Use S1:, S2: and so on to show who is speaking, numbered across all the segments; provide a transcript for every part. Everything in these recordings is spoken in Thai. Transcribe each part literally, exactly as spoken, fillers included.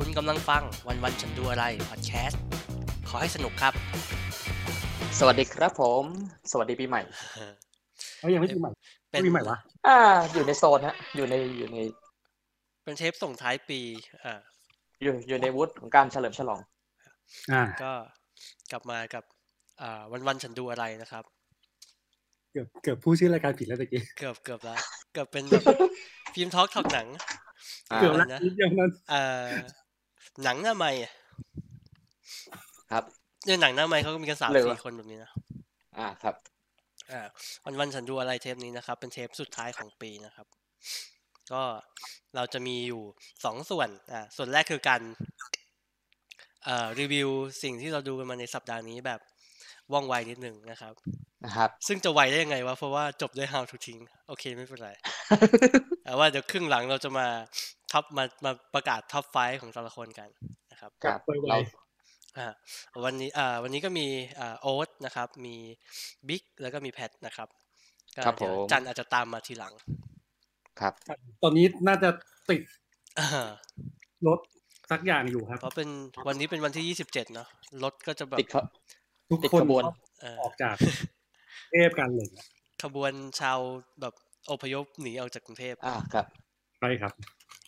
S1: กำลังฟังวันวันฉันดูอะไรพอดแคสต์ขอให้สนุกครับ
S2: สวัสดีครับผมสวัสดีปีใหม่
S3: เอ้ยยังไม่ปีใหม่เป็นปีใหม่วะ
S2: อ่าอยู่ในโซนฮะอยู่ในอยู่ใน
S1: เป็นเทปส่งท้ายปีอ่า
S2: อยู่อยู่ในวูดของการเฉลิมฉลอง
S3: อ่า
S1: ก็กลับมากับอ่าวันวันฉันดูอะไรนะครับ
S3: เกือบเกือบพูดชื่อรายการผิดแล้วตะกี้
S1: เกือบเกือบแล้วเกือบเป็นแบบฟิล์มทอล์กถอดหนัง
S3: เกือบแล้วนิดเดียวนั้น
S1: เอ่อหนังหน้าใหม่
S2: ครับ
S1: เนี่ยหนังหน้าใหม่เขาก็มีกันสามสี่คนแบบนี้นะ
S2: อ่าครับ
S1: อ่าวันวันฉันดูอะไรเทปนี้นะครับเป็นเทปสุดท้ายของปีนะครับก็เราจะมีอยู่สองส่วนอ่าส่วนแรกคือการเอ่อรีวิวสิ่งที่เราดูกันมาในสัปดาห์นี้แบบว่องไวนิดนึงนะครับ
S2: นะครับ
S1: ซึ่งจะไวได้ยังไงวะเพราะว่าจบด้วย how to ทิ้งโอเคไม่เป็นไร แต่ว่าเดี๋ยวครึ่งหลังเราจะมาท็อปมามาประกาศท็อปไฟว์ของแต่ละคนกันนะครับ
S2: ครับเรา
S1: อ่าวันนี้อ่าวันนี้ก็มีอ่าโอ๊ตนะครับมีบิ๊กแล้วก็มีแพทนะครับก็เดี๋ยวจันอาจจะตามมาทีหลัง
S2: ครับ
S3: ตอนนี้น่าจะติดรถสักอย่างอยู่ครับ
S1: เพราะเป็นวันนี้เป็นวันที่ยี่สิบเจ็ดเนาะรถก็จะแบบ
S3: ทุกคนออกจากเทพกันเลย
S1: ขบวนชาวแบบอพยพหนีออกจากกรุงเทพ
S2: อ่าครับ
S3: ใช่ครับ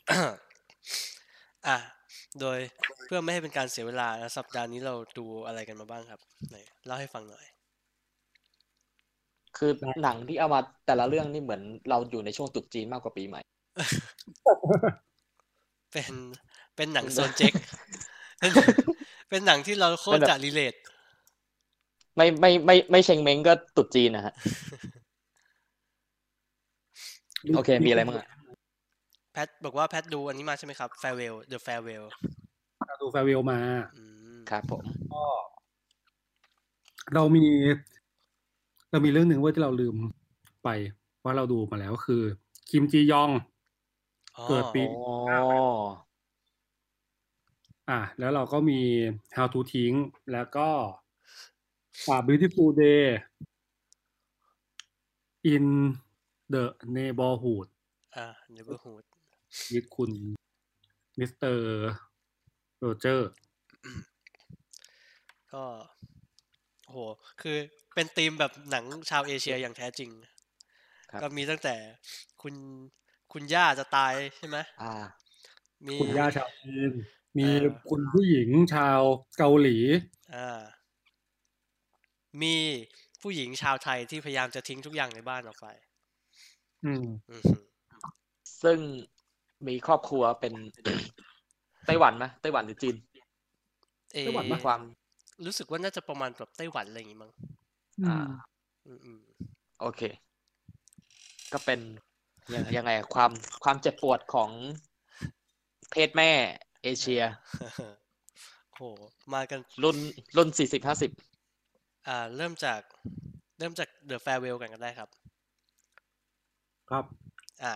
S1: อ่ะโดยเพื่อไม่ให้เป็นการเสียเวลาสัปดาห์นี้เราดูอะไรกันมาบ้างครับไหนเล่าให้ฟังหน่อย
S2: คือหนังที่เอามาแต่ละเรื่องนี่เหมือนเราอยู่ในช่วงตรุษจีนมากกว่าปีใหม่
S1: เป็นเป็นหนังโซนเจ๊กเป็นหนังที่เราโคตรจะรีเลท
S2: ไม่ไม่ไม่ไม่เชงเม้งก็ตรุษจีนนะฮะโอเคมีอะไรบ้างอ่ะ
S1: แพทบอกว่าแพทดูอันนี้มาใช่ไหมครับ Farewell The Farewell
S3: ดู Farewell มา
S2: ครับผม
S3: ก็เรามีเรามีเรื่องหนึ่งว่าที่เราลืมไปว่าเราดูมาแล้วคือคิมจียองเกิดปีอ่ะแล้วเราก็มี How to ทิ้งแล้วก็อ่า Beautiful Day in the Neighborhood
S1: อ่า Neighborhood
S3: วิดคุณมิสเตอร์โรเจอร์
S1: ก็โหคือเป็นธีมแบบหนังชาวเอเชียอย่างแท้จริงก็มีตั้งแต่คุณคุณย่าจะตายใช่ไหม
S2: อ่า
S3: มีคุณย่าชาวจีนมีคุณผู้หญิงชาวเกาหลี
S1: อ่ามีผู้หญิงชาวไทยที่พยายามจะทิ้งทุกอย่างในบ้านออกไป
S3: อืม
S2: ซึ่งมีครอบครัวเป็นไต้หวันไหมไต้หวันหรือจีน
S3: ไต้หวันมี
S2: ความ
S1: รู้สึกว่าน่าจะประมาณแบบไต้หวันอะไรอย่างงี้มั้ง
S2: อ่าอืมโอเคก็เป็นยังยังไงความความเจ็บปวดของเพศแม่เอเชีย
S1: โหมากัน
S2: รุ่นรุ่นสี่สิบห้าสิบ
S1: อ่าเริ่มจากเริ่มจาก The Farewell กันก็ได้ครับ
S3: ครับ
S1: อ่า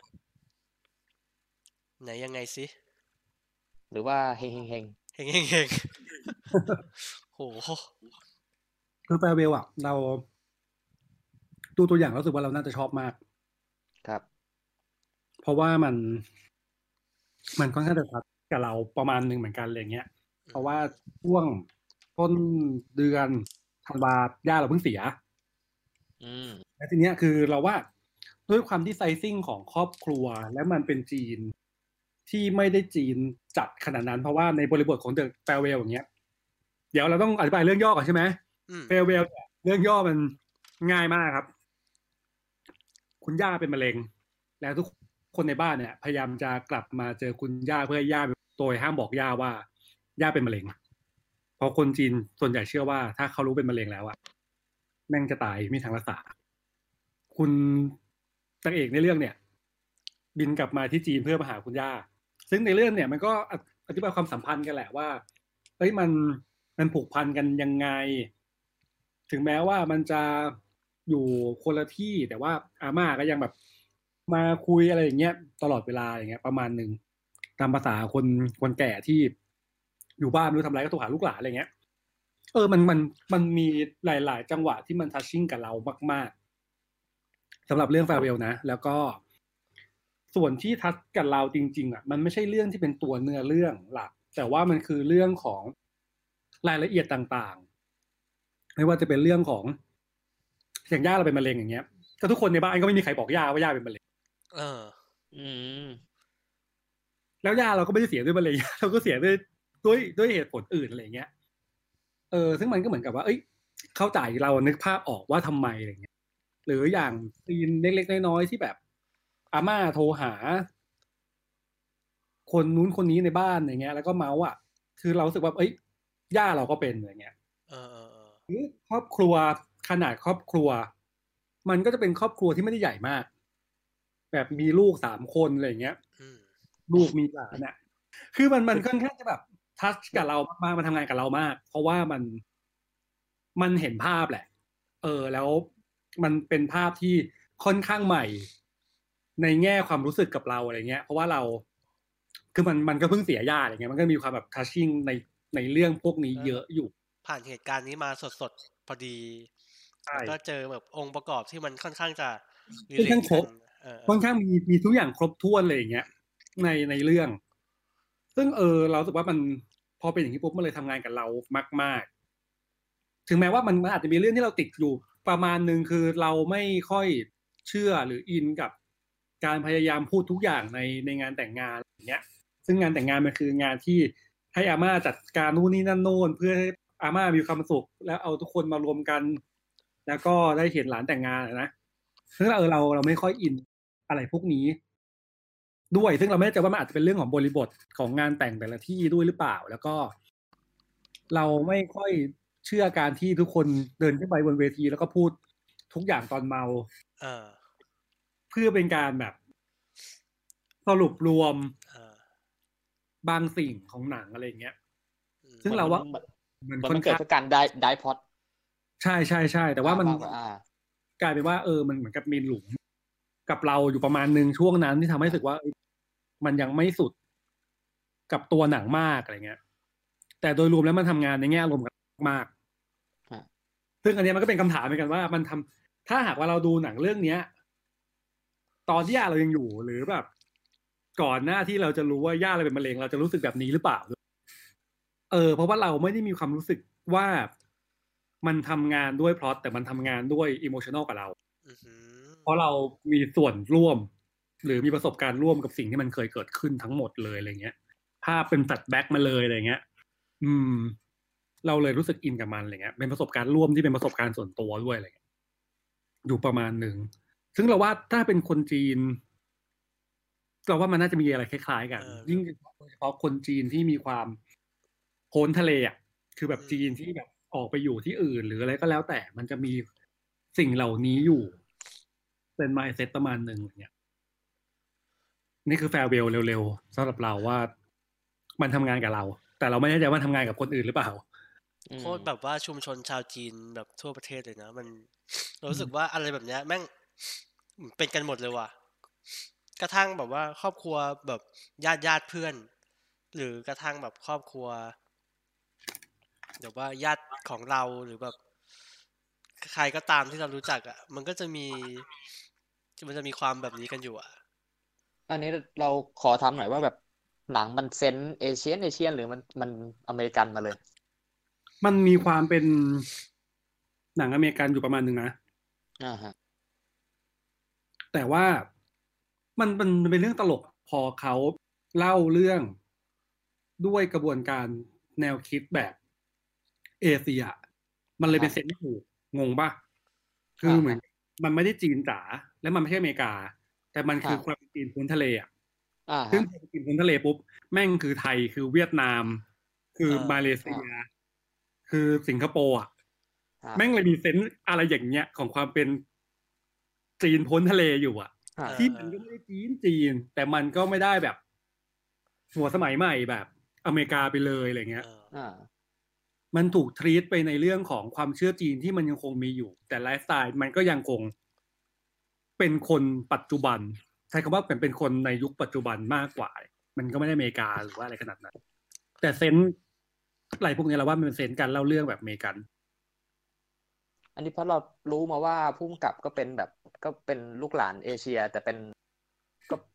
S1: ไหนยังไงสิ
S2: หรือว่าเฮงเฮงเฮง
S1: เฮงเฮงเฮงโห
S3: คือ Farewell อ่ะเราดูตัวอย่างรู้สึกว่าเราน่าจะชอบมาก
S2: ครับ
S3: เพราะว่ามันมันค่อนข้างจะทัดกับเราประมาณนึงเหมือนกันอะไรเงี้ยเพราะว่าช่วงต้นเดือนธันวาย่าเราเพิ่งเสีย
S2: อืม
S3: แล้วทีเนี้ยคือเราว่าด้วยความที่ไซซิ่งของครอบครัวและมันเป็นจีนที่ไม่ได้จีนจัดขนาดนั้นเพราะว่าในบริบทของ The Farewell อย่างเงี้ยเดี๋ยวเราต้องอธิบายเรื่องย่อก่อนใช่ไหม Farewell เรื่องย่อมันง่ายมากครับคุณย่าเป็นมะเร็งแล้วทุกคนในบ้านเนี่ยพยายามจะกลับมาเจอคุณย่าเพื่อย่าโดยห้ามบอกย่าว่าย่าเป็นมะเร็งเพราะคนจีนส่วนใหญ่เชื่อว่าถ้าเขารู้เป็นมะเร็งแล้วอะแม่งจะตายไม่มีทางรักษาคุณนางเอกในเรื่องเนี่ยบินกลับมาที่จีนเพื่อมาหาคุณย่าซึ่งในเรื่องเนี่ยมันก็อธิบายความสัมพันธ์กันแหละว่าเฮ้ยมันมันผูกพันกันยังไงถึงแม้ว่ามันจะอยู่คนละที่แต่ว่าอาม่าก็ยังแบบมาคุยอะไรอย่างเงี้ยตลอดเวลาอย่างเงี้ยประมาณนึงตามภาษาคนคนแก่ที่อยู่บ้านไม่รู้ทำอะไรก็โทรหาลูกหลานอะไรเงี้ยเออมันมันมันมีหลายๆจังหวะที่มันทัชชิ่งกับเรามากๆสำหรับเรื่อง Farewell นะแล้วก็ส่วนที่ทัชกับเราจริงๆอ่ะมันไม่ใช่เรื่องที่เป็นตัวเนื้อเรื่องหลักแต่ว่ามันคือเรื่องของรายละเอียดต่างๆไม่ว่าจะเป็นเรื่องของอย่างย่าเราเป็นมะเร็งอย่างเงี้ยก็ทุกคนในบ้านก็ไม่มีใครบอกย่าว่าย่าเป็นมะเร็ง
S1: เออ
S2: อืม
S3: แล้วย่าเราก็ไม่ได้เสียด้วยมะเร็ง เราก็เสียด้วยด้วยด้วยเหตุผลอื่นอะไรเงี้ยเออซึ่งมันก็เหมือนกับว่าเอ้ยเข้าใจเรานึกภาพออกว่าทำไมอะไรเงี้ยหรืออย่างซีนเล็กๆน้อยๆที่แบบอาม่าโทรหา คนนู้นคนนี้ในบ้านอย่างเงี้ยแล้วก็เมาส์อ่ะคือเรารู้สึกว่าเอ้ยย่าเราก็เป็นอย่างเงี้ย
S1: เออเออเออ
S3: หรือครอบครัวขนาดครอบครัว มันก็จะเป็นครอบครัวที่ไม่ได้ใหญ่มาก แบบมีลูกสามคนอะไรเงี้ย
S1: อืม
S3: ลูกมีหลานอ่ะ คือมันมันค่อนข้างจะแบบทัชกับเรามากๆมันทำงานกับเรามาก เพราะว่ามันมันเห็นภาพแหละ เออ แล้วมันเป็นภาพที่ค่อนข้างใหม่ ในแง่ความรู้สึกกับเราอะไรเงี้ย เพราะว่าเรา คือมันมันก็เพิ่งเสียญาติอะไรเงี้ย มันก็มีความแบบทัชชิ่งในในเรื่องพวกนี้เยอะอยู่
S1: ผ่านเหตุการณ์นี้มาสดๆพอดี
S3: ใช่
S1: แล้วก็เจอแบบองค์ประกอบที่มันค่อนข้างจะ
S3: ค่อนข้างครบ
S1: กันเออ
S3: ค่อนข้างมีมีทุกอย่างครบถ้วนเลยอย่างเงี้ย ในในเรื่อง ซึ่งเออเรารู้สึกว่ามันพอเป็นอย่างนี้ปุ๊บมันเลยทำงานกับเรามากๆ ถึงแม้ว่ามันมันอาจจะมีเรื่องที่เราติดอยู่ประมาณนึงคือเราไม่ค่อยเชื่อหรืออินกับการพยายามพูดทุกอย่างในในงานแต่งงานอย่างเงี้ย ซึ่งงานแต่งงานมันคืองานที่ให้อาม่าจัดการนู่นนี่นั่นโน่นเพื่อให้อาม่ามีความสุขแล้วเอาทุกคนมารวมกัน แล้วก็ได้เห็นหลานแต่งงานนะซึ่งเออเราเราไม่ค่อยอินอะไรพวกนี้ด้วยซึ่งเราไม่แน่ใจว่ามันอาจจะเป็นเรื่องของบริบทของงานแต่งแต่ละที่ด้วยหรือเปล่าแล้วก็เราไม่ค่อยเชื่อการที่ทุกคนเดินขึ้นไปบนเวทีแล้วก็พูดทุกอย่างตอนเมา
S1: เออ
S3: เพื่อเป็นการแบบสรุปรวม
S1: เออบ
S3: างสิ่งของหนังอะไรอย่างเงี้ย
S1: อืม
S3: ซึ่งเราว่า
S2: มั
S3: มัน
S2: น
S3: ค่อน
S2: เกิด
S3: ข้าง
S2: จากการได้ได้พล็อต
S3: ใช่ใช่ใช่แต่ว่ามัน
S2: มากกว่าอ่า
S3: กลายเป็นว่าเออมันเหมือนกับมีหลุมกับเราอยู่ประมาณนึงช่วงนั้นที่ทำให้รู้สึกว่าเอ้ยมันยังไม่สุดกับตัวหนังมากอะไรเงี้ย แต่โดยรวมแล้วมันทำงานในแง่อารมณ์กันมาก
S2: ฮะ
S3: ซึ่งอันเนี้ยมันก็เป็นคำถามเหมือนกันว่ามันทำถ้าหากว่าเราดูหนังเรื่องเนี้ย ตอนที่ย่าเรายังอยู่หรือแบบ ก่อนหน้าที่เราจะรู้ว่าย่าเราเป็นมะเร็งเราจะรู้สึกแบบนี้หรือเปล่า เออเพราะว่าเราไม่ได้มีความรู้สึกว่ามันทำงานด้วยพล็อตแต่มันทำงานด้วยอิโมชันอลกับเรา
S1: อือหือ
S3: เพราะเรามีส่วนร่วม หรือมีประสบการณ์ร่วมกับสิ่งที่มันเคยเกิดขึ้นทั้งหมดเลยอะไรเงี้ย ภาพเป็นแฟลชแบ็กมาเลยอะไรเงี้ย อืม เราเลยรู้สึกอินกับมันอะไรเงี้ย เป็นประสบการณ์ร่วมที่เป็นประสบการณ์ส่วนตัวด้วยอะไรเงี้ย อยู่ประมาณหนึ่ง ซึ่งเราว่าถ้าเป็นคนจีน เราว่ามันน่าจะมีอะไรคล้ายๆกัน
S1: เออ
S3: ยิ่งโดยเฉพาะคนจีนที่มีความโพ้นทะเลอ่ะ คือแบบ
S1: อืม
S3: จีนที่แบบออกไปอยู่ที่อื่น หรืออะไรก็แล้วแต่ มันจะมีสิ่งเหล่านี้อยู่ เป็น mindset ประมาณหนึ่งอย่างเงี้ย นี่คือแฟร์เวลเร็วๆสำหรับเราว่ามันทำงานกับเรา แต่เราไม่แน่ใจว่าทำงานกับคนอื่นหรือเปล่า
S2: อืม
S1: โคตรแบบว่าชุมชนชาวจีนแบบทั่วประเทศเลยนะ มันเรารู้สึกว่าอะไรแบบเนี้ยแม่งเป็นกันหมดเลยว่ะ กระทั่งแบบว่าครอบครัวแบบญาติญาติเพื่อน หรือกระทั่งแบบครอบครัวแบบว่าญาติของเราหรือแบบใครก็ตามที่เรารู้จักอ่ะ มันก็จะมีมันจะมีความแบบนี้กันอยู่อ่ะ
S2: อันนี้เราขอถามหน่อยว่าแบบหนังมันเซนส์เอเชียนเอเชียนหรือมันมันอเมริกันมาเลย
S3: มันมีความเป็นหนังอเมริกันอยู่ประมาณหนึ่งนะ
S2: อ่าฮะ
S3: แต่ว่ามันมันมันเป็นเรื่องตลกพอเขาเล่าเรื่องด้วยกระบวนการแนวคิดแบบเอเชีย มันเลยเป็นเซนส์ไม่ถูกงงป่ะ คือเหมือนมันไม่ได้จีนจ๋าและมันไม่ใช่อเมริกา แต่มันคือความเป็นจีนพ้นทะเลอ่ะ
S2: อ่า
S3: ซึ่ง
S2: ฮะ
S3: พอจีนพ้นทะเลปุ๊บแม่งคือไทยคือเวียดนาม คือ
S1: เออ
S3: มาเลเซีย คือสิงคโปร์อ่ะ
S2: อ่า
S3: แม่งเลยมีเซนส์อะไรอย่างเงี้ยของความเป็นจีนพ้นทะเลอยู่อ่ะ
S2: อ่า
S3: ที่มันก็ไม่ได้จีนจีน แต่มันก็ไม่ได้แบบ หัวสมัยใหม่แบบอเมริกาไปเลยอะไรเงี้ย
S1: เออ
S2: อ่า
S3: มันถูกทรีตไปในเรื่องของความเชื่อจีนที่มันยังคงมีอยู่ แต่ไลฟ์สไตล์มันก็ยังคงเป็นคนปัจจุบัน ใช้คำว่าเป็นเป็นคนในยุคปัจจุบันมากกว่า มันก็ไม่ได้อเมริกาหรือว่าอะไรขนาดนั้น แต่เซนส์อะไรพวกนี้เราว่ามันเป็นเซนส์การเล่าเรื่องแบบอเมริกัน
S2: อันนี้เพราะเรารู้มาว่าผู้กำกับก็เป็นแบบก็เป็นลูกหลานเอเชีย แต่เป็นก็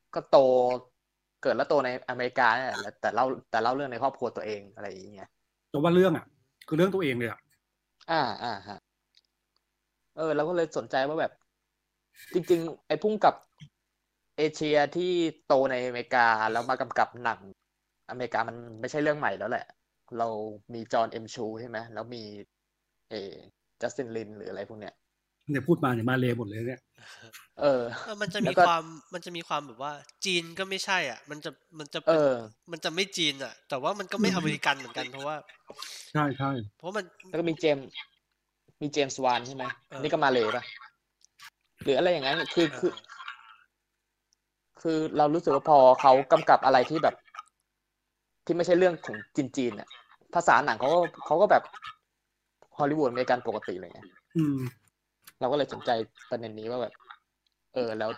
S2: ก็โตเกิดแล้วโตในอเมริกาเนี่ยแหละแต่เล่าแต่เล่าเรื่องในครอบครัวตัวเองอะไรอย่างเงี้ย
S3: แต่ว่าเรื่องอ่ะคือเรื่องตัวเองเลยอ่ะ
S2: อ่าอ่าฮะเออเราก็เลยสนใจว่าแบบจริงๆไอ้พุ่งกับเอเชียที่โตในอเมริกาแล้วมากำกับหนังอเมริกามันไม่ใช่เรื่องใหม่แล้วแหละเรามีจอห์นเอ็มชูใช่ไหมแล้วมีเอจัสตินลินหรืออะไรพวกเนี้ย
S3: เนี่ยพูดมาเนี่ยมาเลยหมดเลยเนี่ย
S2: เออ
S1: เออมันจะ
S2: แล้
S1: มี
S2: วก็
S1: ความมันจะมีความแบบว่าจีนก็ไม่ใช่อ่ะมันจะมันจะ
S2: เอ
S1: เป็น
S2: อ
S1: มันจะไม่จีนอ่ะ แต่ว่ามันก็ไม่อเมริกันเหมือนกันเพราะว่า
S3: ใช่ใช่
S1: เพราะมัน
S2: แล้วก็มีเจมส์มีเจมส์วานใช่ไหม
S1: เออ
S2: นี่ก็มาเลยป่ะหรืออะไรอย่างนั้นคือ
S1: เอ
S2: คือ
S1: อ
S2: คือเรารู้สึกว่าพอเขากำกับอะไรที่แบบ ที่ไม่ใช่เรื่องของจีนๆอ่ะภาษาหนังเขาก็เขาก็แบบฮอลลีวูดอเมริกันปกติเลยไง
S3: อืม
S2: เราก็เลยสนใจประเด็นนี้ว่าแบบ เออแล้ว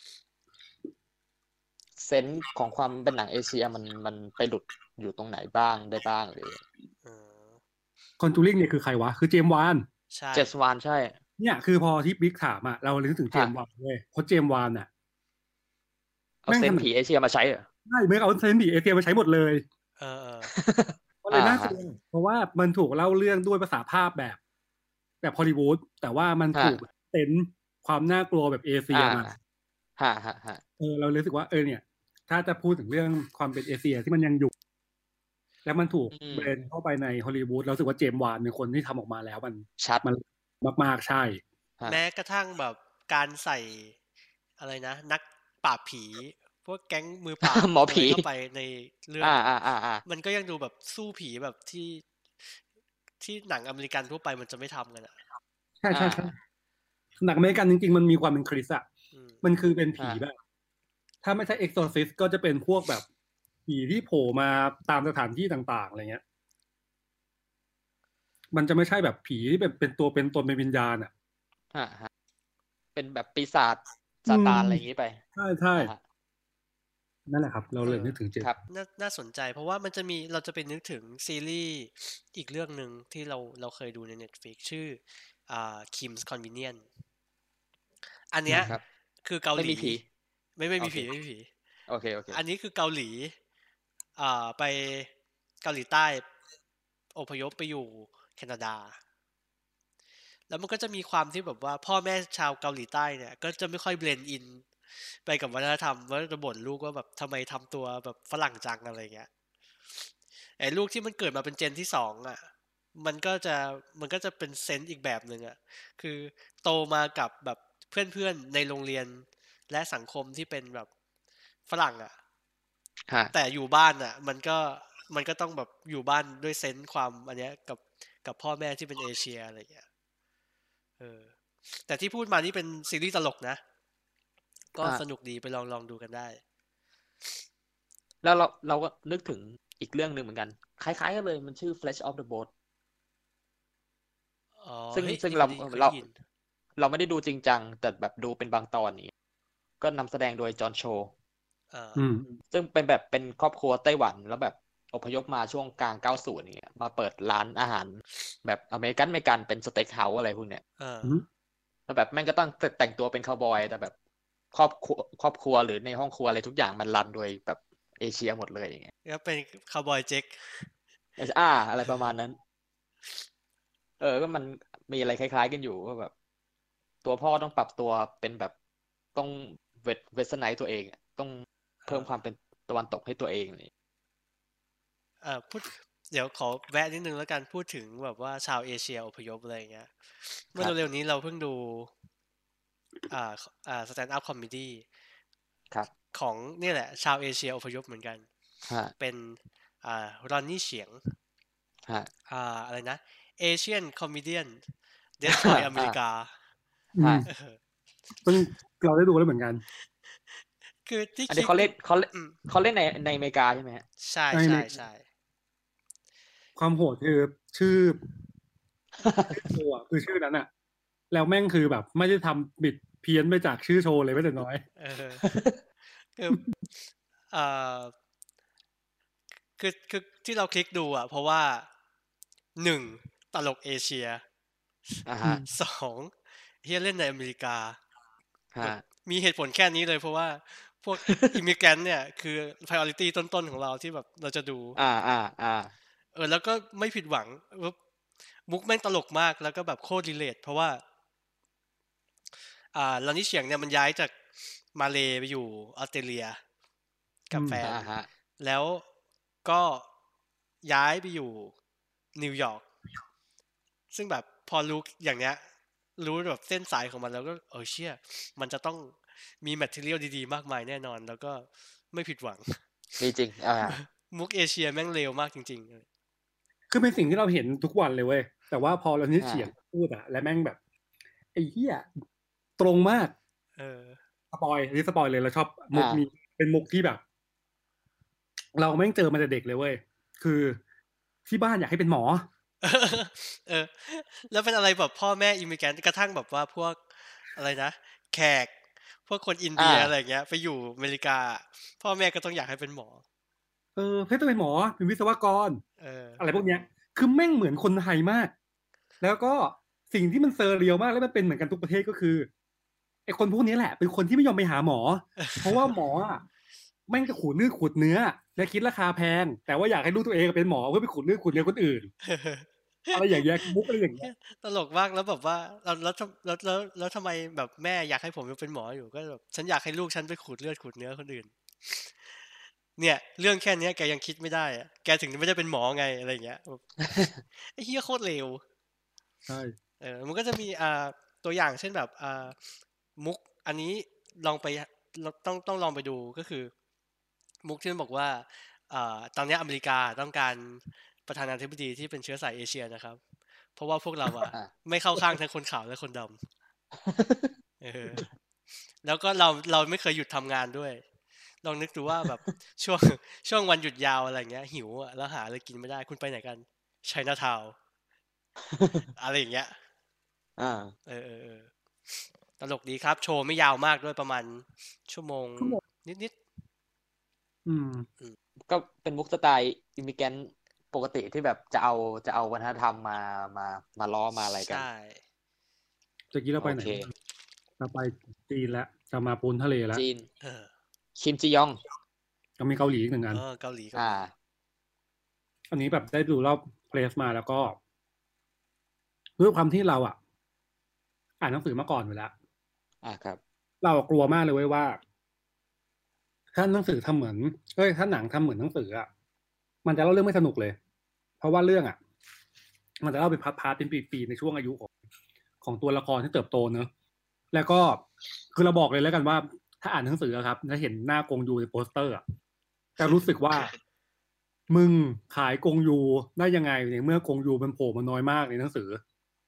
S2: เซนส์ของความเป็นหนังเอเชียมันมันไปหลุดอยู่ตรงไหนบ้างได้บ้างหรือ
S1: เออ
S3: คอนจูริงเนี่ยคือใครวะคือเจมส์วาน
S1: ใช่
S2: เจมส์วานใช่
S3: เนี่ยคือพอที่บิ๊กถามอ่ะเราเลยนึกถึงเจมส์วานเลยเพราะเจมส์วานอ่ะ
S2: เอาเซนส์ผีเอเชียมาใช้เหรอ
S3: ใช่เมื่อเอาเซนต์ผีเอเชียมาใช้หมดเลย
S1: เออเออ
S3: ก็เลยน่า
S2: อ่า
S3: เสียเพราะว่ามันถูกเล่าเรื่องด้วยภาษาภาพแบบ แบบฮอลลีวูดแต่ว่ามันถูกเซนส์ความน่ากลัวแบบเอเชียมา
S2: ฮะฮะฮะ
S3: เออเราเลยรู้สึกว่าเออเนี่ย ถ้าจะพูดถึงเรื่องความเป็นเอเชียที่มันยังอยู่ แล้วมันถูก
S2: อืม
S3: เบรนเข้าไปในฮอลลีวูดเรารู้สึกว่าเจมส์วานเป็นคนที่ทำออกมาแล้วมัน
S2: ชัด
S3: มันมากๆใช่
S2: ฮะ
S1: แม้กระทั่งแบบการใส่อะไรนะ นักปราบผี พวกแก๊งมือปราบ
S2: หมอผี
S1: ะไรเข้าไปในเรื่อง
S2: อ่าอ่าอ่าอ่า
S1: มันก็ยังดูแบบสู้ผีแบบที่ที่หนังอเมริกันทั่วไปมันจะไม่ทำกันอ่ะ
S3: ใช่ใช่ใช่หนังอเมริกันจริงๆมันมีความเป็นคริสอะ
S1: อืม
S3: มันคือเป็นผี
S2: อ่า
S3: แบบ ถ้าไม่ใช่เอ็กโซซิสก็จะเป็นพวกแบบผีที่โผล่มาตามสถานที่ต่างๆอะไรเงี้ย มันจะไม่ใช่แบบผีที่เป็นเป็นตัวเป็นตนเป็นวิญญาณอะ
S2: ฮะฮะเป็นแบบปีศาจซาตานอะไรอย่างนี้ไป
S3: ใช่ใช่
S2: อ่าฮะ
S3: นั่นแหละครับ เราเลย
S1: เออ
S3: นึกถึงเจม
S2: ครับ
S1: น่าน่าสนใจเพราะว่ามันจะมีเราจะไปนึกถึงซีรีส์อีกเรื่องหนึ่งที่เราเราเคยดูใน Netflix ชื่ออ่า Kim's Convenience อันเนี้ย
S2: ครับ
S1: คือเกาห
S2: ไม่
S1: ลี
S2: มีผี
S1: ไม่ไม่มี
S2: โอเค
S1: ผีไม่มีผี
S2: โอเคโอเค
S1: อันนี้คือเกาหลีอ่าไปเกาหลีใต้อพยพไปอยู่แคนาดา แล้วมันก็จะมีความที่แบบว่าพ่อแม่ชาวเกาหลีใต้เนี่ย ก็จะไม่ค่อยเบลนด์อินไปกับวัฒนธรรมว่าจะบ่นลูกว่าแบบทำไมทำตัวแบบฝรั่งจังอะไรเงี้ยไอ้ลูกที่มันเกิดมาเป็นเจนที่สองอ่ะ มันก็จะมันก็จะเป็นเซนส์อีกแบบหนึ่งอ่ะคือโตมากับแบบเพื่อนๆในโรงเรียนและสังคมที่เป็นแบบฝรั่งอ่ะ
S2: ฮะ
S1: แต่อยู่บ้านอ่ะ มันก็มันก็ต้องแบบอยู่บ้านด้วยเซนส์ความอันเนี้ยกับกับพ่อแม่ที่เป็นเอเชียอะไรเงี้ยเออแต่ที่พูดมานี่เป็นซีรีส์ตลกนะ ก็
S2: อ่า
S1: สนุกดีไปลองลองดูกันได้
S2: แล้วเราเราก็นึกถึงอีกเรื่องหนึ่งเหมือนกัน คล้ายๆกันเลยมันชื่อ Flash of the Boat
S1: อ๋อ
S2: ซึ่ง
S1: เฮ้ย
S2: ซึ่ง
S1: นี่
S2: เรา
S1: เคยได้
S2: เรา
S1: ยิน
S2: เราไม่ได้ดูจริงจังแต่แบบดูเป็นบางตอนนี้ ก็นำแสดงโดยจอห์นโชว์
S1: อ่า
S3: อืม
S2: ซึ่งเป็นแบบเป็นครอบครัวไต้หวันแล้วแบบอพยพมาช่วงกลางเก้าสิบอย่างเงี้ยมาเปิดร้านอาหาร แบบอเมริกันอเมริกันเป็นสเต็กเฮาส์อะไรพวกเนี้ย
S1: อ่า
S3: อืม
S2: แล้วแบบแม่งก็ต้องแต่งตัวเป็นคาวบอยแต่แบบครอบครัวครอบครัวหรือในห้องครัวอะไรทุกอย่างมันรันโดยแบบเอเชียหมดเลยอย่างเงี้ย
S1: ก็เป็นคาวบอยเจ็ค
S2: อ่าอะไรประมาณนั้น เออก็มันมีอะไรคล้ายๆกันอยู่ว่าแบบ ตัวพ่อต้องปรับตัวเป็นแบบต้องเวทเวสไนตัวเองอะต้องเพิ่มความเป็นตะวันตกให้ตัวเองนี่
S1: อ่าพูดเดี๋ยวขอแวะนิดนึงแล้วกันพูดถึงแบบว่าชาวเอเชียอพยพอะไรอย่างเงี้ย เมื่อเร็วๆนี้เราเพิ่งดูอ่าอ่าสแตนด์อัพคอมเมดี้
S2: ครับ
S1: ของนี่แหละ ชาวเอเชียอพยพเหมือนกัน
S2: ฮะ
S1: เป็นอ่ารอนนี่เฉียง
S2: ฮะ
S1: อ่าอะไรนะเอเชียนคอมเมดี้เดสทรอยอเมริกา
S3: อืม
S2: ฮะ
S3: ซึ่งเราได้ดูแล้วเหมือนกัน
S1: คือที่
S2: อัน
S1: คิ
S2: นี้
S1: ด
S2: เขาเล่นเขาเล่น
S1: อืม
S2: เขาเล่นในในอเมริกาใช่ไหมฮะ
S1: ใช่
S3: ใน
S1: ใช่
S3: ใน
S1: ใช่
S3: ความโหดคือชื่อ ชื่อโชว์อะคือชื่อนั้นอะแล้วแม่งคือแบบ ไม่ได้ทำบิดเพี้ยนไปจากชื่อโชว์เลยแม้แต่น้อย
S1: เออคือเอ่อคือคือที่เราคลิกดูอ่ะ เพราะว่าหนึ่งตลกเอเชีย
S2: อ่าฮะ
S1: สองเฮียเล่นในอเมริกา
S2: ฮะ
S1: มีเหตุผลแค่นี้เลยเพราะว่าพวกอิมิเกรนต์เนี่ยคือ priority ต้นๆของเราที่แบบเราจะดู
S2: อ่าอ่าอ่า
S1: เออแล้วก็ไม่ผิดหวังมุกแม่งตลกมากแล้วก็แบบโคตรรีเลทเพราะว่าอ่าลานิเฉียงเนี่ยมันย้ายจากมาเลไปอยู่ออสเตรเลียกับแฟนแล้วก็ย้ายไปอยู่นิวยอร์กซึ่งแบบพอรู้อย่างเนี้ยรู้แบบเส้นสายของมันแล้วก็เออเชี่ยมันจะต้องมีแมททีเรียลดีๆมากมายแน่นอนแล้วก็ไม่ผิดหวัง
S2: มีจริงอ่า
S1: มุกเอเชียแม่งเร็วมากจริง
S3: ๆคือเป็นสิ่งที่เราเห็นทุกวันเลยเว้ยแต่ว่าพอเรานี่เฉียงพูดอะและแม่งแบบไอ้เหี้ยตรงมาก
S1: เออ
S3: สปอยนี่สปอยเลยเราชอบมุกนี้เป็นมุกที่แบบเราแม่งเจอมาแต่เด็กเลยเว้ยคือที่บ้านอยากให้เป็นหมอ
S1: เออแล้วเป็นอะไรแบบพ่อแม่อิมิเกรนต์กระทั่งแบบว่าพวกอะไรนะแขกพวกคนอินเดียอะไรเงี้ยไปอยู่อเมริกาพ่อแม่ก็ต้องอยากให้เป็นหมอ
S3: เออเพื่อต้องเป็นหมอเป็นวิศวกร
S1: เออ
S3: อะไรพวกเนี้ยคือแม่งเหมือนคนไทยมากแล้วก็สิ่งที่มันเซอร์เรียลมากแล้วมันเป็นเหมือนกันทุกประเทศก็คือไอ้คนพวกนี้แหละเป็นคนที่ไม่ยอมไปหาหมอเพราะว่าหมออ่ะแม่งจะขูดเนื้อขูดเนื้อและคิดราคาแพงแต่ว่าอยากให้ลูกตัวเองเป็นหมอเพื่อไปขูดเนื้อขูดเนื้อคนอื่นอะไรอย่างเงี้ยมุกอะไรอย่างเงี้ย
S1: ตลกมากแล้วแบบว่าแล้วแล้วแล้วแล้วแล้วทำไมแบบแม่อยากให้ผมเป็นหมออยู่ก็แบบฉันอยากให้ลูกฉันไปขูดเลือดขูดเนื้อคนอื่นเนี่ยเรื่องแค่นี้แกยังคิดไม่ได้อะแกถึงไม่ได้เป็นหมอไงอะไรอย่างเงี้ยไอ้เหี้ยโคตรเลว
S3: ใช่
S1: เออมันก็จะมีอ่าตัวอย่างเช่นแบบอ่ามุกอันนี้ลองไปต้องต้องลองไปดูก็คือมุกที่มันบอกว่าอ่าตอนนี้อเมริกาต้องการประธานาธิบดีที่เป็นเชื้อสายเอเชียนะครับเพราะว่าพวกเราอะไม่เข้าข้างทั้งคนขาวและคนดำเออแล้วก็เราเราไม่เคยหยุดทำงานด้วยลองนึกดูว่าแบบช่วงช่วงวันหยุดยาวอะไรเงี้ยหิวอะแล้วหาอะไรกินไม่ได้คุณไปไหนกันไชน่าทาวน์อะไรอย่างเงี้ย
S2: อ่า
S1: เออเออเออตลกดีครับโชว์ไม่ยาวมากด้วยประมาณชั่วโมงนิด
S3: ๆอืม
S2: ก็เป็นมุกสไตล์อิมิเกรนต์ปกติที่แบบจะเอาจะเอาวัฒนธรรมมามามาล้อมาอะไรกัน
S1: ใช่
S3: ตะกี้เราไปไหนเราไปจีนแล้วจะมาปูนทะเลแล้ว
S2: จีน
S1: เออ
S2: คิมจียอง
S3: ก็มีเกาหลีอีกหนึ่งอัน
S1: เออเกาหลีก็
S2: อ่า
S3: อันนี้แบบได้ดูรอบเพลสมาแล้วก็ด้วยความที่เราอ่ะอ่านหนังสือมาก่อนอยู่แล้ว
S2: อ่าครับ
S3: เรากลัวมากเลยเว้ยว่าถ้าหนังสือทำเหมือนเอ้ยถ้าหนังทำเหมือนหนังสืออ่ะมันจะเล่าเรื่องไม่สนุกเลยเพราะว่าเรื่องอ่ะมันจะเล่าเป็นพาร์ทๆเป็นปีๆในช่วงอายุของของตัวละครที่เติบโตเนอะแล้วก็คือเราบอกเลยแล้วกันว่าถ้าอ่านหนังสือครับถ้าเห็นหน้ากงยูในโปสเตอร์อ่ะจะรู้สึกว่ามึงขายกงยูได้ยังไงในเมื่อกงยูมันโผล่มาน้อยมากในหนังสือ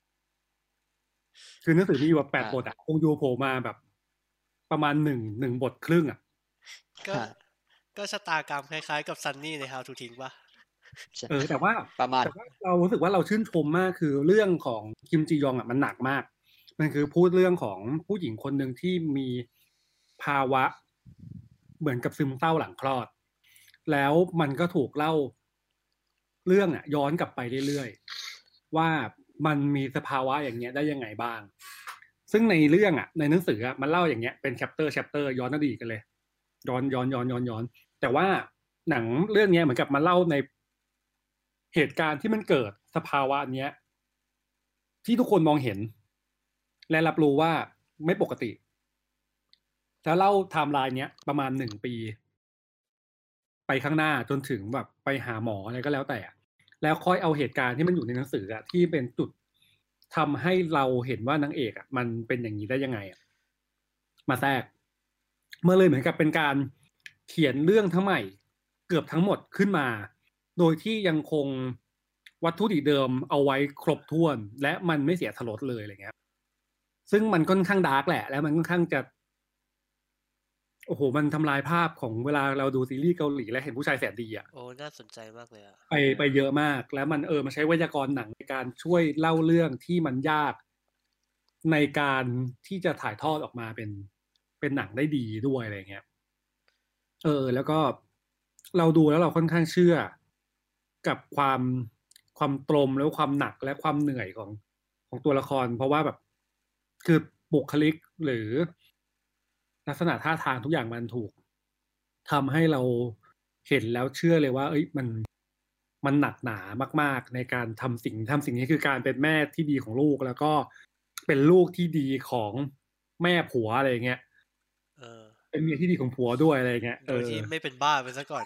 S3: คือหนังสือมีอยู่แบบแปดบทอ่ะกงยูโผล่มาแบบประมาณหนึ่งหนึ่งบทครึ่งอ่ะ
S1: ก็ก็ชะตากรรมคล้ายๆกับซันนี่ใน How to ทิ้งป่ะ
S3: เออแต่ว่า
S2: ประมาณ
S3: แต่ว่าเรารู้สึกว่าเราชื่นชมมากคือเรื่องของคิมจียองอ่ะมันหนักมากมันคือพูดเรื่องของผู้หญิงคนหนึ่งที่มีภาวะเหมือนกับซึมเศร้าหลังคลอดแล้วมันก็ถูกเล่าเรื่องอ่ะย้อนกลับไปเรื่อยๆว่ามันมีสภาวะอย่างเงี้ยได้ยังไงบ้างซึ่งในเรื่องอ่ะในหนังสืออ่ะมันเล่าอย่างเงี้ยเป็นแชปเตอร์แชปเตอร์ย้อนอดีตกันเลยย้อนย้อนย้อนย้อนย้อนแต่ว่าหนังเรื่องนี้เหมือนกับมาเล่าในเหตุการณ์ที่มันเกิดสภาวะเนี้ยที่ทุกคนมองเห็นและรับรู้ว่าไม่ปกติแล้วเล่าไทม์ไลน์เนี้ยประมาณหนึ่งปีไปข้างหน้าจนถึงแบบไปหาหมออะไรก็แล้วแต่แล้วค่อยเอาเหตุการณ์ที่มันอยู่ในหนังสืออะที่เป็นจุดทำให้เราเห็นว่านางเอกอะมันเป็นอย่างนี้ได้ยังไงอะมาแทรกเมื่อเลยเหมือนกับเป็นการเขียนเรื่องทั้งใหม่เกือบทั้งหมดขึ้นมาโดยที่ยังคงวัตถุดิบเดิมเอาไว้ครบถ้วนและมันไม่เสียทรสเลยอะไรเงี้ยซึ่งมันค่อนข้างดาร์กแหละแล้วมันค่อนข้างจะโอ้โหมันทำลายภาพของเวลาเราดูซีรีส์เกาหลีและเห็นผู้ชายแสนดีอ่ะ
S1: โอ้น่าสนใจมากเลยอ่ะ
S3: ไปไปเยอะมากแล้วมันเออมันใช้ไวยากรณ์หนังในการช่วยเล่าเรื่องที่มันยากในการที่จะถ่ายทอดออกมาเป็นเป็นหนังได้ดีด้วยอะไรเงี้ยเออแล้วก็เราดูแล้วเราค่อนข้างเชื่อกับความความตรงแล้วความหนักและความเหนื่อยของของตัวละครเพราะว่าแบบคือบุคลิกหรือลักษณะท่าทางทุกอย่างมันถูกทำให้เราเห็นแล้วเชื่อเลยว่า เอ้ยมันมันหนักหนามากๆในการทำสิ่งทำสิ่งนี้คือการเป็นแม่ที่ดีของลูกแล้วก็เป็นลูกที่ดีของแม่ผัวอะไรเงี้ย
S1: เออ
S3: เป็นเมียที่ดีของผัวด้วยอะไรเงี้ย
S1: โดยที่ไม่เป็นบ้าไปซะก่อน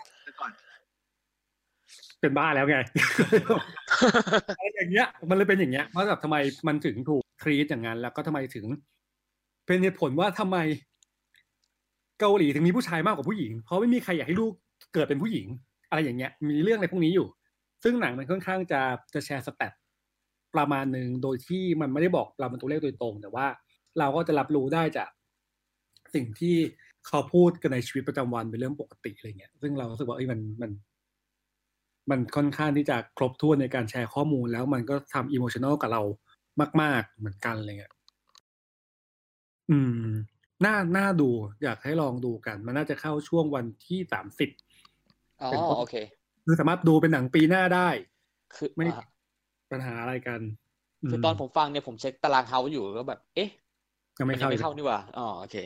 S3: เป็นบ้าแล้วไง อะไรอย่างเงี้ย มันเลยเป็นอย่างเงี้ยว่าแบบทำไมมันถึงถูกทรีตอย่างนั้นแล้วก็ทำไมถึง เป็นเหตุผลว่าทำไมเกาหลีถึงมีผู้ชายมากกว่าผู้หญิงเพราะไม่มีใครอยากให้ลูกเกิดเป็นผู้หญิงอะไรอย่างเงี้ยมีเรื่องในพวกนี้อยู่ซึ่งหนังมันค่อนข้างจะจะแชร์สแตทประมาณนึงโดยที่มันไม่ได้บอกเราเป็นตัวเลขโดยตรงแต่ว่าเราก็จะรับรู้ได้จากสิ่งที่เขาพูดกันในชีวิตประจำวันเป็นเรื่องปกติอะไรเงี้ยซึ่งเรารู้สึกว่าเอ้ยมันมันมันค่อนข้างที่จะครบถ้วนในการแชร์ข้อมูลแล้วมันก็ทำอิโมชันนอลกับเรามากๆเหมือนกันอะไรเงี้ยอืมน่าน่าดูอยากให้ลองดูกันมันน่าจะเข้าช่วงวันที่สามสิบ
S2: อ๋อโอเค
S3: คือสามารถดูเป็นหนังปีหน้าได้
S2: คือ
S3: ไม่ปัญหาอะไรกัน
S2: คือตอนผมฟังเนี่ยผมเช็คตารางเฮาส์อยู่ก็แบบเอ๊ะ
S3: ยังไม่เข้า
S2: ไม่เข้านี่หว่าอ๋อโอเค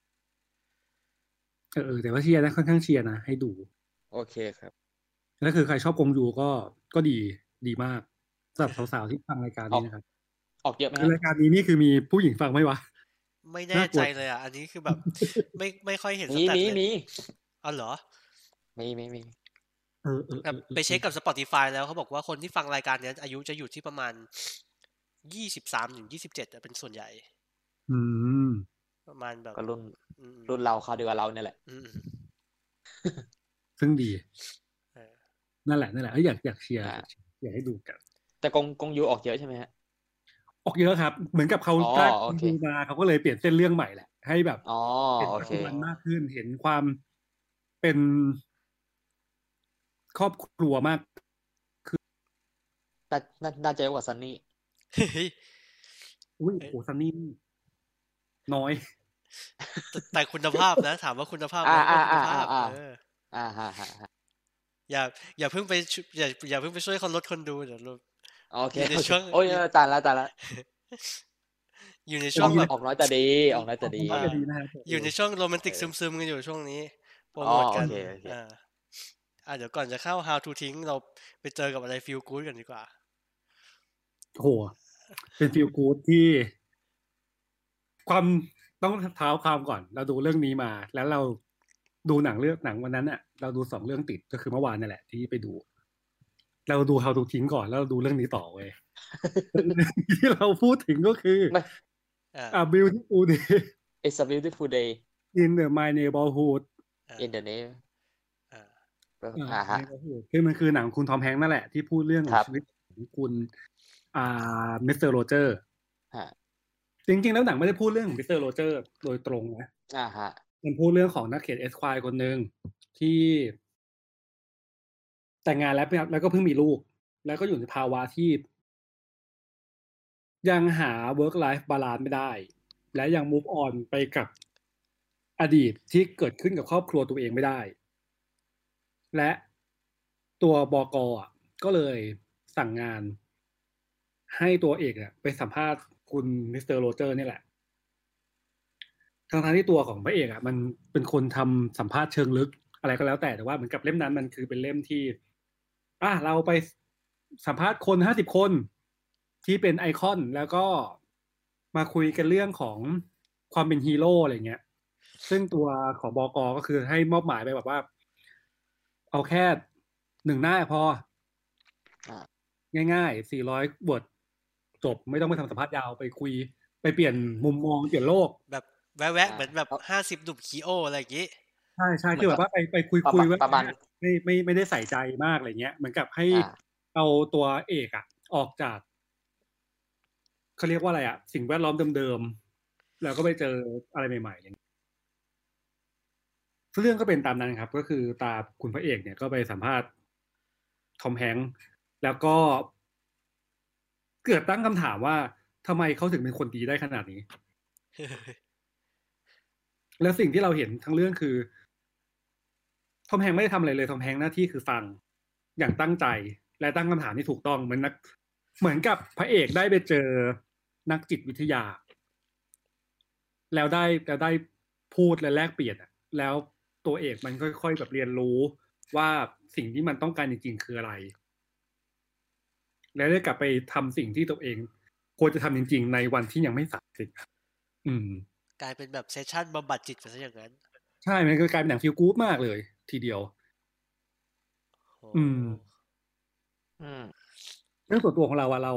S3: เออแต่ว่าเชียร์นะค่อนข้างเชียร์นะให้ดู
S2: โอเคครับ
S3: แล้วคือใครชอบกงยูก็ก็ดีดีมากสำหรับสาวๆที่ฟังรายการนี้นะครับ
S2: ออกเยอะไหม
S3: รายการนี้นี่คือมีผู้หญิงฟังไหมวะ
S1: ไม่แน่ใจเลยอ่ะอันนี้คือแบบไม่ไม่ค่อยเห็นสแตทเลย
S2: มีมี
S1: อ๋อเหรอ
S2: มีมีมี
S3: เออเออ
S1: ไปเช็คกับ Spotify แล้วเขาบอกว่าคนที่ฟังรายการนี้อายุจะอยู่ที่ประมาณยี่สิบสามถึงยี่สิบเจ็ดเป็นส่วนใหญ่
S3: อืม
S1: ประมาณแบบ
S2: ก็รุ่นรุ่นเราเขาดีกว่าเราเนี่ยแหละ
S3: ซึ่งดีนั่นแหละนั่นแหละอยากอยากเชียร์อยากให้ดูกัน
S2: แต่กงกงยูออกเยอะใช่ไหมฮะ
S3: ออกเยอะครับเหมือนกับเขาได้ดูมาเขาก็เลยเปลี่ยนเส้นเรื่องใหม่แหละให้แบบเห็นปัจจุบันมากขึ้นเห็นความเป็นครอบครัวมากคือ
S2: น่าจะเยอะกว่าซันนี่
S3: อุ้ยโอ้ซันนี่น้อย
S1: แต่คุณภาพนะถามว่าคุณภาพ
S2: อ่าอ่าอ่า
S1: อ่า
S2: อ่า
S1: อ่า
S2: อ่าฮะ
S1: อย่าอย่าเพิ่งไปอย่าอย่าเพิ่งไปช่วยคนลดคนดูเดี๋ยว
S2: โอเคในช่วงโอ้ยตายแล้วตายแล้ว
S1: อยู่ในช่วงแบบ
S2: ออกน้อยแต่ดีออกน้อยแต่ดี
S1: อยู่ในช่วงโรแมนติกซึมๆกันอยู่ช่วงนี้โปรโมทกันอ่าอ่าเดี๋ยวก่อนจะเข้า how to ทิ้งเราไปเจอกับอะไร feel good กันดีกว่า
S3: โหเป็น feel good ที่ความต้องเท้าความก่อนเราดูเรื่องนี้มาแล้วเราดูหนังเรื่องหนังวันนั้นอ่ะเราดูสองเรื่องติดก็คือเมื่อวานนั่นแหละที่ไปดูเราดู how to ทิ้งก่อนแล้วเราดูเรื่องนี้ต่อเว้ยที่เราพูดถึงก็คือ A Beautiful Day
S2: It's a Beautiful Day
S3: in the My Neighborhood
S2: in the name
S3: อ่าฮะคือมันคือหนังคุณทอมแฮงค์นั่นแหละที่พูดเรื่องของชีวิตของคุณอ่ามิสเตอร์โรเจอร์จริงๆแล้วหนังไม่ได้พูดเรื่องของมิสเตอร์โรเจอร์โดยตรงนะ
S2: อ่าฮะ
S3: มันพูดเรื่องของนักเขียนเอสควายคนหนึ่งที่แต่งงานแล้วแล้วก็เพิ่งมีลูกแล้วก็อยู่ในภาวะที่ยังหา work life balance ไม่ได้และยัง move on ไปกับอดีตที่เกิดขึ้นกับครอบครัวตัวเองไม่ได้และตัวบก.อ่ะก็เลยสั่งงานให้ตัวเอกอ่ะไปสัมภาษณ์คุณมิสเตอร์โรเจอร์นี่แหละทั้งๆที่ตัวของพระเอกอ่ะมันเป็นคนทำสัมภาษณ์เชิงลึกอะไรก็แล้วแต่แต่ว่าเหมือนกับเล่มนั้นมันคือเป็นเล่มที่อ่ะเราไปสัมภาษณ์คนห้าสิบคนที่เป็นไอคอนแล้วก็มาคุยกันเรื่องของความเป็นฮีโร่อะไรเงี้ยซึ่งตัวของบก.ก็คือให้มอบหมายไปแบบว่าเอาแค่หนึ่งหน้าพอง่ายๆสี่ร้อยบทจบไม่ต้องไปทำสัมภาษณ์ยาวไปคุยไปเปลี่ยนมุมมองเปลี่ยนโลก
S1: แบบแวะๆเหมือนแบบห้าสิบหนุ่มคีโออะไรอย่างงี้
S3: ใช่ใช่คือแบบว่าไปไปคุยคุยว่าไม่ไม่ไม่ได้ใส่ใจมากอะไรเงี้ยเหมือนกับให้เอาตัวเอกอ่ะออกจากเขาเรียกว่าอะไรอ่ะสิ่งแวดล้อมเดิมๆแล้วก็ไปเจออะไรใหม่ๆอย่างเรื่องก็เป็นตามนั้นครับก็คือตาคุณพระเอกเนี่ยก็ไปสัมภาษณ์ทอมแฮงค์แล้วก็เกิดตั้งคำถามว่าทำไมเขาถึงเป็นคนดีได้ขนาดนี้ แล้วสิ่งที่เราเห็นทั้งเรื่องคือทอมแฮงค์ไม่ได้ทำอะไรเลยทอมแฮงค์หน้าที่คือฟังอย่างตั้งใจและตั้งคำถามที่ถูกต้องเหมือนนักเหมือนกับพระเอกได้ไปเจอนักจิตวิทยาแล้วได้แล้วได้พูดและแลกเปลี่ยนแล้วตัวเอกมันค่อยๆแบบเรียนรู้ว่าสิ่งที่มันต้องการจริงๆคืออะไรแล้วได้กลับไปทำสิ่งที่ตัวเองควรจะทำจริงๆในวันที่ยังไม่สายสิอืม
S1: กลายเป็นแบบเซสชั่นบำบัดจิตไปซะอย่างนั้น
S3: ใช่มันก็กลายเป็นหนังฟีลกู๊ดมากเลยทีเดียวอืม
S2: อืม
S3: เรื่องส่วนตัวของเราอะเรา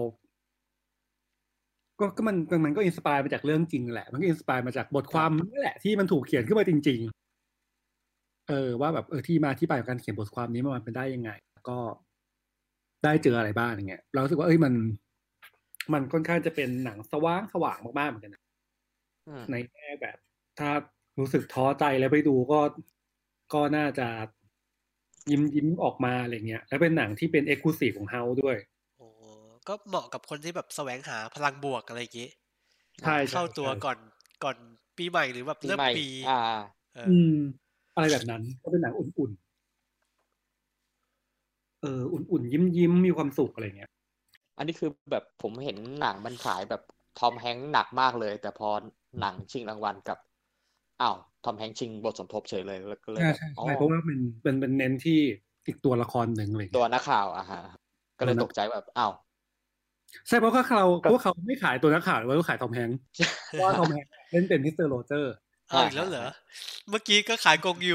S3: ก็ก็มันมันก็อินสปายมาจากเรื่องจริงแหละมันก็อินสปายมาจากบทความนี่แหละที่มันถูกเขียนขึ้นมาจริงๆเออว่าแบบเออที่มาที่ไปของการเขียนบทความนี้มันเป็นได้ยังไงก็ได้เจออะไรบ้างอย่างเงี้ยเรารู้สึกว่าเอ้ยมันมันค่อนข้างจะเป็นหนังสว่างสว่างมากๆเหมือนกันนะในแง่แบบถ้ารู้สึกท้อใจแล้วไปดูก็ก็น่าจะยิ้มยิ้มออกมาอะไรเงี้ยแล้วเป็นหนังที่เป็นเอ็กซ์คลูซีฟของเฮาด้วย
S1: โอ้ก็เหมาะกับคนที่แบบแสวงหาพลังบวกอะไรอย่างงี้
S3: ใช่
S1: เข้าตัวก่อนก่อนปีใหม่หรือแบบเริ่มปี
S2: อ่า
S3: อืมอะไรแบบนั้นก็เป็นหนังอุ่นๆเอออุ่นๆยิ้มยิ้มมีความสุขอะไรเงี้ย
S2: อันนี้คือแบบผมเห็นหนังมันขายแบบทอมแฮงค์หนักมากเลยแต่พอหนังชิงรางวัลกับอ้าวทอมแฮงค์ชิงบทสมทบเฉยเลยก็เลยแบบ
S3: อ๋อเพราะว่ามันเป็นเป็นเน้นที่อีกตัวละครหนึ่งเลย
S2: ตัวนักข่าวอ่ะฮะก็เลยตกใจแบบอ้าว
S3: ใช่เพราะเขาเพราะเขาไม่ขายตัวนักข่าวเลยเขาขายทอมแฮงค์เพราะว่าทอมแฮงค์เล่นเป็นมิสเตอร์โรเจอร์
S1: อ้าวอีกแล้วเหรอเมื่อกี้ก็ขายกงยู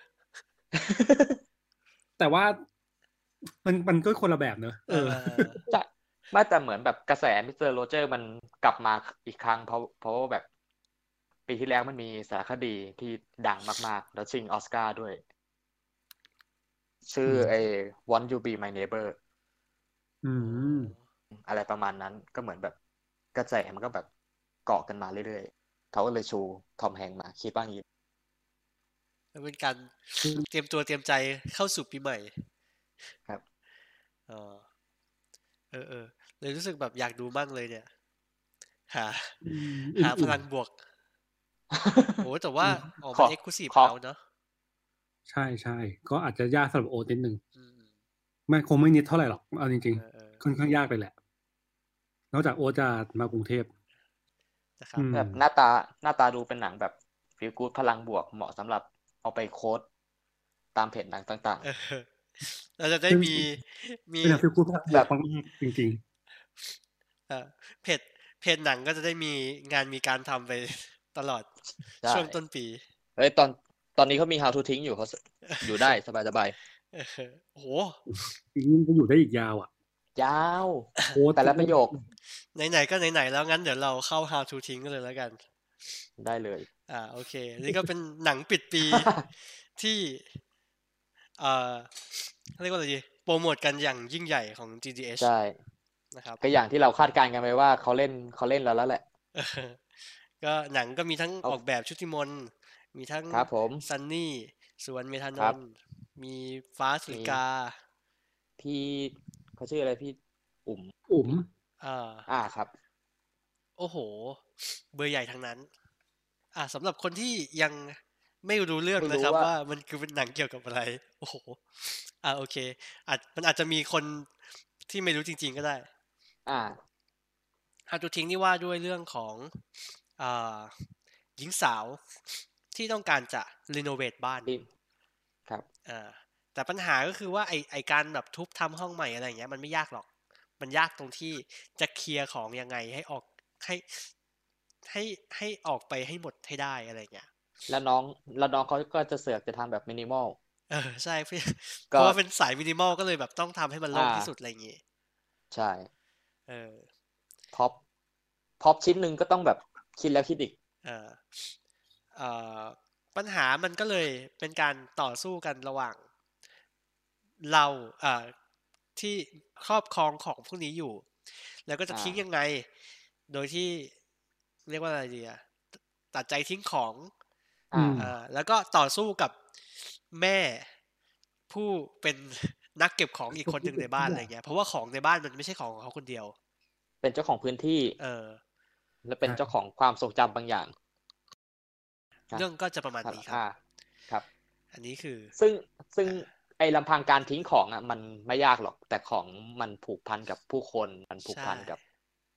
S3: แต่ว่ามันมันก็คนละแบบเนอะเออ
S2: จะไม่แต่เหมือนแบบกระแสมิสเตอร์โรเจอร์มันกลับมาอีกครั้งเพราะเพราะว่าแบบปีที่แล้วมันมีสารคดีที่ดังมากๆแล้วชิงออสการ์ด้วยชื่อไอ้ Want You Be My Neighbor
S3: อืม
S2: อะไรประมาณนั้นก็เหมือนแบบกระแสมันก็แบบเกาะกันมาเรื่อยๆเขาก็เลยชูทอมแฮงค์มาคิดว่างี้
S1: เป็นการเตรียมตัวเตรียมใจเข้าสู่ปีใหม่
S2: ครับ
S1: อ๋อเออเออเลยรู้สึกแบบอยากดูมั่งเลยเนี่ยหาหาพลังบวกโอ้แต่ว่าออกมันเอ็กซ์คลูซีฟเฮาเนาะ
S3: ใช่ใช่ก็อาจจะยากสำหรับโอนิดนึงมันคงไม่นิดเท่าไหร่หรอกเอาจริงๆค่อนข้างยากเลยแหละนอกจากโอจะมากรุงเทพ
S1: นะครับ
S2: แบบหน้าตาหน้าตาดูเป็นหนังแบบฟีลกู๊ดพลังบวกเหมาะสำหรับเอาไปโค้ดตามเพจหนังต่าง
S1: ๆเราจะได้มีมี
S3: เป็นหนังฟีลกู๊ดแบบมากจริง
S1: ๆเพจเพจหนังก็จะได้มีงานมีการทำไปตลอดช่วงต้นปี
S2: เฮ้ยตอนตอนนี้เขามี How to ทิ้งอยู่เขาอยู่ได้สบายสบาย
S1: โอ้โห
S3: จริงก็อยู่ได้อีกยาวอ่ะ
S2: ยาวแต่ละประโยค
S1: ไหนๆก็ไหนๆแล้วงั้นเดี๋ยวเราเข้า How to ทิ้งกันเลยแล้วกัน
S2: ได้เลย
S1: อ่าโอเคนี่ก็เป็นหนังปิดปีที่เอ่อเรียกว่าอะไรดีโปรโมทกันอย่างยิ่งใหญ่ของ จี จี เอช
S2: ใช่
S1: นะครับ
S2: ก็อย่างที่เราคาดการณ์กันไปว่าเขาเล่นเขาเล่นแล้วแล้วแหละ
S1: ก็หนังก็มีทั้งออกแบบชุติมนมีทั้ง
S2: ครับผม
S1: ซันนี่สวนเมธานนท์มีฟ้าสุริกา
S2: พี่เขาชื่ออะไรพี่อุ๋ม
S3: อุ๋ม
S1: อ่า
S2: อ่าครับ
S1: โอ้โหเบอร์ใหญ่ทั้งนั้นอ่าสำหรับคนที่ยังไม่รู้เรื่องนะครับว่ามันคือเป็นหนังเกี่ยวกับอะไรโอ้โหอ่าโอเคอาจมันอาจจะมีคนที่ไม่รู้จริงๆก็ได้
S2: อ่า
S1: How to ทิ้งนี่ว่าด้วยเรื่องของอ่าหญิงสาวที่ต้องการจะรีโนเวทบ้าน
S2: ครับ
S1: อ่าแต่ปัญหาก็คือว่าไอไอการแบบทุบทำห้องใหม่อะไรอย่างเงี้ยมันไม่ยากหรอกมันยากตรงที่จะเคลียร์ของยังไงให้ออกให้ให้ให้ออกไปให้หมดให้ได้อะไรเงี้ย
S2: แล้วน้องแล้วน้องเขาก็จะเสือกจะทำแบบมินิมอล
S1: เออใช่เพราะว่าเป็นสายมินิมอลก็เลยแบบต้องทำให้มันโล่งที่สุดอะไรอย่างงี้
S2: ใช่
S1: เออ
S2: พ็อปพ็อปชิ้นหนึ่งก็ต้องแบบคิดแล้วคิดอีก
S1: เออเอ่อปัญหามันก็เลยเป็นการต่อสู้กันระหว่างเราอ่าที่ครอบครองของพวกนี้อยู่แล้วก็จะทิ้งยังไงโดยที่เรียกว่าอะไรดีอะตัดใจทิ้งของอ่าแล้วก็ต่อสู้กับแม่ผู้เป็นนักเก็บของอีกคนหนึ่งในบ้านอะไรเงี้ยเพราะว่าของในบ้านมันไม่ใช่ของของเขาคนเดียว
S2: เป็นเจ้าของพื้นที่
S1: เออ
S2: และเป็นเจ้าของความทรงจำบางอย่าง
S1: เรื่องก็จะประมาณนี้ครับ
S2: ครับ
S1: อันนี้คือ
S2: ซึ่งซึ่งไอ้ลำพังการทิ้งของอ่ะมันไม่ยากหรอกแต่ของมันผูกพันกับผู้คนมันผูกพันกับ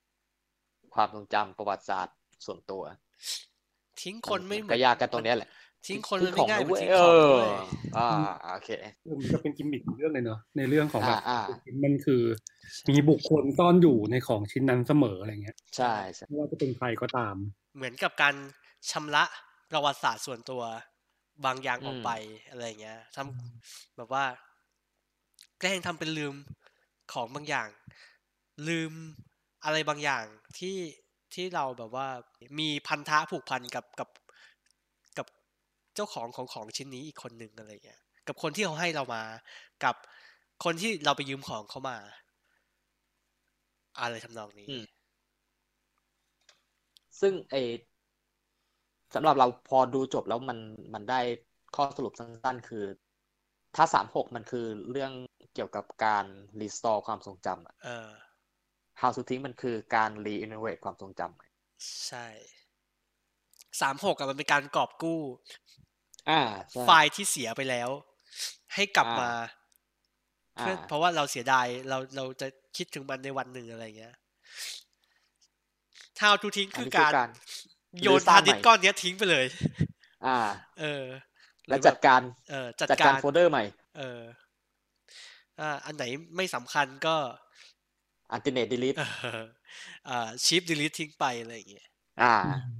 S2: ความทรงจำประวัติศาสตร์ส่วนตัว
S1: ทิ้งคนไม่เหมือน
S2: ก็ยากกันตรงนี้แหละ
S1: ทิ้งคน
S2: ทิ้
S1: มั
S2: ง
S1: น
S2: ข
S1: ไม่
S2: อง
S1: ง่าย
S2: นะ
S1: เหมือ
S2: เว้
S1: น
S2: ย
S1: ทิ้ง
S2: เอ
S1: ของ
S2: อ
S1: เว้ย
S2: อ่าโอเค
S3: เออมันจะเป็นกิมมิคของเรื่องเลยเนอะในเรื่องของแบ
S2: อ่า
S3: บ
S2: อ่า
S3: มันคือ
S1: ใช่
S3: มีบุคคลซ่อนอยู่ในของชิ้นนั้นเสมออะไรเงี้ย
S2: ใช่ใช่
S3: ไม่ว่าจะเป็นใครก็ตาม
S1: เหมือนกับการชำระประวัติศาสตร์ส่วนตัวบางอย่าง
S2: อื
S1: ออก
S2: ม
S1: ไปอะไรอย่างเงี้ยทำแบบว่า แกล้งทำเป็นลืมของบางอย่าง ลืมอะไรบางอย่างที่ที่เราแบบว่ามีพันธะผูกพันกับกับกับเจ้าของของของชิ้นนี้อีกคนหนึ่งอะไรเงี้ยกับคนที่เขาให้เรามากับคนที่เราไปยืมของเขามา อะไรทำนองนี้
S2: อืม ซึ่งไอสำหรับเราพอดูจบแล้วมันมันได้ข้อสรุปสั้นๆคือ ถ้าสามหกมันคือเรื่องเกี่ยวกับการรีสตอร์ความทรงจำอะ
S1: เออ
S2: How to ทิ้งมันคือการรีอินโนเวทความทรงจำ
S1: ใช่ สามหกอะมันเป็นการกอบกู้
S2: อ่าใช่
S1: ไฟล์ที่เสียไปแล้ว ให้กลับ
S2: อ่าม
S1: มา
S2: อ่า
S1: เพื่อเพราะว่าเราเสียดายเราเราจะคิดถึงมันในวันหนึ่งอะไรเงี้ย How to ทิ้ง
S2: อัน
S1: คือ
S2: นี้
S1: การ
S2: การ
S1: โย
S2: รื้อน สร้า
S1: ฮาง ร์ด
S2: ให
S1: ดิ
S2: ม่
S1: สก์ก้อนเนี้ยทิ้งไปเลย
S2: อ่า
S1: เออ ห
S2: แล้
S1: รื
S2: ว
S1: อแบ
S2: จัด
S1: บ
S2: การ
S1: เออ จัด
S2: จัด
S1: กา
S2: การ
S1: ร
S2: โฟลเดอร์ใหม่
S1: เออ อ่า อันไหนไม่สำคัญก็
S2: Alternate delete
S1: เออ อ่า Shift delete ทิ้งไปอะไรอย่างเงี้ย
S2: อ่า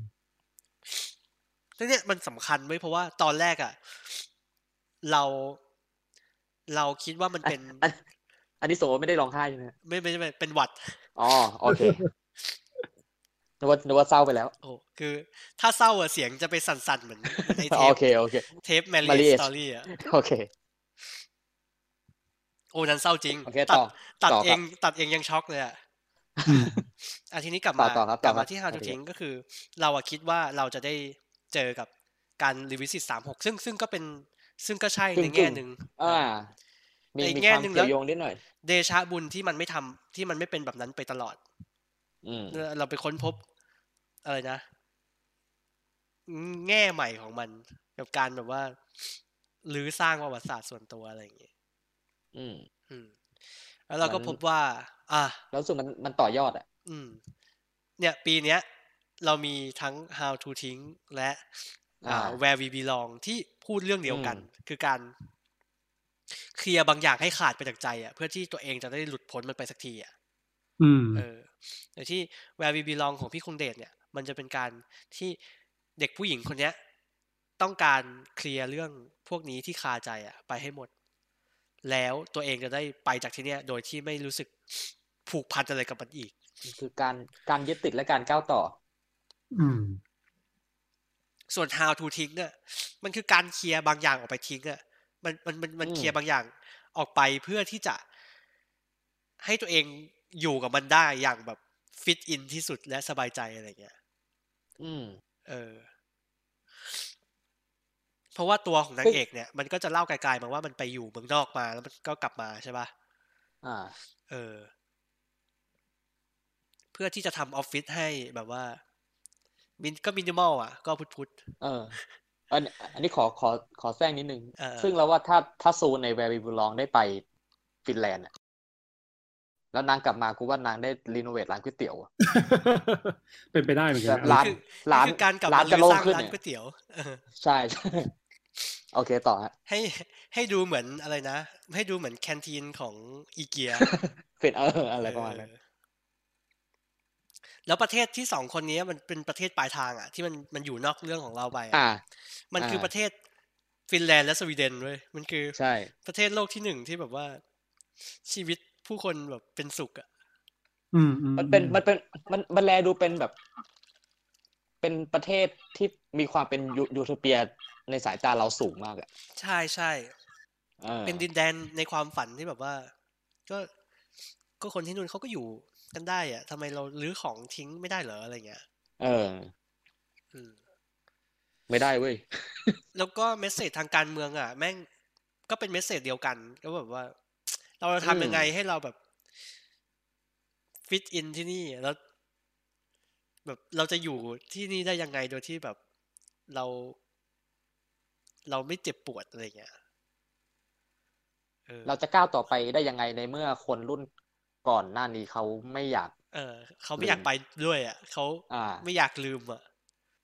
S1: แล้วเนี่ยมันสำคัญเว้ย เพราะว่าตอนแรกอะเรา เราคิดว่ามัน
S2: อั
S1: เป็น
S2: อัน อันนี้โสไม่ได้ร้องไห้ใช่ไหมครับ?
S1: ไม่ ไม่ ไม่ เป็นหวัด
S2: อ๋อ โอเค นึกว่า นึกว่าเศร้าไปแล้ว
S1: โอ้ คือถ้าเศร้าอะเสียงจะไปสั่น ๆ เหมือน เหมือนไอ้เท
S2: โอ
S1: ป
S2: เค โอเค
S1: เทป Marriage
S2: Marriage
S1: Story อะ
S2: โอเค
S1: โอ้ นั้นเศร้าจริง
S2: โอเค
S1: ตั
S2: ต่
S1: ด
S2: อ
S1: ตัด
S2: ต่อ
S1: เอ
S2: ครั
S1: ง
S2: บ
S1: ตัดเองยังช็อกเลยอะ
S3: อืม
S1: อ่ะ ทีนี้กลับ
S2: ต่อ
S1: มา
S2: ต่อครับ
S1: กลับ
S2: ต่อครั
S1: มา
S2: บ
S1: ที่ How to
S2: โอเค
S1: ทิ้ง ก็คือเราอะคิดว่าเราจะได้เจอกับการ revisit สามหก ซึ่ง ซึ่งก็เป็น ซึ่งก็ใช่
S2: กึ่
S1: ใน
S2: ง
S1: แง่
S2: ๆ
S1: หนึ่ง
S2: อา
S1: เออ
S2: มี
S1: แต่อี
S2: มี
S1: กแง่
S2: ความ
S1: หนึ่ง
S2: เก
S1: แ
S2: ี่
S1: ล้
S2: ยว วโยงนิดหน่อย
S1: เดชะบุญที่มันไม่ทำ ที่มันไม่เป็นแบบนั้นไปตลอด
S2: อืม
S1: เออ เราไปค้นพบ อะไรนะ อืม แง่ใหม่ของมัน กับการแบบว่า รื้อสร้างประวัติศาสตร์ส่วนตัว อะไรอย่างงี้
S2: อืม
S1: อืม แล้วเรา
S2: เหมื
S1: ก็
S2: อน
S1: พบว่า อา
S2: เรารู้สึกมัน มันต่อยอดอะ
S1: อืม เนี่ยปีเนี้ยเรามีทั้ง How to ทิ้ง และ
S2: อ
S1: อ่า
S2: า
S1: Where we belong ที่พูดเรื่องเดียวกัน
S2: อืม
S1: คือการเคลียร์บางอย่างให้ขาดไปจากใจอะ เพื่อที่ตัวเองจะได้หลุดพ้นมันไปสักทีอะ
S3: อืม
S1: เออ แต่ที่ Where we belong ของพี่คงเดชเนี่ย มันจะเป็นการที่เด็กผู้หญิงคนเนี้ย ต้องการเคลียร์เรื่องพวกนี้ที่คาใจอะไปให้หมด แล้วตัวเองจะได้ไปจากที่เนี่ย โดยที่ไม่รู้สึก ผูกพันอะไรกับมันอีก
S2: คือการ การยึดติดและการก้าวต่อ
S3: อืม
S1: ส่วน How to ทิ้งอะ มันคือการเคลียร์บางอย่างออกไปทิ้งอะ มัน มัน มัน มัน
S2: อืม
S1: เคลียร์บางอย่างออกไปเพื่อที่จะให้ตัวเองอยู่กับมันได้อย่างแบบ fit in ที่สุดและสบายใจ อะไรอย่างเงี้ย
S2: อืม
S1: เออ เพราะว่าตัวของนา
S2: ซึ
S1: ง
S2: ่ง
S1: เอกเนี่ย มันก็จะเล่าไกล ๆ มาว่ามันไปอยู่เมืองนอกมา แล้วมันก็กลับมาใช่เปล่า?
S2: อา
S1: เออ เพื่อที่จะทำออฟฟิศให้แบบว่า มิน ก็ minimal อะ ก็พุทธ ๆ
S2: เออ อัน อันนี้ขอ ขอ ขอแทรกนิดหนึ่ง
S1: เออ
S2: ซึ่งเราว่าถ้า ถ้าซูใน Where we belong ได้ไปฟินแลนด์อะ แล้วนางกลับมา กูว่านางได้รีโนเวตร้านก๋วยเตี๋ยวอะ
S3: เป็นไปได้เหมือนกั
S2: แบ
S3: น
S2: บ
S3: นะ
S2: ร้าน
S1: คือ
S2: ร้าน
S1: คือการกลับ
S2: ร้าม
S1: าน
S2: จะ
S1: รื้
S2: โล่
S1: อง สร้าง
S2: ขึ้น
S1: ร้าน
S2: เนี่ย
S1: ก๋วยเตี๋ยว เออ
S2: ใช่ โอเค ต่อครับ
S1: ให้ ให้ดูเหมือนอะไรนะ ให้ดูเหมือนแคนทีนของ IKEA
S2: เป็น เออ อะไร
S1: เอ
S2: ประมาณนั้น
S1: อ แล้วประเทศที่ สอง คนเนี้ย มันเป็นประเทศปลายทางอะ ที่มัน มันอยู่นอกเรื่องของเราไปอ
S2: อา
S1: ะ มัน
S2: อา
S1: คือประเทศฟินแลนด์และสวีเดนเว้ย มันคือ
S2: ใช่
S1: ประเทศโลกที่ หนึ่ง ที่แบบว่า ชีวิตผู้คนแบบเป็นสุขอะ
S3: อืม
S2: มันเป็น
S3: ๆ
S2: มันเป็น มัน มันแลดูเป็นแบบ เป็นประเทศที่มีความเป็นยู ยูโทเปียในสายตาเราสูงมากอะ
S1: ใช่
S2: เออ
S1: ๆ เป็นดินแดนในความฝันที่แบบว่า ก็ ก็คนที่นู่นเขาก็อยู่กันได้อะ ทำไมเรารื้อของทิ้งไม่ได้เหรอ อะไรเงี้ย
S2: เออ
S1: อืม
S2: ไม่ได้เว้ย
S1: แล้วก็เมสเสจทางการเมืองอะ แม่งก็เป็นเมสเสจเดียวกัน ก็แบบว่า เราจะ
S2: อื
S1: ทำยังไง
S2: ม
S1: ให้เราแบบ fit in ที่นี่ แล้ว แบบเราจะอยู่ที่นี่ได้ยังไง โดยที่แบบเรา เราไม่เจ็บปวด อะไรเงี้ย เออ
S2: เราจะก้าวต่อไปได้ยังไง ในเมื่อคนรุ่นก่อนหน้านี้เขาไม่อยาก
S1: เออ เขาไม่
S2: ลื
S1: อยาก
S2: ม
S1: ไปด้วยอะ เขา
S2: อา
S1: ไม่อยากลืมอะ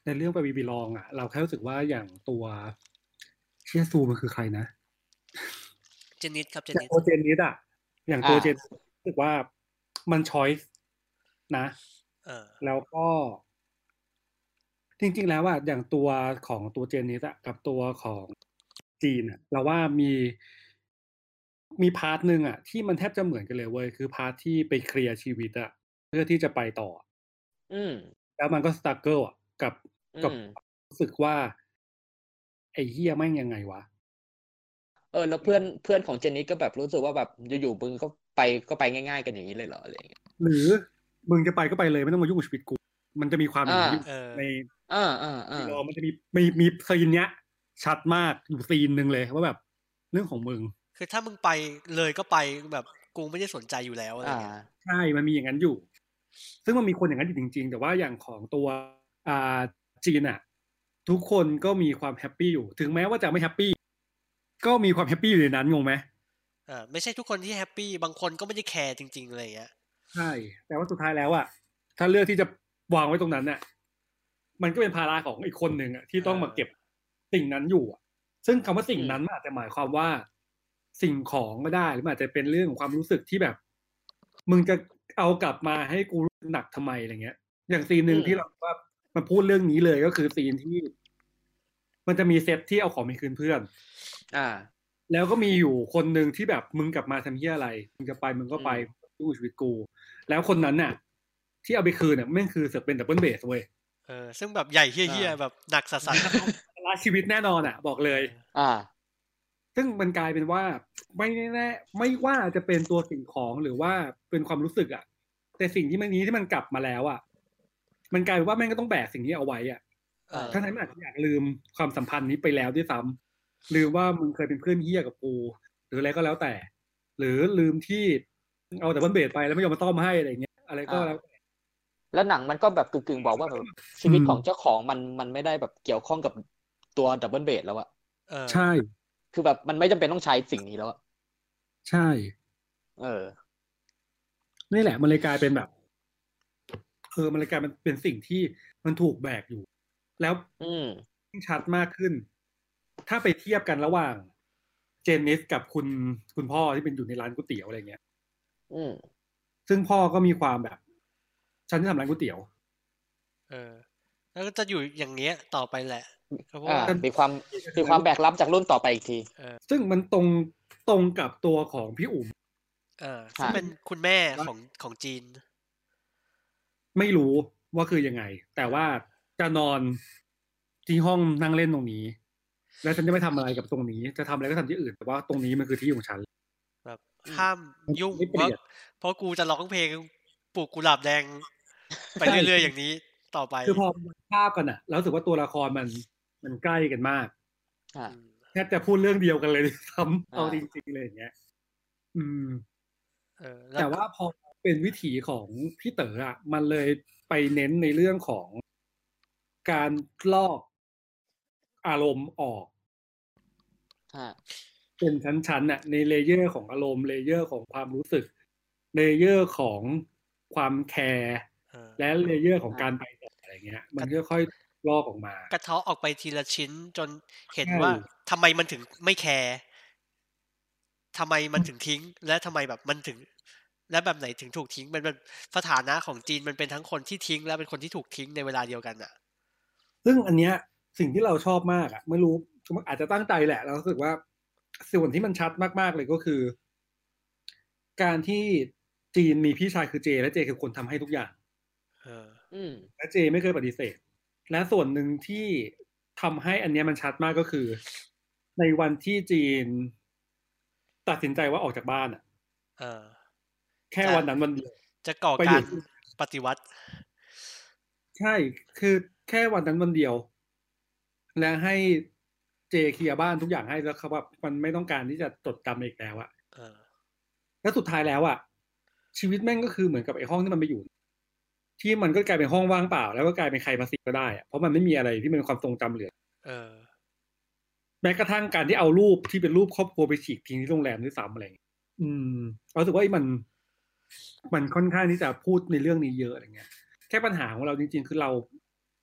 S3: ในเรื่องไปวีบีลองอ่ะเราแค่รู้สึกว่าอย่างตัวเชียซูมันคือใครนะ
S1: เจนนิสครับเจน
S3: อย่าง
S1: นิส
S3: ตัวเจนนิสอ่ะอย่างตัวเจนรู้สึกว่ามันช้อยส์นะ
S1: เออ
S3: แล้วก็จริงๆแล้วอ่ะอย่างตัวของตัวเจนนิสอ่ะกับตัวของจีนอ่ะเราว่ามีมีพาร์ทหนึ่งอ่ะที่มันแทบจะเหมือนกันเลยเว้ยคือพาร์ทที่ไปเคลียร์ชีวิตอ่ะเพื่อที่จะไปต่อ
S2: อืม
S3: แล้วมันก็สตรักเกิลอ่ะกับ
S2: อื
S3: กับ
S2: ม
S3: รู้สึกว่าไอ้เหี้ยแม่งยังไงวะ
S2: เออแล้วเพื่อนเพื่อนของเจนนี่ก็แบบรู้สึกว่าแบบอยู่ๆมึงก็ไปก็ไปง่ายๆกันอย่างนี้เลยเหรออะไรอย่างเงี้ย
S3: หรือมึงจะไปก็ไปเลยไม่ต้องมายุ่งกับชีวิตกูมันจะมีความอย่างนี้อยู่
S1: เออ
S3: ใน
S2: อ่าอ่าอ่า
S3: รอมันจะมีมีมีซีนเนี้ย ชัดมากอยู่ซีนหนึ่งเลยว่าแบบเรื่องของมึง
S1: คือถ้ามึงไปเลยก็ไปแบบกูไม่ได้สนใจอยู่แล้วอะไร
S2: อ่า
S1: เงี้ย
S3: ใช่มันมีอย่างนั้นอยู่ ซึ่งมันมีคนอย่างนั้นอยู่จริงๆ แต่ว่าอย่างของตัวอ่าจีนอะทุกคนก็มีความแฮปปี้อยู่ ถึงแม้ว่าจะไม่แฮปปี้ก็มีความแฮปปี้อยู่ในนั้นงงไหม
S1: เออไม่ใช่ทุกคนที่แฮปปี้บางคนก็ไม่ได้แคร์จริงๆอะไรเงี้ย
S3: ใช่ แต่ว่าสุดท้ายแล้วอะถ้าเลือกที่จะวางไว้ตรงนั้นน่ะมันก็เป็นภาระของอีกคนหนึ่งอะที่ต้องมาเก็บสิ่งนั้นอยู่อะซึ่งคำว่าสิ่งนั้นมันอาจจะหมายความว่าสิ่งของก็ได้หรือมันอาจจะเป็นเรื่องของความรู้สึกที่แบบ มึงจะเอากลับมาให้กูหนักทำไมอะไรเงี้ย อย่างซีนหนึ่ง
S2: อืม
S3: ที่เราว่ามันพูดเรื่องนี้เลยก็คือซีนที่ มันจะมีเซตที่เอาของไปคืนเพื่อน
S2: อ่า
S3: แล้วก็มีอยู่คนหนึ่งที่แบบมึงกลับมาทำเหี้ยอะไรมึงจะไปมึงก็ไป
S2: อืม
S3: ดูชีวิตกู แล้วคนนั้นน่ะ ที่เอาไปคืนน่ะแม่งคือเสือกเป็นดับเบิลเบสเว้ย
S1: เออซึ่งแบบใหญ่เฮี้ยๆแบบหนักสัส
S3: ลาชีวิตแน่นอนอ่ะ บอกเลย
S2: อ่า
S3: ซึ่งมันกลายเป็นว่าไม่แน่ไม่ว่าจะเป็นตัวสิ่งของหรือว่าเป็นความรู้สึกอ่ะ แต่สิ่งที่มันนี้ที่มันกลับมาแล้วอ่ะ มันกลายเป็นว่าแม่งก็ต้องแบกสิ่งนี้เอาไว้อ่ะ
S1: ๆเออ
S3: ทั้งนั้นมันอาจจะอยากลืมความสัมพันธ์นี้ไปแล้วด้วยซ้ำลืมว่ามึงเคยเป็นเพื่อนเหี้ยกับกูหรืออะไรก็แล้วแต่ หรือลืมที่เอาแต่บันเบสไปแล้วไม่ยอมมาต้อมให้อะไรเงี้ยอะไรก็แล้วแต่
S2: แล้วหนังมันก็แบบกึ่งๆบอกว่าแบบชีวิตของเจ้าของมันมันไม่ได้แบบเกี่ยวข้องกับตัวดับเบิลเบสแล้วอะ
S1: เออ
S3: ใช่
S2: คือแบบมันไม่จำเป็นต้องใช้สิ่งนี้แล้วอะ
S3: ใช่
S2: เออ
S3: นี่แหละมันเลยกลายเป็นแบบเออมันเลยกลายเป็นเป็นสิ่งที่มันถูกแบกอยู่ แล้ว
S2: อืม
S3: ชัดมากขึ้น ถ้าไปเทียบกันระหว่างเจนนิสกับคุณคุณพ่อที่เป็นอยู่ในร้านก๋วยเตี๋ยวอะไรเงี้ย
S2: อืม
S3: ซึ่งพ่อก็มีความแบบฉันจะทำร้านก๋วยเตี๋ยว
S1: เออ แล้วก็จะอยู่อย่างเงี้ยต่อไปแหละเพราะ
S2: อ่า
S1: ว่า
S2: มีความมีความแบกรับจากรุ่นต่อไปอีกที
S3: ซึ่งมันตรงตรงกับตัวของพี่อุ๋ม
S1: เออซึ่งเป็นคุณแม่ของของจีน
S3: ไม่รู้ว่าคือยังไง แต่ว่าจะนอนที่ห้องนั่งเล่นตรงนี้ แล้วฉันจะไม่ทำอะไรกับตรงนี้ จะทำอะไรก็ทำที่อื่น แต่ว่าตรงนี้มันคือที่ของฉัน
S1: แบบห้ามยุ่ง
S3: ไม่เป
S1: เพ
S3: ลี่
S1: ราะ
S3: ยน
S1: เพราะกูจะร้องเพลงปลูกกุหลาบแดงไปเรื่อยๆอย่างนี้ต่อไป
S3: คือพอภาพกันอะแล้วรู้สึกว่าตัวละครมันมันใกล้กันมาก
S2: อ่า
S3: แทบจะพูดเรื่องเดียวกันเลยซ้ำ
S2: อ่า
S3: เอาจริงๆเลยอย่างเงี้ย อืม
S1: เออล้
S3: แต่ว่าพอเป็นวิถีของพี่เต๋ออ่ะ มันเลยไปเน้นในเรื่องของการลอกอารมณ์ออก
S2: อ่า
S3: เป็นชั้นๆน่ะในเลเยอร์ของอารมณ์เลเยอร์ของความรู้สึกเลเยอร์ของความแคร์
S1: เออ
S3: และเลเยอร์ของการไปต่ออะไรเงี้ย มันค่อยๆลอกออกมา
S1: กระเทาะออกไปทีละชิ้นจนเห็น
S3: ใช่
S1: ว่าทำไมมันถึงไม่แคร์ทำไมมันถึงทิ้ง และทำไมแบบมันถึง และแบบไหนถึงถูกทิ้งมันเป็นสถานะของจีนมันเป็นทั้งคนที่ทิ้งและเป็นคนที่ถูกทิ้งในเวลาเดียวกันอ่ะ
S3: ซึ่งอันเนี้ยสิ่งที่เราชอบมากอ่ะไม่รู้อาจจะตั้งใจแหละเรารู้สึกว่าส่วนที่มันชัดมากๆเลยก็คือ การที่จีนมีพี่ชายคือเจ และเจคือคนทำให้ทุกอย่าง
S1: เออ
S2: อืม
S3: และเจไม่เคยปฏิเสธ และส่วนหนึ่งที่ทำให้อันเนี้ยมันชัดมากก็คือ ในวันที่จีน ตัดสินใจว่าออกจากบ้านอ่ะ
S1: เออ
S3: แค่วันนั้นวันเดียว
S1: จะก่อ
S3: ไปอยู่
S1: การปฏิวัติ
S3: ใช่คือแค่วันนั้นวันเดียว และให้เจเคลียร์บ้านทุกอย่างให้แล้วเขาแบบมันไม่ต้องการที่จะจดจำอีกแล้วอะ
S1: เออ
S3: แล้วสุดท้ายแล้วอะชีวิตแม่งก็คือเหมือนกับไอ้ห้องที่มันไปอยู่ ที่มันก็กลายเป็นห้องว่างเปล่า แล้วก็กลายเป็นใครมาสิก็ได้อะเพราะมันไม่มีอะไรที่เป็นความทรงจำเหลือ
S1: เออ
S3: แม้กระทั่งการที่เอารูปที่เป็นรูปครอบครัวไปฉีกทิ้งที่โรงแรมด้วยซ้ำอะไรอย่างเงี้ยอืมเรารู้สึกว่าไอ้มัน มันค่อนข้างที่จะพูดในเรื่องนี้เยอะอะไรเงี้ย แค่ปัญหาของเราจริงๆคือเรา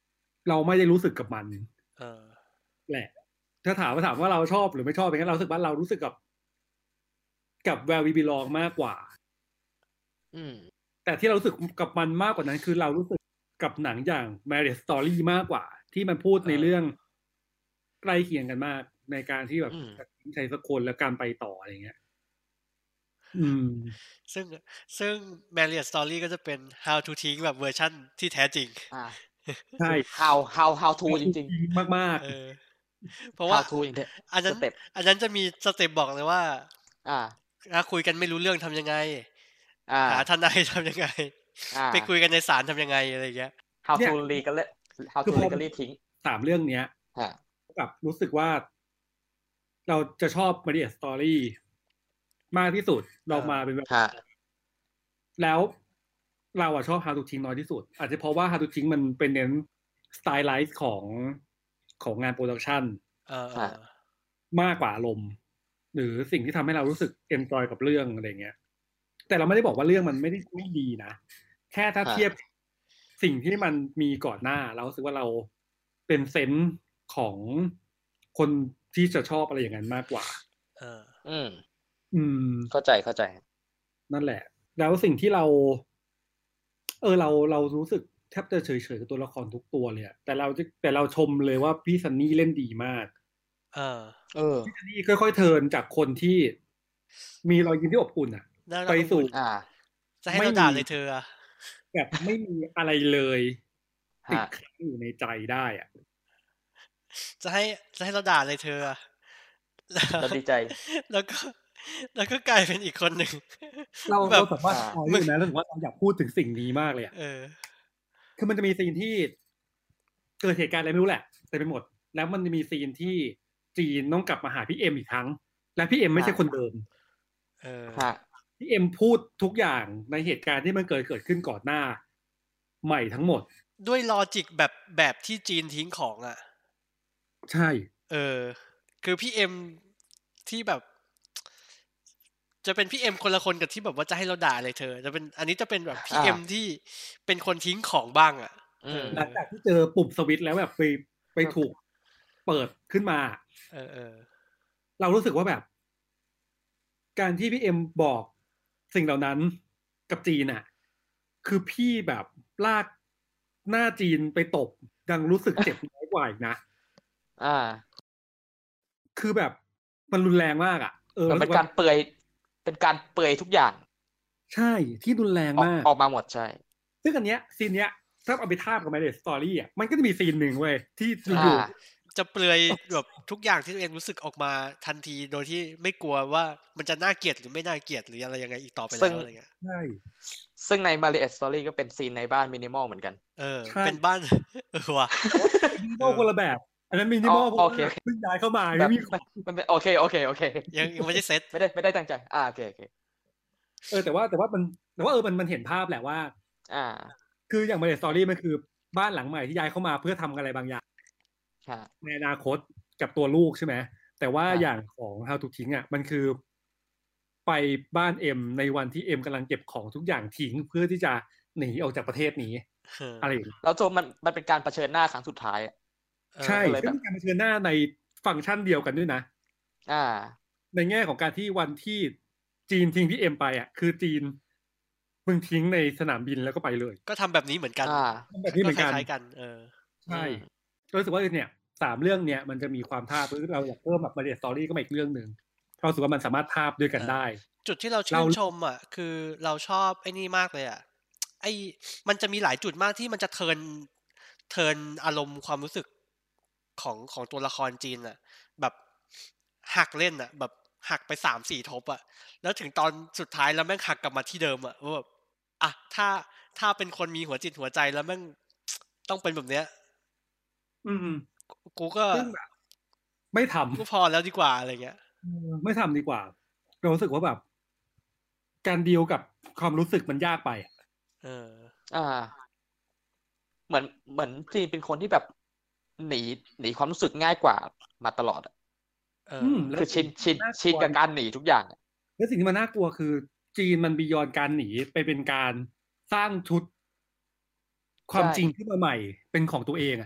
S3: เราไม่ได้รู้สึกกับมัน
S1: เออ
S3: แหละถ้าถามว่าถามว่าเราชอบหรือไม่ชอบเป็นงั้นเรารู้สึกว่าเรารู้สึกกับกับ Where We Belong มากกว่า
S2: อืม
S3: แต่ที่เรารู้สึกกับมันมากกว่านั้นคือเรารู้สึกกับหนังอย่าง Marriage Story มากกว่า ที่มันพูดในเรื่องใกล้เคียงกันมากในการที่แบบใช้สักคนแล้วการไปต่ออะไรเงี้ยอืม
S1: ซึ่งซึ่ง Marriage Story ก็จะเป็น How to ทิ้งแบบเวอร์ชั่นที่แท้จริง
S2: อ่า
S3: ใช่
S2: how how how to จริง
S3: ๆ มาก
S1: เออ เพ
S2: ๆ
S1: ราะว่า
S2: how to จริงๆ
S1: อันนั้น
S2: สเต็ป
S1: อันนั้นจะมีสเต็ปบอกเลยว่า
S2: อ่า
S1: อ่ะคุยกันไม่รู้เรื่องทำยังไง
S2: อ่า
S1: หาทนายทำยังไง
S2: อ่า
S1: ไปคุยกันในศาลทำยังไงอะไรอย่างเงี้ย
S2: how
S3: เนี่
S2: to
S3: ย
S2: legally how
S3: คื
S2: to
S3: อพอ
S2: legally ทิ้ง
S3: ๆสามเรื่องเนี้ย
S2: ฮะ
S3: กับรู้สึกว่า เราจะชอบ Marriage Story มากที่สุดเรามาเป็นแบบ
S2: ฮะ
S3: แล้วเราอะชอบ How to ทิ้งน้อยที่สุด อาจจะเพราะว่า How to ทิ้งมันเป็นเน้นสไตล์ไลฟ์ของของงานโปรดักชัน
S1: เออ
S2: ฮะ
S3: มากกว่าอารมณ์หรือสิ่งที่ทำให้เรารู้สึกเอนจอยกับเรื่องอะไรเงี้ยแต่เราไม่ได้บอกว่าเรื่องมันไม่ได้ไม่ดีนะแค่ถ้าเทียบสิ่งที่มันมีก่อนหน้าเรารู้สึกว่าเราเป็นเซนส์ของคนที่จะชอบอะไรอย่างนั้นมากกว่า
S1: เออ
S2: อืม
S3: อืม
S2: เข้าใจเข้าใจ
S3: นั่นแหละ แล้วสิ่งที่เรา เออเราเรารู้สึกแทบจะเฉยๆกับตัวละครทุกตัวเลยอะแต่เราจะแต่เราชมเลยว่าพี่ซันนี่เล่นดีมาก
S1: เออ
S2: เออ
S3: พี่ซันนี่ค่อยๆเทิร์นจากคนที่มีรอยยิ้มที่อบอุ่นอะไปสู่
S2: อ่า
S1: จะให้เราด่าเลยเธออะ
S3: แบบไม่มีอะไรเลยติด
S2: ฮะ
S3: ค้างอยู่ในใจได้อะ
S1: จะให้จะให้เราด่าเลยเธออะ
S2: เราดีใจ
S1: แล้วก็แล้วก็กลายเป็นอีกคนหนึ่ง
S3: เรา
S1: แบ
S3: เรา
S1: บ
S3: สามารถพอยอยู่นะแล้วถึงว่าเราอยากพูดถึงสิ่งนี้มากเลยอะ
S1: เออ
S3: คือมันจะมีซีนที่เกิดเหตุการณ์อะไรไม่รู้แหละแต่ไปหมด แล้วมันจะมีซีนที่จีนต้องกลับมาหาพี่เอ็มอีกครั้ง และพี่เอ็มไม่ใช่คนเดิม
S1: เออ
S2: ฮะ
S3: พี่เอ็มพูดทุกอย่างในเหตุการณ์ที่มันเกิดเกิดขึ้นก่อนหน้า ใหม่ทั้งหมด
S1: ด้วยลอจิกแบบแบบที่จีนทิ้งของอ่ะ
S3: ใช่
S1: เออ คือพี่เอ็มที่แบบ จะเป็นพี่เอ็มคนละคนกับที่แบบว่าจะให้เราด่าอะไรเธอ จะเป็นอันนี้จะเป็นแบบพี่เอ็มที่เป็นคนทิ้งของบ้างอ่ะ
S2: อืม
S3: หลังจากที่เจอปุ่มสวิตช์แล้วแบบไปไปถูกเปิดขึ้นมา
S1: เออเออ
S3: เรารู้สึกว่าแบบ การที่พี่เอ็มบอกสิ่งเหล่านั้นกับจีนอ่ะ คือพี่แบบลากหน้าจีนไปตบดังรู้สึกเจ็บน้อยกว่าอีกนะ
S2: อ่า
S3: คือแบบมันรุนแรงมากอ่ะ เออ
S2: มันเป็นการเปื่อยเป็นการเปื่อยทุกอย่าง
S3: ใช่ที่รุนแรง
S2: ออก
S3: มาก
S2: ออกมาหมดใช่
S3: ซึ่งอันเนี้ยซีนเนี้ยถ้าเอาไปทาบกับ Marriage Story อ่ะมันก็จะมีซีนหนึ่งเว้ยที่อยู่
S2: อ่า
S1: จะเปลือยแบบทุกอย่างที่ตัวเองรู้สึกออกมาทันทีโดยที่ไม่กลัวว่ามันจะน่าเกลียดหรือไม่น่าเกลียดหรืออะไรยังไงอีกต่อไป
S2: ซึ่
S1: แล้
S2: ง
S1: วอะไรเงี้ย
S3: ใช่
S2: ซึ่งใน Marriage Story ก็เป็นซีนในบ้านมินิมอลเหมือนกัน
S1: เออ
S3: ใช่
S1: เป็นบ้าน เออว่ะ
S3: มินิมอลคนละแบบ อันนั้นมินิมอล
S2: อ๋อโอเค
S3: เพิ่งย้ายเข้ามา
S2: แบ
S3: ยั
S2: บ
S3: งมี
S2: มันมันเป็นโอเคโอเคโอเค
S1: ยังยังไม่ได้เซ็ต
S2: ไม่ได้ไม่ได้ตั้งใจ อ่าโอเคโอเค
S3: เออแต่ว่าแต่ว่ามันแต่ว่าเออมันมันเห็นภาพแหละว่า
S2: อ่า
S3: คืออย่าง Marriage Story มันคือบ้านหลังใหม่ที่ย้ายเข้ามาเพื่อทำอะไรบางอย่าง
S2: ค่ะ
S3: ในอนาคตกับตัวลูกใช่ไหมแต่ว่า
S2: ครับ
S3: อย่างของ How to ทิ้งอ่ะมันคือไปบ้านเอ็มในวันที่เอ็มกำลังเก็บของทุกอย่างทิ้งเพื่อที่จะหนีออกจากประเทศนี้
S1: เออ
S3: อะไรอย่างเงี้ย
S2: แล้วโจมันมันเป็นการเผชิญหน้าครั้งสุดท้ายอะ
S1: เออ
S3: ใช่
S2: ก็เลยแบบ
S3: ซึ่งมีการเผชิญหน้าในฟังก์ชันเดียวกันด้วยนะ
S2: อ่า
S3: ในแง่ของการที่วันที่จีนทิ้งพี่เอ็มไปอ่ะคือจีนมึงทิ้งในสนามบินแล้วก็ไปเลย
S1: ก็ทำแบบนี้เหมือนกัน
S2: อ่า
S3: ทำแบบนี้เหมือนกัน
S1: คล้ายๆกัน เออ
S3: ใช่
S2: อืม
S3: รู้สึกว่าเนี่ยสามเรื่องเนี่ยมันจะมีความทาบเราอยากเพิ่มแบบ Marriage Story ก็มาอีกเรื่องหนึ่งเรารู้สึกว่ามันสามารถทาบด้วยกันได้
S1: จุดที่เราชื่นชมอ่ะ คือเราชอบไอ้นี่มากเลยอ่ะ ไอ้มันจะมีหลายจุดมากที่มันจะเทิร์นเทิร์นอารมณ์ความรู้สึกของของตัวละครจีนอ่ะ แบบหักเล่นอ่ะ แบบหักไปสามสี่ทบอ่ะ แล้วถึงตอนสุดท้ายแล้วแม่งหักกลับมาที่เดิมอ่ะว่าแบบอ่ะถ้าถ้าเป็นคนมีหัวจิตหัวใจแล้วแม่งต้องเป็นแบบเนี้ย
S3: อืม
S1: กูก็
S3: ซึ่งแบบไม่ทำ
S1: กูพอแล้วดีกว่าอะไรเงี้ย
S3: เออไม่ทำดีกว่า เรารู้สึกว่าแบบ การดีลกับความรู้สึกมันยากไปอะ
S1: เออ
S2: อ่า เหมือนเหมือนจีนเป็นคนที่แบบหนีหนีความรู้สึกง่ายกว่ามาตลอดอะ
S1: เออ
S3: อืมแล้ว
S2: คือชินชิน
S3: น่ากลัว
S2: ชินกับการหนีทุกอย่างอะ
S3: แล้วสิ่งที่มันน่ากลัวคือ จีนมันบียอนการหนีไปเป็นการสร้างชุด ความจริงขึ้นมาใหม่เป็นของตัวเองอ่ะ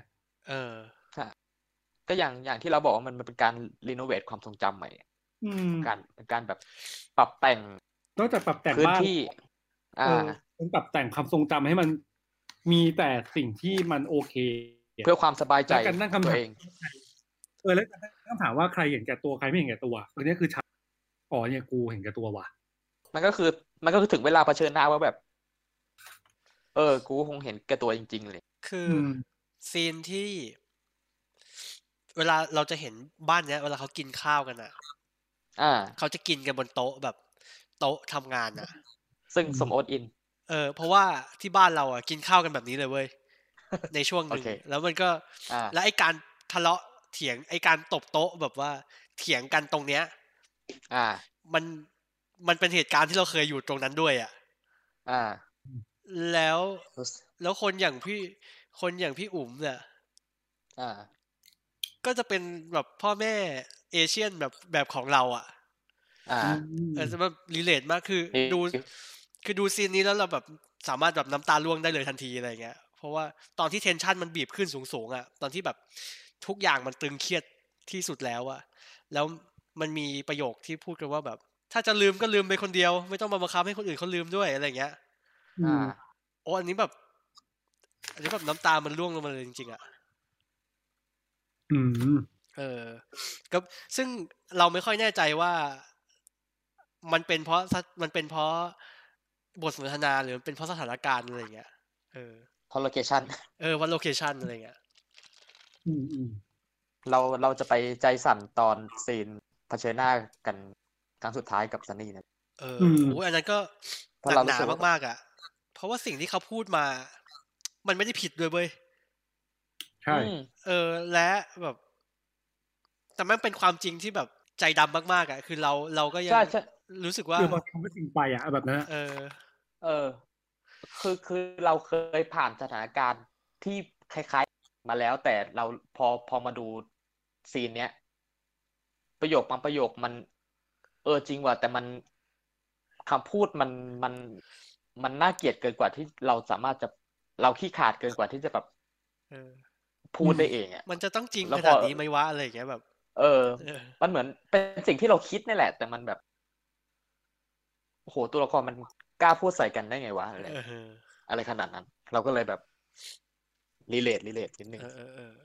S1: เออ
S2: ค่ะก็อย่างอย่างที่เราบอกว่ามันมันเป็นการรีโนเวทความทรงจำใหม่
S3: อืม
S2: การการแบบปรับแต่ง
S3: นอกจากปรับแต่ง
S2: พื้น
S3: บ้าน
S2: ที่
S3: เอ
S2: อ่า
S3: อมันปรับแต่งความทรงจำให้มันมีแต่สิ่งที่มันโอเค
S2: เพื่อความสบายใจ
S3: แล้วกันตั้งคำ
S2: ตัว
S3: ถาม
S2: เอง
S3: เออแล้วกันตั้งคำถามว่าใครเห็นแก่ตัวใครไม่เห็นแก่ตัวอันนี้คือชัดอ๋อเนี่ยกูเห็นแก่ตัวว่ะ
S2: มันก็คือมันก็คือถึงเวลาเผชิญหน้าว่าแบบ เออ กูคงเห็นแก่ตัวจริงๆเลย
S1: คือ
S3: อืม
S1: ซีนที่ เวลาเราจะเห็นบ้านเนี้ยเวลาเขากินข้าวกันอ่ะ
S2: อ่า
S1: เขาจะกินกันบนโต๊ะแบบโต๊ะทำงานอ่ะ
S2: ซึ่ง
S3: อืม
S2: สมโอทอิน
S1: เออเพราะว่าที่บ้านเราอ่ะกินข้าวกันแบบนี้เลยเว้ย ในช่วงหนึ่ง
S2: โอเค
S1: แล้วมันก็
S2: อ่า
S1: แล้วไอ้การทะเลาะเถียงไอ้การตบโต๊ะแบบว่าเถียงกันตรงเนี้ย
S2: อ่า
S1: มันมันเป็นเหตุการณ์ที่เราเคยอยู่ตรงนั้นด้วยอ่ะ
S2: อ่า
S1: แล้ว
S2: รู้สึก
S1: แล้วคนอย่างพี่คนอย่างพี่อุ๋มเนี่ย
S2: อ่า
S1: ก็จะเป็นแบบพ่อแม่เอเชียนแบบแบบของเราอ่ะ
S2: อ่า
S1: เออจะแบบรีเลทมากคือ
S2: นี่
S1: ดูคือดูซีนนี้แล้วเราแบบสามารถแบบน้ำตาร่วงได้เลยทันทีอะไรเงี้ย เพราะว่าตอนที่เทนชันมันบีบขึ้นสูงๆอ่ะตอนที่แบบทุกอย่างมันตึงเครียดที่สุดแล้วอ่ะแล้วมันมีประโยคที่พูดกันว่าแบบ ถ้าจะลืมก็ลืมไปคนเดียว ไม่ต้องมาบังคับให้คนอื่นเขาลืมด้วยอะไรเงี้ย
S2: อ่า
S1: โอ้อันนี้แบบ อันนี้แบบน้ำตามันร่วงลงมาเลยจริงๆอ่ะ
S3: อืม
S1: เออก็ซึ่งเราไม่ค่อยแน่ใจว่ามันเป็นเพราะมันเป็นเพราะบทสนทนาหรือเป็นเพราะสถานการณ์อะไรเงี้ย เออ
S2: พอโลเคชั่น
S1: เออว่าโลเคชันอะไรเงี้ย
S3: อืมอืม
S2: เราเราจะไปใจสั่นตอนซีนเผชิญหน้ากันครั้งสุดท้ายกับซันนี่นะ
S1: เออ
S3: อืม
S1: โอ้ยอันนั้นก็
S2: เพราะ
S1: หนั
S2: เรา
S1: กห
S2: รู้
S1: นา
S2: สึกว่า
S1: มากๆอ่ะ เพราะว่าสิ่งที่เขาพูดมา มันไม่ได้ผิดด้วยเว้ย
S3: ใช่
S2: อืม
S1: เออ และแบบ แต่มันเป็นความจริงที่แบบใจดำมากๆอ่ะ คือเราเราก็ยั
S2: ใช่
S1: ง
S2: ใช่
S1: รู้สึกว่า
S3: คือพอทำให้สิ่งไปอ่ะแบบนั้นอะ
S1: เออ
S2: เออ คือคือเราเคยผ่านสถานการณ์ที่คล้ายๆมาแล้ว แต่เราพอพอมาดูซีนเนี้ย ประโยคบางประโยคมัน เออจริงว่ะแต่มันคำพูดมันมันมันน่าเกลียดเกินกว่าที่เราสามารถจะเราขี้ขลาดเกินกว่าที่จะแบบ
S1: เออ
S2: พูดได้เองอ่ะ
S1: มันจะต้องจริง
S2: แล้ว
S1: ข
S2: พอ
S1: นาดนี้ไหมวะอะไรอย่างเงี้ยแบบ
S2: เออ
S1: เออ
S2: มันเหมือนเป็นสิ่งที่เราคิดนี่แหละ แต่มันแบบโอ้โหตัวละครมันกล้าพูดใส่กันได้ไงวะอะไร
S1: เออ
S2: อะไรขนาดนั้น เราก็เลยแบบรีเลทรีเลทนิดนึง
S1: เออเออเออ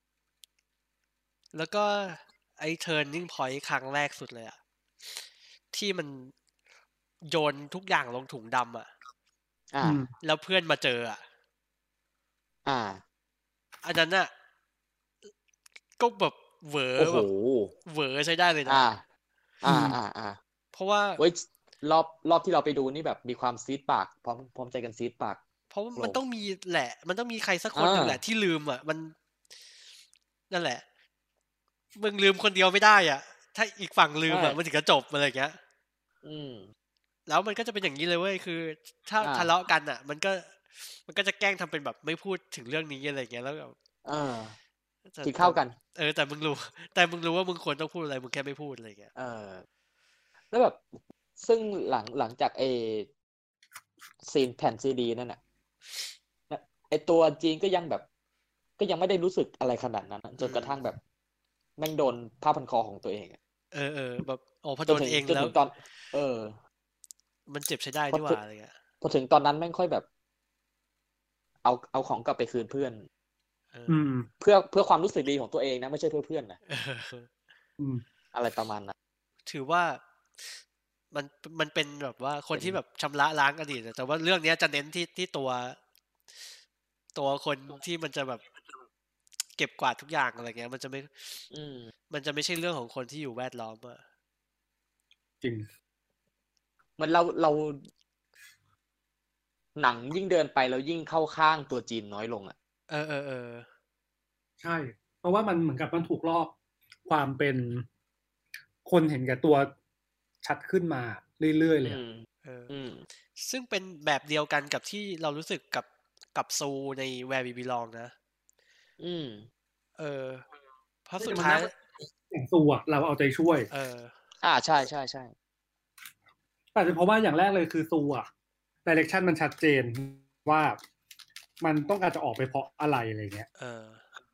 S1: แล้วก็ไอ้ turning point ครั้งแรกสุดเลยอะที่มันโยนทุกอย่างลงถุงดำอะ
S2: อ่า
S3: อืม
S1: แล้วเพื่อนมาเจออะ
S2: อ่า
S1: อันนั้นอะก็แบบเหวอ
S2: โอ้โห
S1: แบบเหวอใช้ได้เลยนะ
S2: อ่า อ่า
S3: อืม
S2: อ่า อ่า
S1: เพราะว่า
S2: เว้ยรอบรอบที่เราไปดูนี่แบบมีความซีดปากพร้อมพร้อมใจกันซีดปาก
S1: เพราะว่า
S2: โผล่
S1: มันต้องมีแหละ มันต้องมีใครสักคนหนึ่ง
S2: อ่า
S1: แหละที่ลืมอะมัน นั่นแหละ มึงลืมคนเดียวไม่ได้อ่ะ ถ้าอีกฝั่งลืมอ่ะ
S2: ใช่
S1: มันถึงจะจบอะไรอย่างเงี้ย
S2: อืม
S1: แล้วมันก็จะเป็นอย่างนี้เลยเว้ย คือ ถ้า
S2: อ่า
S1: ทะเลาะกันอ่ะ มันก็ มันก็จะแกล้งทำเป็นแบบไม่พูดถึงเรื่องนี้อะไรอย่างเงี้ย แล้วแบบ
S2: เออ
S1: แต่
S2: กินข้าวกัน
S1: เออ แต่มึงรู้ แต่มึงรู้ว่ามึงควรต้องพูดอะไร มึงแค่ไม่พูดอะไรอย่างเงี้ย
S2: เออ แล้วแบบซึ่งหลังหลังจากไอซีนแผ่นซีดีนั่นน่ะไอตัวจีนก็ยังแบบ ก็ยังไม่ได้รู้สึกอะไรขนาดนั้นอะจนกระทั่งแบบแม่งโดนผ้าพันคอของตัวเองอะ
S1: เออเออแบบโอ้พอ
S2: จ
S1: โด
S2: น
S1: น
S2: ถึง
S1: เอง
S2: จน
S1: แล้ว
S2: ถึงตอน เออ
S1: มันเจ็บใช้ได้
S2: พอ
S1: นี่ห
S2: ถึ
S1: ว่าง อะไรเงี้ย
S2: พอถึงตอนนั้นแม่งค่อยแบบ เอาเอาของกลับไปคืนเพื่อน
S1: เออ
S3: อืม
S2: เพื่อเพื่อความรู้สึกดีของตัวเองนะไม่ใช่เพื่อเพื่อนนะ
S1: เออ
S3: อืม
S2: อะไรประมาณนั้น
S1: ถือว่ามันมันเป็นแบบว่าคน
S2: เป็น
S1: ที่แบบชำระล้างอดีตอะแต่ว่าเรื่องเนี้ยจะเน้นที่ที่ตัว ตัวคนที่มันจะแบบเก็บกวาดทุกอย่างอะไรเงี้ย มันจะไม่
S2: อืม
S1: มันจะไม่ใช่เรื่องของคนที่อยู่แวดล้อมอะ
S3: จริง
S2: เหมือนเราเราหนังยิ่งเดินไปแล้วยิ่งเข้าข้างตัวจีนน้อยลงอ่ะ
S1: เออเออเออ
S3: ใช่ เพราะว่ามันเหมือนกับมันถูกลอกความเป็นคนเห็นแก่ตัวชัดขึ้นมาเรื่อยๆเลย
S2: อื
S3: อะ
S2: ม
S1: เออ
S2: อืม
S1: ซึ่งเป็นแบบเดียวกันกับที่เรารู้สึกกับกับซูใน Where We Belong นะ
S2: อืม
S1: เออ เพราะสุด
S3: แต่มัน
S1: ท้าย
S3: น่า อย่างตัวอะเราเอาใจช่วย
S1: เออ
S2: อ่าใช่ใช่ใช่
S3: แต่เพราะว่าอย่างแรกเลยคือซูอะดิเรกชันมันชัดเจนว่ามันต้องการจะออกไปเพราะอะไรอะไรเงี้ย
S1: เออ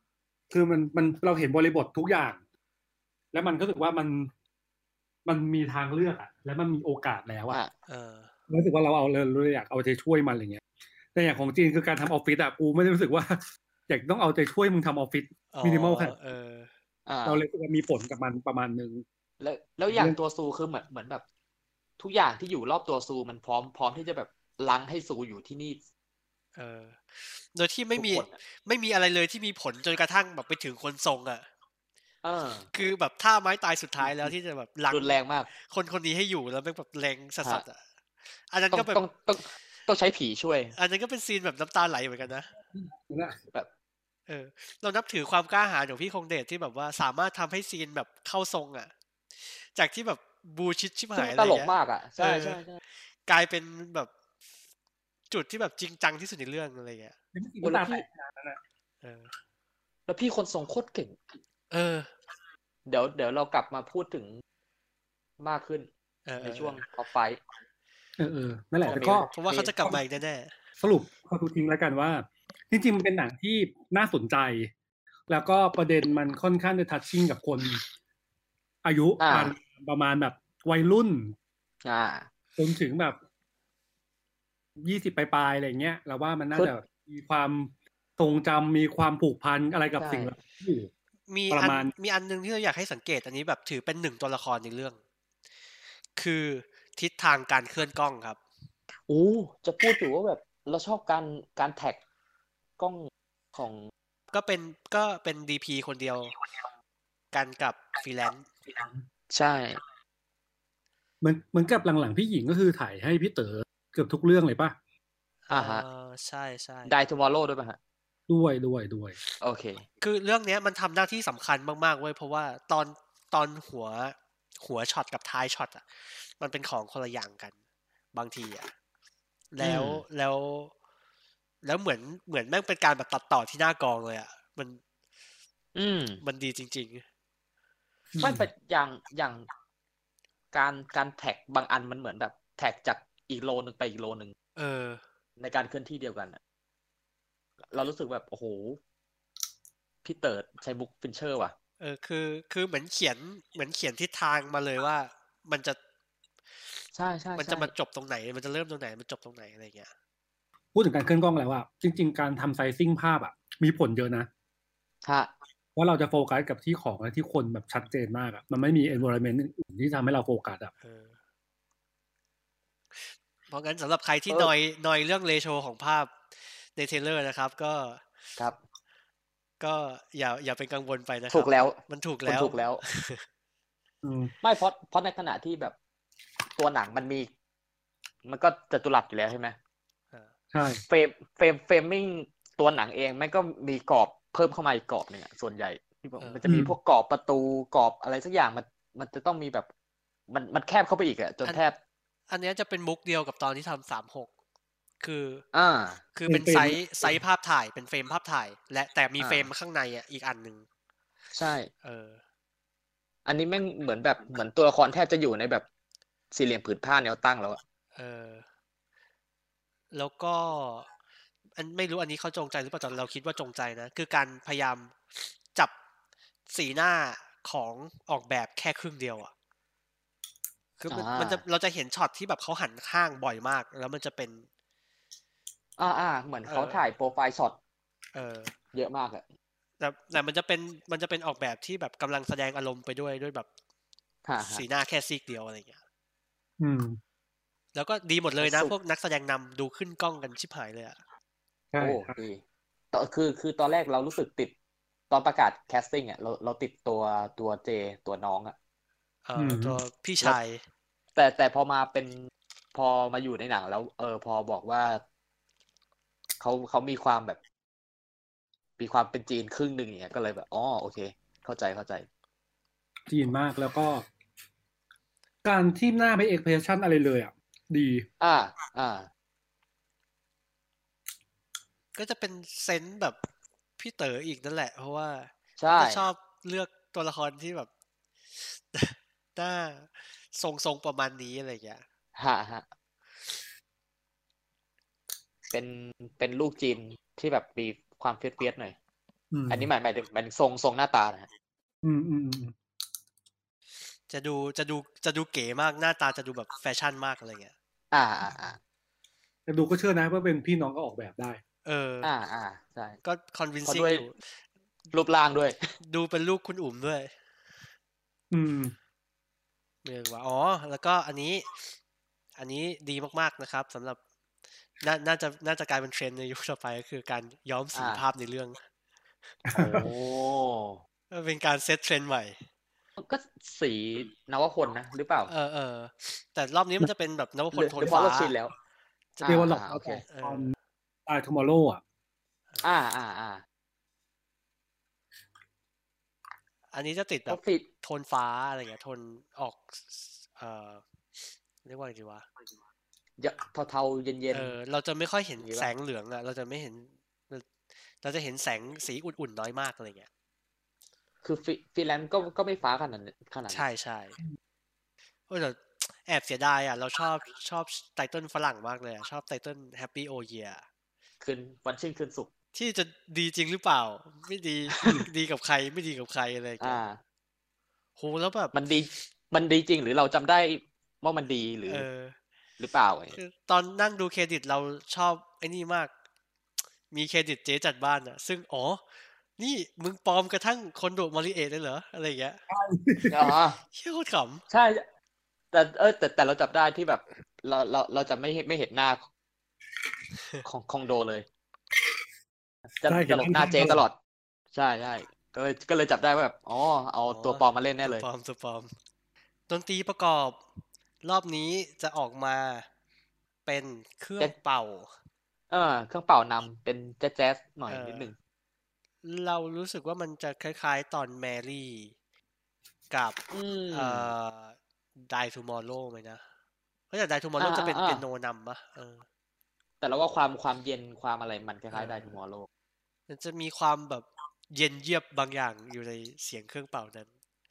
S3: คือมันมันเราเห็นบริบททุกอย่าง แล้วมันก็รู้สึกว่ามันมันมีทางเลือกอะแล้วมันมีโอกาสแล้วอะ
S2: อ่ะ
S1: เออ
S3: รู้สึกว่าเราเอาเลยเราอยากเอาใจช่วยมันอะไรเงี้ยแต่อย่างของจีนคือการทำออฟฟิศอะกูไม่ได้รู้สึกว่า อยากต้องเอาใจช่วยมึงทำออฟฟิศ
S1: อ๋อ
S3: มินิมอลขนาด
S1: เออ
S2: อ่า
S3: เราเลยรู้สึกว่ามีผลกับมันประมาณนึง
S2: แล้วแล้วอย่างตัวซูคือเหมือนเหมือนแบบ ทุกอย่างที่อยู่รอบตัวซูมันพร้อมพร้อมที่จะแบบลังให้ซูอยู่ที่นี่
S1: เออ โดยที่ไม่
S2: ทุก
S1: มี
S2: คนอะ
S1: ไม่มีอะไรเลยที่มีผลจนกระทั่งแบบไปถึงคนทรงอ่ะ
S2: เออ
S1: คือแบบท่าไม้ตายสุดท้ายแล้วที่จะแบบลัง
S2: รุนแรงมาก
S1: คนคนนี้ให้อยู่แล้วแม่งแบบแรงสัสๆอ่ะ อันนั้น
S2: ต้อง
S1: ก็แบบ
S2: ต้องต้องต้องใช้ผีช่วย
S1: อันนั้นก็เป็นซีนแบบน้ำตาไหลเหมือนกันนะ
S3: นั่นแหละ
S2: แบบ
S1: เออ เรานับถือความกล้าหาญของพี่คงเดชที่แบบว่าสามารถทำให้ซีนแบบเข้าทรงอ่ะ จากที่แบบบูชิดชิบ
S2: ซึ่ง
S1: หาย
S2: มัน
S1: อะไร
S2: ตลก
S1: เงี้ย
S2: มากอ่ะ ใช่
S1: เออ
S2: ใช่ใช่
S1: กลายเป็นแบบจุดที่แบบจริงจังที่สุดในเรื่องอะไรเงี้ย
S3: ไม่มี
S2: โอ้แล้
S3: ตาว แต
S2: พี่
S3: กขนาดนั้นอะ
S1: เออ
S2: แล้วพี่คนทรงโคตรเก่ง
S1: เออ
S2: เดี๋ยวเดี๋ยวเรากลับมาพูดถึงมากขึ้น
S1: เออ
S2: ในช่วงท็อปไฟท์
S3: เออเออนั่นแหละ
S2: โอเค
S3: แต่ก็
S1: เพราะว่าเขาจะกลับมาอีกแน่
S3: สรุปเขาทุกทิ้งแล้วกันว่า จริงๆ มันเป็นหนังที่น่าสนใจ แล้วก็ประเด็นมันค่อนข้างจะทัชชิ่งกับคน อายุ
S2: อ่า
S3: ประมาณแบบวัยรุ่น
S2: อ่า
S3: จนถึงแบบยี่สิบปลายๆอะไรเงี้ยเราว่ามันน่า
S2: คือ
S3: จะมีความทรงจำมีความผูกพันอะไรกับ
S2: ใช่
S3: สิ่งเหล่านี้อยู่
S1: ๆ มี
S3: ประ
S1: อัน
S3: มาณ
S1: มีอันนึงที่เราอยากให้สังเกตอันนี้แบบถือเป็นหนึ่งตัวละครในเรื่อง คือทิศทางการเคลื่อนกล้องครับ
S2: โอ้จะพูดอยู่ว่าแบบเราชอบการการแท็กกล้องของ
S1: ก็เป็นก็เป็นดีพีคนเดียวกันกับฟรีแลนซ์
S2: ใช่
S3: เหมือนเหมือนกับหลังๆพี่หญิงก็คือถ่ายให้พี่เต๋อเกือบทุกเรื่องเลยป่ะ
S2: อ่าฮะ
S1: เออใช่ใช่
S2: Die Tomorrow ด้วยป่ะฮะ
S3: ด้วยด้วยด้วย
S2: โอเค
S1: คือเรื่องเนี้ยมันทำหน้าที่สำคัญมากๆเว้ยเพราะว่าตอนตอนหัวหัวช็อตกับท้ายช็อตอ่ะมันเป็นของคนละอย่างกันบางทีอ่ะแล้ว
S2: อืม
S1: แล้ว แล้วเหมือนเหมือนแม่งเป็นการแบบตัดต่อที่หน้ากองเลยอ่ะมัน
S2: อืม
S1: มันดีจริง
S2: ไม่เป็นอย่างอย่างการการแท็กบางอันมันเหมือนแบบแท็กจากอีกโลนึงไปอีกโลนึง
S1: ๆ เออ
S2: ในการเคลื่อนที่เดียวกันอะเรารู้สึกแบบโอ้โหพี่เติร์ดใช้บุ๊กฟินเชอร์ว่ะ
S1: เออคือคือเหมือนเขียนเหมือนเขียนทิศทางมาเลยว่า มันจะ
S2: ใช่ใช่
S1: มัน
S2: ใช่
S1: จะมาจบตรงไหน มันจะเริ่มตรงไหนมันจบตรงไหนอะไรเงี้ย
S3: พูดถึงการเคลื่อนกล้องแล้วอะจริง ๆ การทำไซซิ่งภาพอะมีผลเยอะนะ
S2: ฮะ
S3: ว่าเราจะโฟกัสกับที่ของและที่คนแบบชัดเจนมากอะมันไม่มี environment อื่นๆที่ทำให้เราโฟกัสอะ
S1: เออเพราะงั้นสำหรับใครที่
S2: เออ
S1: นอยนอยเรื่องเรโชของภาพในเทรลเลอร์นะครับ ก็
S2: ครับ
S1: ก็อย่าอย่าเป็นกังวลไปนะค
S2: ถู
S1: รับ
S2: กแล้ว
S1: มันถูก
S2: คุณ
S1: แล้ว
S2: ถูกแล้ว
S3: อืม
S2: ไม่เพราะเพราะในขณะที่แบบตัวหนังมันมี มันก็จัตุรัสอยู่แล้วใช่ไหม
S3: ใช่
S2: เฟรมเฟรมเฟรมมิ่งตัวหนังเองมันก็มีกรอบเพิ่มเข้ามาอีกกรอบหนึ่งอะส่วนใหญ่ที่บอก
S1: เออ
S2: มันจะมีพวกกรอบประตูกรอบอะไรสักอย่างมันมันจะต้องมีแบบ มันมันแคบเข้าไปอีกอะจนแทบ
S1: อันเนี้ยจะเป็นมุกเดียวกับตอนที่ทำสามหกคือ
S2: อ่า
S1: คือเป็น
S3: เป็น
S1: ไซส์ไซส์ภาพถ่ายเป็นเฟรมภาพถ่าย และแต่มี
S2: อ่า
S1: เฟรมข้างในอ่ะอีกอันหนึ่ง
S2: ใช่
S1: เออ
S2: อันนี้แม่งเหมือนแบบเหมือนตัวละครแทบจะอยู่ในแบบสี่เหลี่ยมผืนผ้าแนวตั้งแล้วอะ
S1: เออ แล้วก็ อันไม่รู้อันนี้เขาจงใจหรือเปล่าแต่เราคิดว่าจงใจนะ คือการพยายามจับสีหน้าของออกแบบแค่ครึ่งเดียวอ่ะ คือมัน
S2: อ่ามั
S1: มันจะเราจะเห็นช็อตที่แบบเขาหันข้างบ่อยมาก แล้วมันจะเป็น
S2: อ่าอ่าเหมือนเขา
S1: เออ
S2: ถ่ายโปรไฟล์ช็อต
S1: เออ
S2: เยอะมากอะ
S1: แต่แต่มันจะเป็นมันจะเป็นออกแบบที่แบบกำลังแสดงอารมณ์ไปด้วยด้วยแบบ
S2: ฮะฮะ
S1: สีหน้าแค่ซีกเดียวอะไรอย่างเงี้ย
S3: อืม
S1: แล้วก็ดีหมดเลยนะ
S2: สุด
S1: พวกนักแสดงนำดูขึ้นกล้องกันชิบหายเลยอ่ะ
S3: ใช่
S2: โอ้
S3: ครับ
S2: ดีต่อคือคือตอนแรกเรารู้สึกติดตอนประกาศแคสติ้งอะเราเราติดตัวตัวเจตัวน้องอะ
S1: เออตัวพี่ชาย
S2: แต่แต่พอมาเป็นพอมาอยู่ในหนังแล้ว เออ พอบอกว่าเขาเขามีความแบบ มีความเป็นจีนครึ่งหนึ่งอย่างเงี้ยก็เลยแบบอ๋อโอเค เข้าใจเข้าใจ
S3: จีนมากแล้วก็ การที่หน้าไปเอ็กเพรสชั่นอะไรเลยอ่ะ ดี
S2: อ่า อ่า
S1: ก็จะเป็นเซนส์แบบพี่เต๋ออีกนั่นแหละ เพราะว่า
S2: ใช่
S1: จะชอบเลือกตัวละครที่แบบ หน้าทรงๆประมาณนี้อะไรอย่างเงี้ย
S2: ฮะฮะเป็นเป็นลูกจีนที่แบบมีความเฟียสๆหน่อย
S3: ม
S2: อันนี้หมายหมายถึงหมายถึงทรงทรงหน้าตานะฮะ
S3: อืมอืมอืม
S1: จะดูจะดูจะดูเก๋มากหน้าตาจะดูแบบแฟชั่นมากอะไรเงี้ย
S2: อ่าอ่าอ่า
S3: แต่ดูก็เชื่อนะว่าเป็นพี่น้องก็ออกแบบได้
S1: เออ
S2: อ่าอ่าใช่
S1: ก็
S2: เพราะ
S1: convincing
S2: ด้วย
S1: อยู่
S2: รูปร่างด้วย
S1: ดูเป็นลูกคุณอุ๋มด้วย
S3: อืม
S1: เรียกว่าอ๋อ แล้วก็อันนี้ อันนี้ดีมากๆนะครับสำหรับน่าน่าจะน่าจะกลายเป็นเทรนด์ในยุคต่อไปก็คือการย้อมสี
S2: อ่า
S1: ภาพในเรื่อง
S2: โอ้
S1: เป็นการเซตเทรนด์ใหม่
S2: ก็สีนวพลนะหรือเปล่า
S1: เออเออแต่รอบนี้มันจะเป็นแบบนวพ
S2: ห
S1: ล
S2: รือ
S1: โท
S2: ห
S1: น
S2: รือเพราะ
S1: ฟ้า
S2: เราชินแล้ว
S1: จะ
S3: เรียกว่าหล
S2: อ่า
S3: อก
S2: โอเค
S3: ตอนตายทูมอร์โร่อ่ะ
S2: อ่าอ่าอ่า
S1: อันนี้จะติด
S2: เพ
S1: แบบ
S2: ราะฟิต
S1: โทนฟ้าอะไรเงี้ยโทนออก เอ่อเรียกว่าอะไรดีวะ
S2: เทาๆเย็น
S1: เออเราจะไม่ค่อยเห็น
S2: อย่างงี้ปะ
S1: แสงเหลืองอ่ะเราจะไม่เห็น เราจะเห็นแสงสีอุ่นๆน้อยมากอะไรเงี้ย
S2: ๆคือฟิฟรีแลนซ์ก็ก็ไม่ฟ้าขนาดนั้นขนาดนั้น
S1: ใช่ใช่โอ้ยแต่แอบเสียดายอ่ะ เราชอบชอบไตเติ้ลฝรั่งมากเลยอะชอบไตเติ้ล Happy Oh Yeah
S2: คืนวันชื่นคืนสุข
S1: ที่จะดีจริงหรือเปล่า ไม่ดี ดีกับใครไม่ดีกับใครอะไรอย่างเงี้
S2: อ่า
S1: ยโหแล้วแบบ
S2: มันดี มันดีจริงหรือเราจำได้ว่ามันดีหรือ
S1: เออ
S2: หรือเปล่าไอ้
S1: คือตอนนั่งดูเครดิตเราชอบไอ้นี่มาก มีเครดิตเจ๊จัดบ้านอ่ะ ซึ่งอ๋อ นี่มึงปลอมกระทั่งคนโดมาริเอะเลยเหรออะไรอย่างเงี้ย
S2: อ๋อ
S1: เชี่ยโคตรข
S2: ใช่ แต่เออแต่แต่เราจับได้ที่แบบ เราเราเราจะไม่ไม่เห็นหน้าของคองโดเลย จะ
S3: ใช่เห็
S2: จะ
S3: น
S2: หลบหน้า
S3: ข้างๆ
S2: เจ๊
S3: ตลอด
S2: ตลอด ใช่ใช่ก็เลยก็เลยจับได้ว่าแบบอ๋อเอา
S1: อ๋อ
S2: ตัวปลอมมาเล่น
S1: ำ
S2: แน่
S1: ตัว
S2: เลย
S1: ปลอมตัวปลอมดนตรีประกอบรอบนี้จะออกมาเป็นเครื่อง
S2: เจ๊
S1: เป่า
S2: เออเครื่องเป่านำเป็นแจ๊สๆหน่อย
S1: เออ
S2: นิดนึง
S1: เรารู้สึกว่ามันจะคล้ายๆตอนแมรี่กับ
S2: อืม
S1: เอ่อ Die Tomorrow ไหมนะเพราะแต่ Die
S2: อ่า
S1: Tomorrow จะเป็น
S2: อ่า
S1: เปียโนนำปะเออ
S2: แต่เราว่าความความเย็นความอะไรมันคล้าย
S1: เออ
S2: ๆได้ทูมอร์โล
S1: มันจะมีความแบบเย็นเยียบบางอย่างอยู่ในเสียงเครื่องเป่านั้น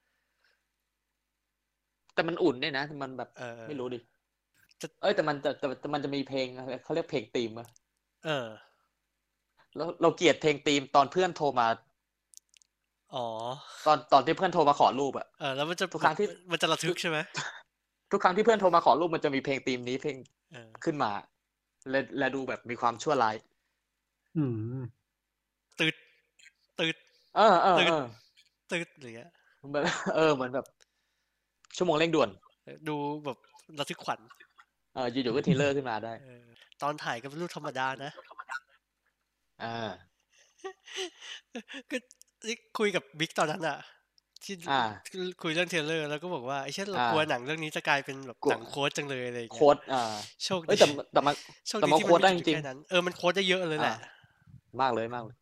S2: แต่มันอุ่นเนี่ยนะมันแบบ
S1: เออ
S2: ไม่รู้ดิ
S1: จะ
S2: เอ้ยแต่มันแต่แต่แต่มันจะมีเพลงเขาเรียกเพลงธีมอะ
S1: เออ
S2: แล้วเราเกลียดเพลงธีมตอนเพื่อนโทรมา
S1: อ๋อ
S2: ตอนตอนที่เพื่อนโทรมาขอรูปอะ
S1: เออ แล้วมันจะ
S2: ทุกครั้งที่
S1: มันจะระทึกใช่ไหม
S2: ทุกครั้งที่เพื่อนโทรมาขอรูปมันจะมีเพลงธีมนี้เพลง
S1: เออ
S2: ขึ้นมาและและดูแบบมีความชั่วร้าย
S3: อืม
S1: ตืดตืด
S2: เออเออ
S1: ตืด
S2: เออ
S1: ตืดอะไรเงี้ย
S2: เหมือนเออเหมือนแบบ ชั่วโมงเร่งด่วน
S1: ดูแบบระทึกขวัญ
S2: เอออยู่ๆก็ทีเลอร์ขึ้นมาได้
S1: เออตอนถ่ายก็เป็นรูปธรรมดานะ
S2: อ่า
S1: ก็คุยกับบิ๊กตอนนั้นอะที่
S2: อ่า
S1: คุยเรื่องเทรลเลอร์แล้วก็บอกว่าไอ้เช่นเรา
S2: อ่าก
S1: ลัวหนังเรื่องนี้จะกลายเป็นแบบ
S2: กลัว
S1: หนังโค้ดจังเลยอะไรอย่างเงี้
S2: โค้
S1: ย
S2: ดอ่า
S1: โชค
S2: เอ้ย
S1: ดี
S2: แต่แต่มัน
S1: โชค
S2: แต่
S1: ดี
S2: มัน
S1: ที่
S2: โค้
S1: มั
S2: ด
S1: น
S2: ได้
S1: ไม่
S2: จ
S1: หยุดอยู่
S2: ริง
S1: แค่นั้น เออมันโค้ดได้เยอะเลยแหละ
S2: อ่า มากเลยมากเลย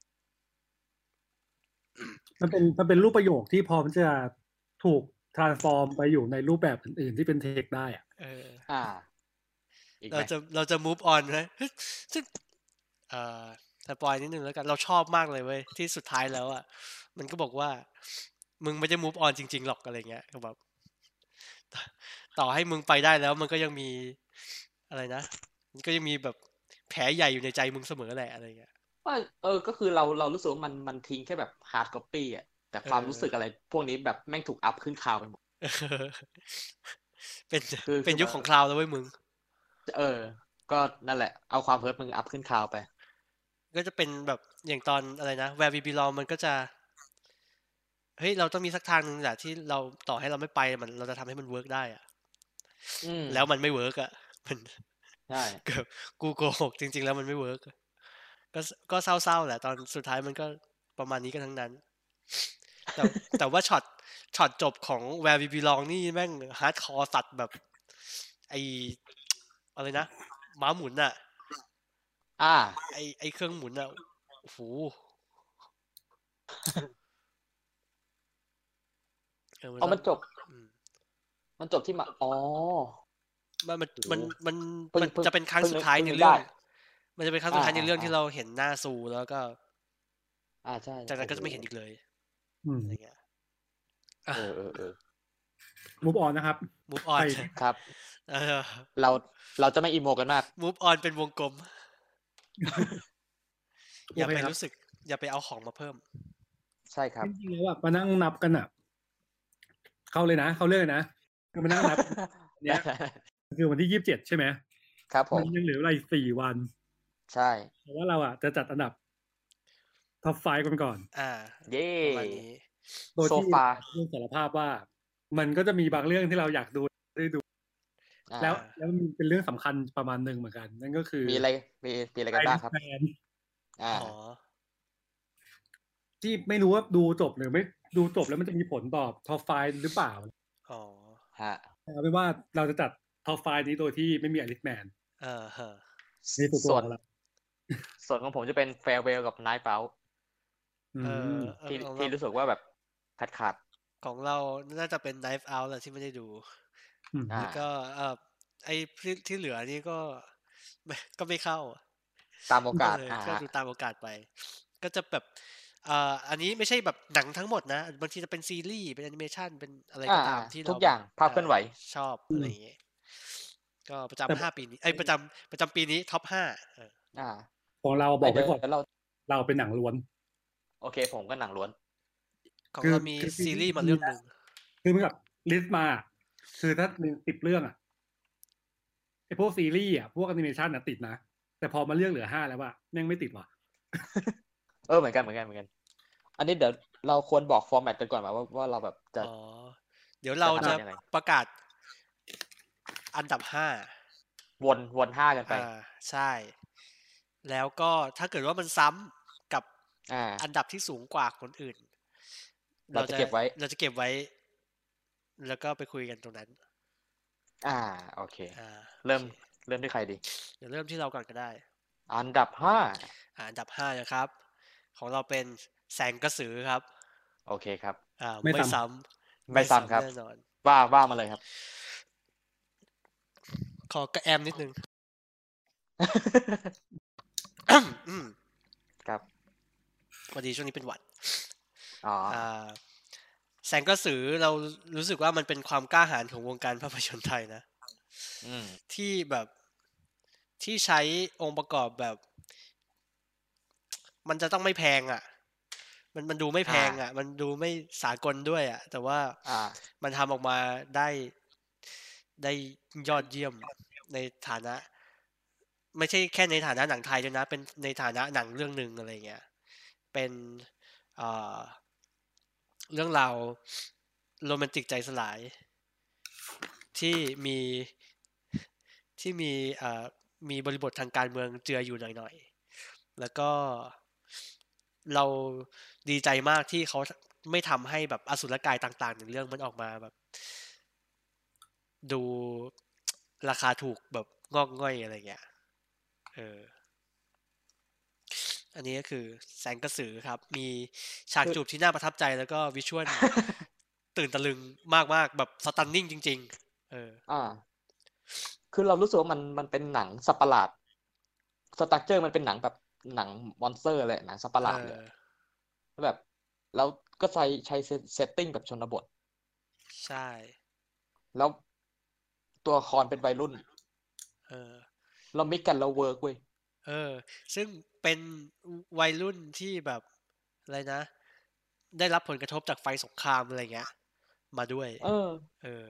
S3: มันเป็นมันเป็นรูปประโยคที่พร้อมจะถูก transform ไปอยู่ในรูปแบบอื่นๆที่เป็นเทคได้อะ
S1: เออ
S2: อ่า อีกไหม
S1: เราจะเราจะ move on ไหมเฮ้ยซึ่งเอ่อสปอยนิดนึงแล้วกันเราชอบมากเลยเว้ยที่สุดท้ายแล้วอ่ะมันก็บอกว่า มึงไม่ได้ move on จริงๆหรอกอะไรเงี้ยก็แบบต่อให้มึงไปได้แล้วมันก็ยังมีอะไรนะมันก็ยังมีแบบแผลใหญ่อยู่ในใจมึงเสมอแหละอะไรเงี้ย
S2: ว่าเออ ก็คือเราเรารู้สึกว่ามันมันทิ้งแค่แบบฮาร์ดคอปปี้อ่ะ แต่ความ
S1: เออ
S2: รู้สึกอะไร พวกนี้แบบแม่งถูกอัพขึ้นคลาวไปหมด
S1: เออเป็น
S2: คือ
S1: เป็น
S2: คือ
S1: ยุค
S2: แบบ
S1: ของคลาวด์แล้วเว้ยมึง
S2: เออ ก็นั่นแหละ เอาความเพิร์ทมึงอัพขึ้นคลาวไป
S1: ก็จะเป็นแบบอย่างตอนอะไรนะ Where We Belong มันก็จะเฮ้ยเราต้องมีสักทางหนึ่งแหละที่เราต่อให้เราไม่ไปมันเราจะทำให้มันเวิร์กได้อะ
S2: อืม
S1: แล้วมันไม่เวิร์กอะมัน
S2: ใช่
S1: เกือบกูโกหกจริง ๆ แล้วมันไม่เวิร์กก็ก็เศร้าๆแหละตอนสุดท้ายมันก็ประมาณนี้กันทั้งนั้น แต่แต่ว่าช็อตช็อตจบของ Where We Belong นี่แม่งฮาร์ดคอร์สัตว์แบบไออะไรนะม้าหมุนอะ
S2: อ่า
S1: ไอไอเครื่องหมุนอะโอ้โหเออ
S2: เอามันจบ
S1: อืม
S2: มันจบที่มา อ๋อ
S1: มันมันมันมัน
S2: เพิ่ง
S1: มัน
S2: เพิ่ง
S1: จะเป็นครั้ง
S2: เพิ่ง
S1: สุดท้าย
S2: เพิ่ง
S1: ใน
S2: นึก
S1: เรื่อง
S2: ได้
S1: มันจะเป็นครั้งสุดท้ายใน
S2: อ่า
S1: เรื่อง
S2: อ่า
S1: ที่เราเห็นหน้าซูแล้วก็
S2: อ่าใช่
S1: จากนั้นก็จะไม่
S2: โอ้โห
S1: เห็นอีกเลย
S3: อืม
S1: อะไรเงี้ยอ่ะ
S2: เออเออเออ
S3: move on นะครับ
S1: move on
S3: ไป
S2: ครับ
S1: เออ
S2: เราเราจะไม่อีโมกันมาก
S1: move on เป็นวงกลม อย่า
S3: โอเค
S1: ไป
S3: ครับ
S1: รู้สึก อย่าไปเอาของมาเพิ่ม
S2: ใช่ครับ
S3: จริงๆแล้วแบบมานั่งนับกันอ่ะเข้าเลยนะเข้าเรื่องเลยนะคือมานั่งนับ เนี้ยคือวันที่ยี่สิบเจ็ดใช่ไหม
S2: ครับผ
S3: มั
S2: ม
S3: นยังเหลือเวลาอีกสี่วัน
S2: ใช่
S3: เพราะว่าเราอ่ะจะจัดอันดับท็อปไฟว์กันก่อน
S1: อ่า
S2: เย่
S1: ประมาณนี้
S3: โดย
S2: โซ
S3: ที่
S2: ฟา
S3: เรื่องสารภาพว่า มันก็จะมีบางเรื่องที่เราอยากดูได้ดู
S2: อ่า
S3: แล้วแล้วมันเป็นเรื่องสำคัญประมาณหนึ่งเหมือนกัน นั่นก็คือ
S2: มีอะไรมีมีอะไรกันบ้างครับ
S3: Irishman
S2: อ่า
S1: อ๋อ
S3: ที่ไม่รู้ว่าดูจบหรือไม่ดูจบแล้วมันจะมีผลต่อท็อปไฟว์หรือเปล่า
S1: อ๋อ
S2: ฮะ
S3: เอาเป็นว่าเราจะจัดท็อปไฟว์นี้โดยที่ไม่มี Irishman
S1: เออฮะ
S3: นี่ตัว
S2: ส่วน
S3: ของเรา
S2: ส่วนของผมจะเป็น Farewell กับ Knife Out
S3: อื
S1: เออ
S3: ม
S1: เออ
S2: ที่
S1: ของ
S2: ที่
S1: เรา
S2: รู้สึกว่าแบบขาดขาด
S1: ของเราน่าจะเป็น Knife Out แหละที่ไม่ได้ดู
S3: อืม
S2: อ่า
S1: แล้วก็เออไอ้ที่ที่เหลือนี่ก็ ไม่ก็ไม่เข้า
S2: ตามโอกาส
S1: เออ
S2: อ่า
S1: ก็
S2: ฮะ
S1: ดูตามโอกาสไป ก็จะแบบเอ่ออันนี้ไม่ใช่แบบหนังทั้งหมดนะ บางทีจะเป็นซีรีส์เป็นแอนิเมชันเป็นอะไร
S2: อ่า
S1: ก็ตามที่
S2: ทุ
S1: เรา
S2: กอย่างภาพเคลื่อนไหว
S1: ชอบอะไรอย่างเงี้ยก็ประ
S3: แต่
S1: จำห้าปีนี้ไอ้ยประจำประจำปีนี้ท็อปห้าเออ
S2: อ่า
S3: ของเราบอกไว้ก่อน
S2: เดี๋ยวเรา
S3: เราเป็นหนังล้วน
S2: โอเค ผมก็หนังล้วน
S1: ของ
S3: คือ
S1: เรามี
S3: คือ
S1: ซีรีส์มาเรื่องหนึ่ง
S3: คือมันกับลิสต์มา คือถ้ามีสิบเรื่องอ่ะไอพวกซีรีส์อ่ะพวกแอนิเมชันอ่ะติดนะ แต่พอมาเรื่องเหลือห้าแล้วว่าแม่งไม่ติดว่ะ
S2: เออเหมือนกันเหมือนกันเหมือนกัน อันนี้เดี๋ยวเราควรบอกฟอร์แมตกันก่อนไหมว่าว่าเราแบบจะ
S1: อ๋อ เดี๋ยวเรา
S2: จะ
S1: จะ
S2: ทำยังไง
S1: ประกาศอันดับห้า
S2: วนวนห้ากันไป
S1: อ่าใช่ แล้วก็ถ้าเกิดว่ามันซ้ำกับ
S2: อ่า
S1: อันดับที่สูงกว่าคนอื่น
S2: เราจะเก็บไว้
S1: เราจะเก็บไว้ แล้วก็ไปคุยกันตรงนั้น
S2: อ่า โอเค
S1: อ่า
S2: เริ่ม
S1: โอค
S2: เริ่มที่ใครดี
S1: เดี๋ยวเริ่มที่เราก่อนก็ได้
S2: อันดับห้า
S1: อ่าอันดับห้านะครับ ของเราเป็นแสงกระสือครับ
S2: โอเคครับ
S1: อ่า
S3: ไม่
S1: ไม่
S3: ซ้ำ
S1: ซ้ำ
S2: ไม่ซ้ำครับ
S1: แน่นอน
S2: ว่าว่ามาเลยครับ
S1: ขอกระแอมนิดนึง อืม
S2: ครับ
S1: พอดีช่วงนี้เป็นหวัด
S2: อ๋อ
S1: อ่า แสงกระสือเรารู้สึกว่ามันเป็นความกล้าหาญของวงการภาพยนตร์ไทยนะ
S2: อืม
S1: ที่แบบที่ใช้องค์ประกอบแบบ มันจะต้องไม่แพงอ่ะ มันมันดูไม่แพงอ่ะ มันดูไม่สากลด้วยอ่ะ แต่ว่า
S2: อ่า
S1: มันทำออกมาได้ได้ยอดเยี่ยมในฐานะ ไม่ใช่แค่ในฐานะหนังไทยด้วยนะ เป็นในฐานะหนังเรื่องหนึ่งอะไรเงี้ย เป็นเอ่อเรื่องราวโรแมนติกใจสลาย ที่มีที่มีเอ่อมีบริบททางการเมืองเจืออยู่หน่อยๆ แล้วก็เราดีใจมากที่เขาไม่ทำให้แบบอสุรกายต่างๆในเรื่องมันออกมาแบบ ดูราคาถูกแบบงอกง่อยอะไรเงี้ย เออ อันนี้ก็คือแสงกระสือครับ มีฉากจูบที่น่าประทับใจแล้วก็วิชวล ตื่นตะลึงมากๆ แบบสตันนิ่งจริงๆ เออ
S2: อ่า คือเรารู้สึกว่ามันมันเป็นหนังสัตว์ประหลาด สตรัคเจอร์มันเป็นหนังแบบหนังมอนสเตอร์เลยหนังสัตว์ประหลาดเลย
S1: เออ
S2: แล้วแบบแล้วก็ใช้ใช้เซตติ้งแบบชนบท
S1: ใช่
S2: แล้วตัวละครเป็นวัยรุ่น
S1: เออ
S2: เรามิกกันแล้วเวิร์กเว้ย
S1: เออ ซึ่งเป็นวัยรุ่นที่แบบอะไรนะ ได้รับผลกระทบจากไฟสงครามอะไรเงี้ย มาด้วย
S2: เออ
S1: เออ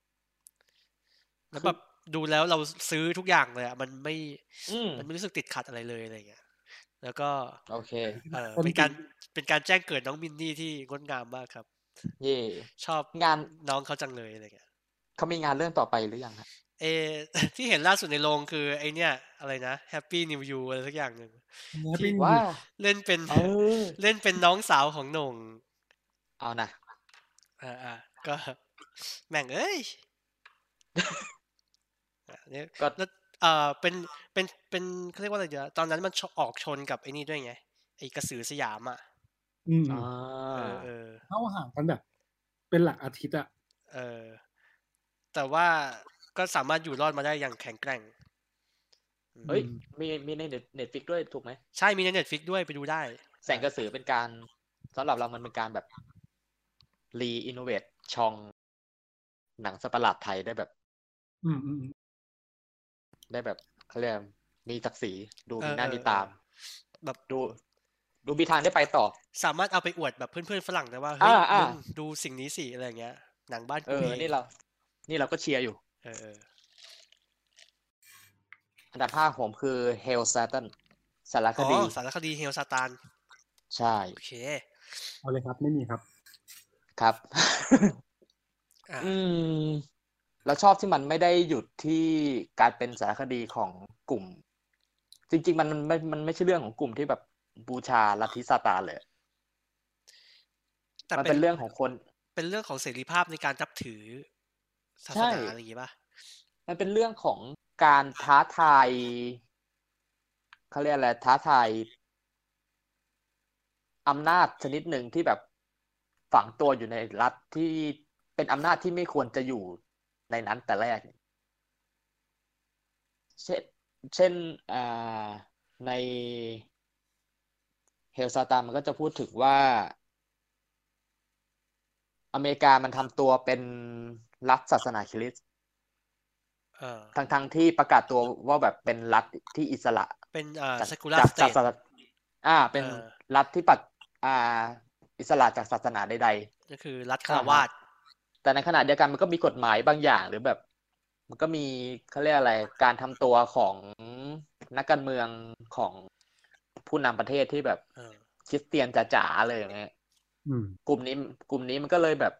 S1: แล้วแบบดูแล้วเราซื้อทุกอย่างเลยอ่ะ มันไม่
S2: อืม
S1: มันไม่รู้สึกติดขัดอะไรเลยอะไรเงี้ย แล้วก็
S2: โอเค
S1: เออเป็นการเป็นการแจ้งเกิดน้องมินนี่ที่งดงามมากครับ
S2: เย่
S1: ชอบ
S2: งาน
S1: น้องเขาจังเลยอะไรเงี้ย
S2: เขามีงานเรื่องต่อไปหรือยังฮะ
S1: เอ ที่เห็นล่าสุดในโรงคือไอเนี้ยอะไรนะ Happy New You อะไรสักอย่างหนึ่ง
S3: Happy New
S2: ว่า
S1: เล่นเป็น
S2: เออ
S1: เล่นเป็นน้องสาวของโหน่ง
S2: เอานะ
S1: อ่าอ่าก็ แม่งเอ้ยอ่ะเนี่ย
S2: ก็
S1: แล้วเอ่อเป็นเป็นเป็นเขาเรียกว่าอะไรเดี๋ยวตอนนั้นมันชออกชนกับไอ้นี่ด้วยไงไอ้กระสือสยามอ่ะ
S3: อืม
S2: อ่า
S1: เออเออ
S3: เข้าห่างกันแบบ เป็นหลักอาทิตย์อะ
S1: เออ แต่ว่าก็สามารถอยู่รอดมาได้อย่างแข็งแกร่งอืม
S2: เฮ้ย มีมีในเน็ตฟิกด้วยถูกไหม
S1: ใช่มีใน Netflix ด้วยไปดูได้
S2: แสงกระสือเป็นการสำหรับเรามันเป็นการแบบรีอินโนเวทช่องหนังสัตว์ประหลาดไทยได้แบบ
S3: อืมอืม
S2: ได้แบบเขาเรียกมีศักดิ์ศรีดู
S1: เอ
S2: มี
S1: อ
S2: หน้า
S1: เออ
S2: มีตาม
S1: แบบ
S2: ดูดูมีทางได้ไปต่อ
S1: สามารถเอาไปอวดแบบเพื่อนๆฝรั่งได้ว่า
S2: อ่า
S1: เฮ้ย
S2: อ่า
S1: มึงดูสิ่งนี้สิอะไรเงี้ยหนังบ้าน
S2: เอ
S1: กู
S2: อ
S1: เอง
S2: นี่เรา นี่เราก็เชียร์อยู่
S1: เออเออ
S2: อันดับห้าผมคือ Hell Satan สารค
S1: อ๋อ
S2: ดี
S1: สารคดีเฮลซาตาน
S2: ใช่
S1: โอเค
S3: เอาเลยครับไม่มีครับ
S2: ครับ
S1: อ่ะ
S2: อืมเราชอบที่มันไม่ได้หยุดที่การเป็นสารคดีของกลุ่ม จริงๆ มันมันไม่มันไม่ใช่เรื่องของกลุ่มที่แบบบูชาลัทธิซาตานเลย
S1: แต่
S2: มัน
S1: เป็
S2: เป็น นเรื่องของคน
S1: เป็นเรื่องของเสรีภาพในการนับถือศา
S2: ใช่
S1: สนาอะไรอย่างงี้ป่ะ
S2: มันเป็นเรื่องของการท้าทายเขาเรียกอะไรท้าทายอำนาจชนิดหนึ่งที่แบบฝังตัวอยู่ในรัฐที่เป็นอำนาจที่ไม่ควรจะอยู่ในนั้นแต่แรก เช่น เช่นอ่าในเฮลซาตานมันก็จะพูดถึงว่า อเมริกามันทำตัวเป็นรัฐศาสนาคริสต์
S1: เออ
S2: ทั้งทั้งที่ประกาศตัวว่าแบบเป็นรัฐที่อิสระ
S1: เป็นเอ่อ
S2: จาก
S1: secular
S2: จากศา
S1: state
S2: สนาอ่า เป็น
S1: เออ
S2: รัฐที่ปัดอ่า อิสระจากศาสนาใด
S1: ก็คือรัฐ
S2: ๆ
S1: คารวาส
S2: แต่ในขณะเดียวกันมันก็มีกฎหมายบางอย่างหรือแบบ มันก็มีเขาเรียกอะไรการทำตัวของนักการเมืองของผู้นำประเทศที่แบบ
S1: เออ
S2: คริสเตียนจ๋าๆเลยอย่างเงี้ย
S3: อืม
S2: กลุ่มนี้กลุ่มนี้มันก็เลยแบบ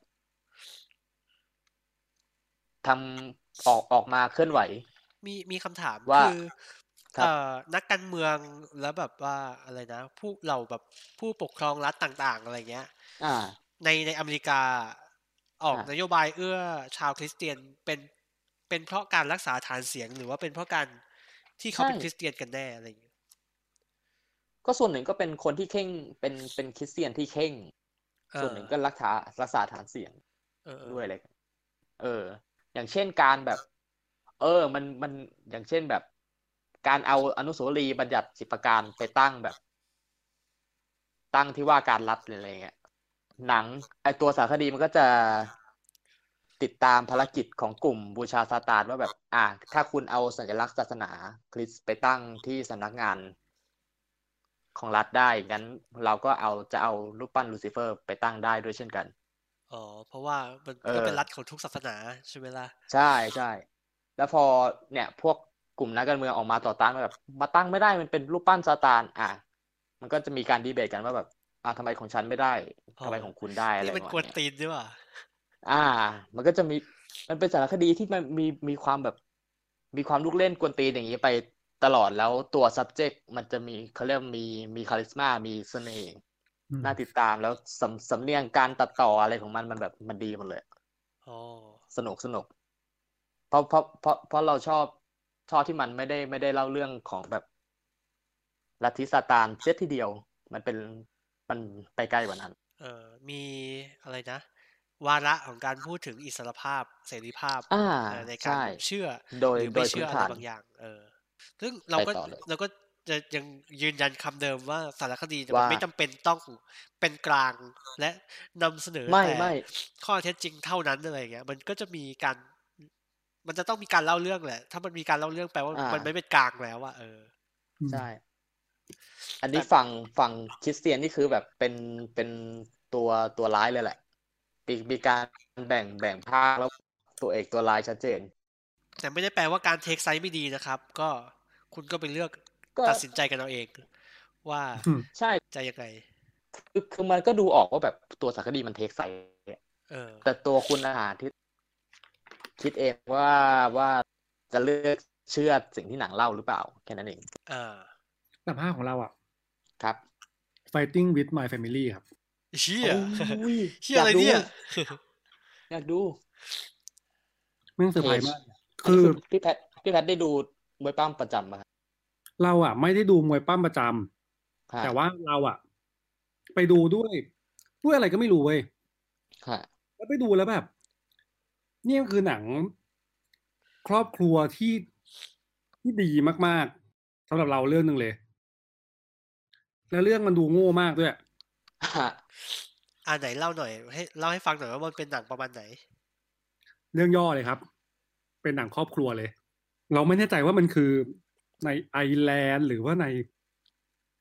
S2: ทำออกออกมาเคลื่อนไหว
S1: มีมีคำถาม
S2: ว่า
S1: คือ
S2: ครับ
S1: เอ่อนักการเมืองแล้วแบบว่าอะไรนะ ผู้เหล่าแบบผู้ปกครองรัฐต่างๆอะไรเงี้ย
S2: อ่า
S1: ในในอเมริกาออก
S2: อ่ะ
S1: นโยบายเอื้อชาวคริสเตียนเป็นเป็นเพราะการรักษาฐานเสียงหรือว่าเป็นเพราะการที่เขา
S2: ใช่
S1: เป็นคริสเตียนกันแน่อะไรอย่างเงี้ย
S2: ก็ส่วนหนึ่งก็เป็นคนที่เข่งเป็นเป็นคริสเตียนที่เข่ง
S1: เออ
S2: ส่วนหนึ่งก็รักษารักษาฐานเสียง
S1: เออเออ
S2: ด้วยอะไรกันเออ อย่างเช่นการแบบ เออ มันมันอย่างเช่นแบบ การเอาอนุสาวรีย์บัญญัติสิบประการไปตั้งแบบ ตั้งที่ว่าการรัฐหรืออะไรเงี้ย หนังไอตัวสารคดีมันก็จะติดตามภารกิจของกลุ่มบูชาซาตานว่าแบบ อ่ะถ้าคุณเอาสัญลักษณ์ศาสนาคริสต์ไปตั้งที่สำนักงานของรัฐได้งั้นเราก็เอาจะเอารูปปั้นลูซิเฟอร์ไปตั้งได้ด้วยเช่นกัน
S1: อ๋อเพราะว่ามัน
S2: เออ
S1: ก็เป็นรัฐของทุกศาสนาใช่ไหมล่ะ
S2: ใช่ใช่ แล้วพอเนี่ยพวกกลุ่มนักการเมืองออกมาต่อต้านว่าแบบมาตั้งไม่ได้มันเป็นรูปปั้นซาตาน อ่ะมันก็จะมีการดีเบตกันว่าแบบอ่ะทำไมของฉันไม่ได้
S1: อ๋อ
S2: ทำไมของคุณได้อะไร
S1: นี่
S2: ป
S1: มัน
S2: ระมาณ
S1: กวน
S2: เนี้ย
S1: ตีนด้วยว่ะ
S2: อ่า มันก็จะมีมันเป็นสารคดีที่มันมีมีความแบบ มีความลูกเล่นกวนตีนอย่างนี้ไปตลอดแล้วตัว subject มันจะมีเขาเรียกมีมีคาลิสมามีเสน่ห์
S3: อืม
S2: น่าติดตามแล้วสำสำเนียงการตัดต่ออะไรของมันมันแบบมันดีหมดเลย
S1: อ๋อ
S2: สนุกสนุกเพราะเพราะเพราะเพราะเราชอบชอบที่มันไม่ได้ไม่ได้เล่าเรื่องของแบบลัทธิซาตานเสียทีเดียว มันเป็นมันไปไกลกว่านั้น
S1: เออมีอะไรนะ วาระของการพูดถึงอิสรภาพเสรีภาพ
S2: อ่า
S1: เอ่อในการ
S2: ใช่
S1: เชื่อ
S2: โดย
S1: หรือ
S2: โด
S1: ไม่
S2: ย
S1: เชื่
S2: พื้
S1: อน อะไร
S2: ฐาน
S1: บางอย่าง เออ ซึ่งเรา
S2: ไป
S1: ก็
S2: ต่อเลย
S1: เราก็จะยังยืนยันคำเดิมว่าสารคดีเนี่ย
S2: ว่า
S1: มันไม่จำเป็นต้องเป็นกลางและนำเสนอ
S2: ไม่
S1: แต่
S2: ไม่
S1: ข้อเท็จจริงเท่านั้นอะไรอย่างเงี้ย มันก็จะมีการ มันจะต้องมีการเล่าเรื่องแหละ ถ้ามันมีการเล่าเรื่องแปลว่า
S2: อ่ามั
S1: มันไม่เป็นกลางแล้วอะเออ
S3: อืม
S2: ใช่ อันนี้
S1: แต่
S2: ฝั่งฝั่งคริสเตียนนี่คือแบบเป็นเป็นตัวตัวร้ายเลยแหละ มีมีการแบ่งแบ่งภาคแล้วตัวเอกตัวร้ายชัดเจน
S1: แต่ไม่ได้แปลว่าการเทคไซส์ไม่ดีนะครับ ก็คุณก็ไปเลือก
S2: ก็
S1: ตัดสินใจกันเอาเอง ว่า
S3: อืม
S2: ใช่
S1: จะยังไง
S2: คือคือมันก็ดูออกว่าแบบตัวสารคดีมันเทคไซส์
S1: เออ
S2: แต่ตัวคุณอาหารที่คิดเองว่าว่าจะเลือกเชื่อสิ่งที่หนังเล่าหรือเปล่าแค่นั้นเอง
S1: อ่า
S3: อันดับห้าของเราอ่ะ
S2: ครับ
S3: Fighting with My Family ครับ
S1: เชี่
S2: โอ้
S1: ย
S2: ย
S1: เชี่ย
S2: อ
S1: อะ
S2: ยาก
S1: ไร
S2: ดู
S1: เนี่ย
S2: อยากดู
S3: แม่งเซอร์ไพรส์
S2: เพจ
S3: มาก
S2: อัน
S3: คื
S2: นี้
S3: อ
S2: คือพี่แพทพี่แพทได้ดูมวยปั้มประจำป่ะครับ
S3: เราอ่ะ ไม่ได้ดูมวยปั้มประจำ
S2: ฮะ
S3: แต่ว่าเราอ่ะ ไปดูด้วยด้วยอะไรก็ไม่รู้เว้ย
S2: ฮะ
S3: แล้วไปดูแล้วแบบเนี่ยคือหนัง ครอบครัวที่ที่ดีมากๆสำหรับเราเรื่องนึงเลย แล้วเรื่องมันดูโง่มากด้วย
S2: ฮะ
S1: อ่าไหนเล่าหน่อย ให้เล่าให้ฟังหน่อยว่ามันเป็นหนังประมาณไหน
S3: เรื่องย่อเลยครับ เป็นหนังครอบครัวเลย เราไม่แน่ใจว่ามันคือในไอร์แลนด์หรือว่าใน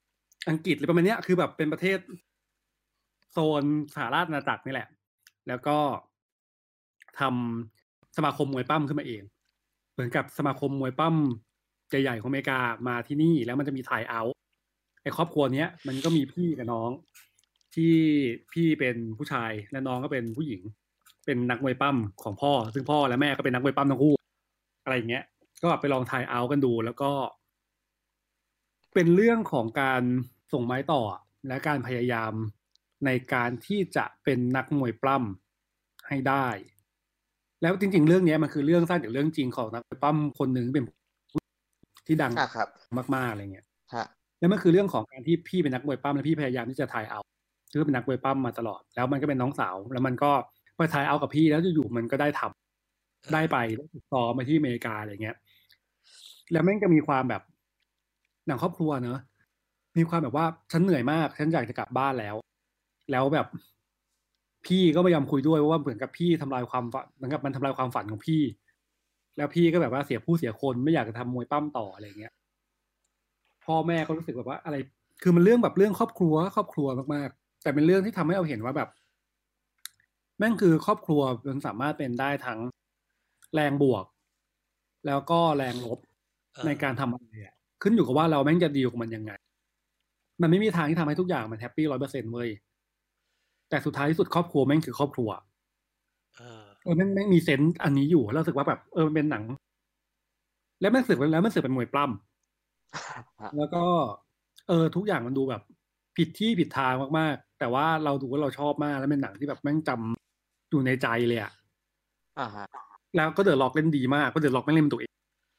S3: อังกฤษหรือประมาณเนี้ยคือแบบเป็นประเทศโซนสหราชอาณาจักรนี่แหละแล้วก็ทำสมาคมมวยปั้มขึ้นมาเองเหมือนกับสมาคมมวยปั้มใหญ่ๆของอเมริกามาที่นี่แล้วมันจะมีถ่ายเอาท์ไอ้ครอบครัวเนี้ยมันก็มีพี่กับน้องที่พี่เป็นผู้ชายและน้องก็เป็นผู้หญิงเป็นนักมวยปั้มของพ่อซึ่งพ่อและแม่ก็เป็นนักมวยปั้มทั้งคู่อะไรอย่างเงี้ยก็ไปลองถ่ายเอาท์กันดูแล้วก็เป็นเรื่องของการส่งไม้ต่อและการพยายามในการที่จะเป็นนักมวยปล้ำให้ได้แล้วจริงๆเรื่องนี้มันคือเรื่องสร้างจากเรื่องจริงของนักมวยปล้ำคนหนึ่งเป็นที่ดังมากๆอะไรเงี้ยแล้วมันคือเรื่องของการที่พี่เป็นนักมวยปล้ำและพี่พยายามที่จะถ่ายเอาคือเป็นนักมวยปล้ำมาตลอดแล้วมันก็เป็นน้องสาวแล้วมันก็ไปถ่ายเอากับพี่แล้วอยู่ๆมันก็ได้ทำได้ไปติดต่อมาที่อเมริกาอะไรเงี้ยแล้วแม่งก็มีความแบบหนังครอบครัวเนอะมีความแบบว่าฉันเหนื่อยมากฉันอยากจะกลับบ้านแล้วแล้วแบบพี่ก็พยายามคุยด้วยว่าเหมือนกับพี่ทำลายความฝันเหมือนกับมันทำลายความฝันของพี่แล้วพี่ก็แบบว่าเสียผู้เสียคนไม่อยากจะทำมวยปั้มต่ออะไรเงี้ยพ่อแม่ก็รู้สึกแบบว่าอะไรคือมันเรื่องแบบเรื่องครอบครัวครอบครัวมากๆแต่เป็นเรื่องที่ทำให้เราเห็นว่าแบบแม่งคือครอบครัวมันสามารถเป็นได้ทั้งแรงบวกแล้วก็แรงลบในการทำอะไรอ่ะขึ้นอยู่กับว่าเราแม่งจะดีลกับมันยังไงมันไม่มีทางที่ทำให้ทุกอย่างมันแฮปปี้ร้อยเปอร์เซ็นต์เว้ยแต่สุดท้ายที่สุดครอบครัวแม่งคือครอบครัวเออแม่งแม่งมีเซนส์อันนี้อยู่แล้วรู้สึกว่าแบบเออมันเป็นหนังแล้วแม่งสึกแล้วมันสึกเป็นมวยปล้ำแล้วก็เออทุกอย่างมันดูแบบผิดที่ผิดทางมากๆแต่ว่าเราดูว่าเราชอบมากแล้วเป็นหนังที่แบบแม่งจำอยู่ในใจเลยอ่ะอ่าฮะแล้วก็เดอะล็อกเล่นดีมากก็เดอะล็อกแม่งเล่นเป็นตัวเอง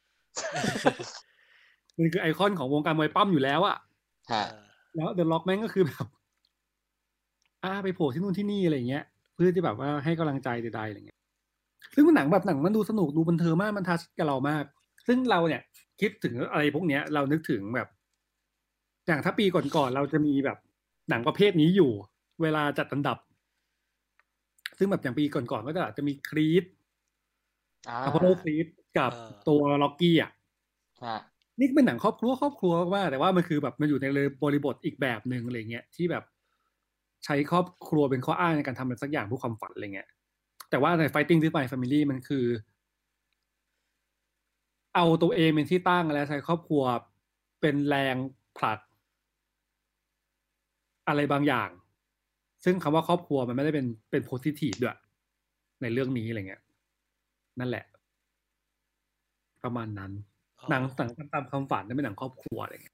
S3: มันคือไอคอนของวงการมวยปั้มอยู่แล้วอ่ะแล้วเดอะล็อกแม่งก็คือแบบอ่าไปโผล่ที่นู่นที่นี่อะไรเงี้ยเพื่อที่แบบว่าให้กำลังใจใดๆอะไรเงี้ยซึ่งมันหนังแบบหนังมันดูสนุกดูบันเทิงมากมันทัชกับเรามากซึ่งเราเนี่ยคิดถึงอะไรพวกเนี้ยเรานึกถึงแบบอย่างถ้าปีก่อนๆเราจะมีแบบหนังประเภทนี้อยู่เวลาจัดอันดับซึ่งแบบอย่างปีก่อนๆก็จะอาจจะมีครีดอพอลโลครีดกับตัวล็อกกี้อ่ะนี่เป็นหนังครอบครัวครอบครัวมากแต่ว่ามันคือแบบมันอยู่ในบริบทอีกแบบหนึ่งอะไรเงี้ยที่แบบใช้ครอบครัวเป็นข้ออ้างในการทำอะไรสักอย่างเพื่อความฝันอะไรเงี้ยแต่ว่าใน Fighting with My Family มันคือเอาตัวเองเป็นที่ตั้งและใช้ครอบครัวเป็นแรงผลักอะไรบางอย่างซึ่งคำว่าครอบครัวมันไม่ได้เป็นเป็นโพสิทีฟด้วยในเรื่องนี้อะไรเงี้ยนั่นแหละประมาณนั้นหนังหนังตามความฝันนั่นเป็นหนังครอบครัวอะไรเงี้ย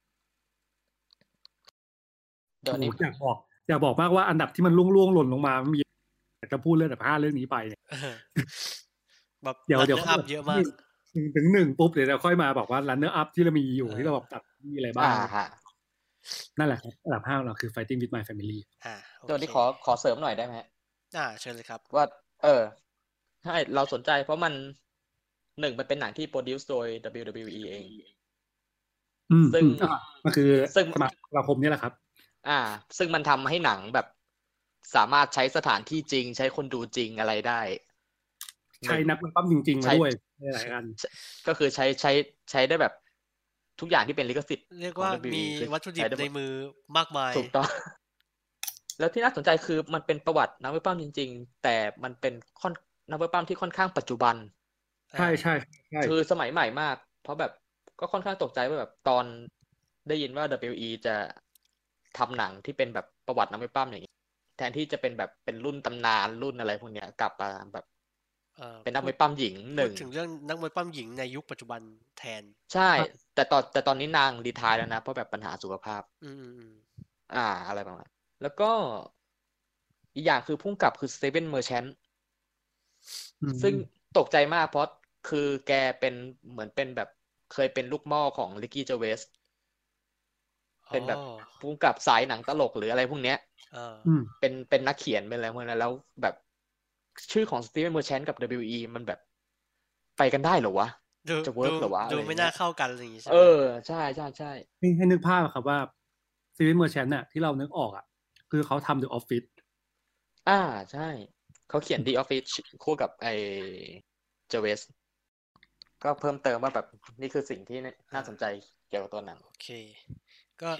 S3: เดี๋ยวนี้อยากบอกอยากบอกมากว่าอันดับที่มันล่วงๆหล่นลงมามันมีจะพูดเรื่องแบบห้าเรื่องนี้ไปเนี่ย
S1: แบบเดี๋ยวเดี๋ยวอัพเยอะมาก
S3: หนึ่งถึงหนึ่งปุ๊บเดี๋ยวเราค่อยมาบอกว่ารันเนอร์อัพที่เรามีอยู่ที่เราแบบตัดมีอะไรบ้างนั่นแหละครับอันดับห้าเราคือ Fighting with My Family
S2: อ่าเดี๋ยวนี้ขอขอเสริมหน่อยได้ไหม
S1: อ่าเชิญเลยครับ
S2: ว่าเออใช่เราสนใจเพราะมันหนึ่งมันเป็นหนังที่โปรดิวซ์โดย ดับเบิลยู ดับเบิลยู อี เอง
S3: ซึ่งมันคือสมาคมนี่แหละครับ
S2: อ่าซึ่งมันทำให้หนังแบบสามารถใช้สถานที่จริงใช้คนดูจริงอะไรได้
S3: ใช้นักปั้มจริงๆมาด้วยหลายอัน
S2: ก็คือใช้ใช้ใช้ได้แบบทุกอย่างที่เป็นลิขสิทธิ์
S1: เรียกว่ามีวัตถุดิบในมือมากมาย
S2: ถูกต้องแล้วที่น่าสนใจคือมันเป็นประวัตินักมวยปั้มจริงๆแต่มันเป็นค่อนนักมวยปั้มที่ค่อนข้างปัจจุบัน
S3: ใช่ใช่ใช่
S2: คือสมัยใหม่มากเพราะแบบก็ค่อนข้างตกใจว่าแบบตอนได้ยินว่า ดับเบิลยู อี จะทำหนังที่เป็นแบบประวัตินักมวยปั้มอย่างนี้แทนที่จะเป็นแบบเป็นรุ่นตำนานรุ่นอะไรพวกเนี้ยกลับมาแบบเป็นนักมวยปั้มหญิงหนึ่ง
S1: ถึงเรื่องนักมวยปั้มหญิงในยุคปัจจุบันแทน
S2: ใช่แต่ตอนแต่ตอนนี้นางรีไทร์แล้วนะเพราะแบบปัญหาสุขภาพ
S1: อืม
S2: อ่าอะไรประมาณแล้วก็อีกอย่างคือพุ่งกลับคือสเตเวนเมอร์แชนต์ซึ่งตกใจมากเพราะคือแกเป็นเหมือนเป็นแบบเคยเป็นลูกหม้อของลิกกี้เจเวสเป็นแบบพุ่งกลับสายหนังตลกหรืออะไรพวกเนี้ยเป็นเป็นนักเขียนเป็นอะไรพวกนั้นแล้วแบบชื่อของสตีเวนเมอร์แชนต์กับ ดับเบิลยู อี มันแบบไปกันได้เหรอวะจะเวิร์กเหรอวะ
S1: ดูไม่น่าเข้ากันอะไรอย่างงี้ใช่ไหม
S2: เออใช่ใช่ใช่
S3: ให้นึกภาพครับว่าสตีเวนเมอร์แชนต์น่ะที่เรานึกออกอ่ะคือเขาทำ The Office
S2: อ่าใช่เขาเขียน The Office คู่กับไอ้เจเวสก็เพิ่มเติมว่าแบบนี่คือสิ่งที่น่าสนใจเกี่ยวกับตัวหนัง
S1: โอเคก็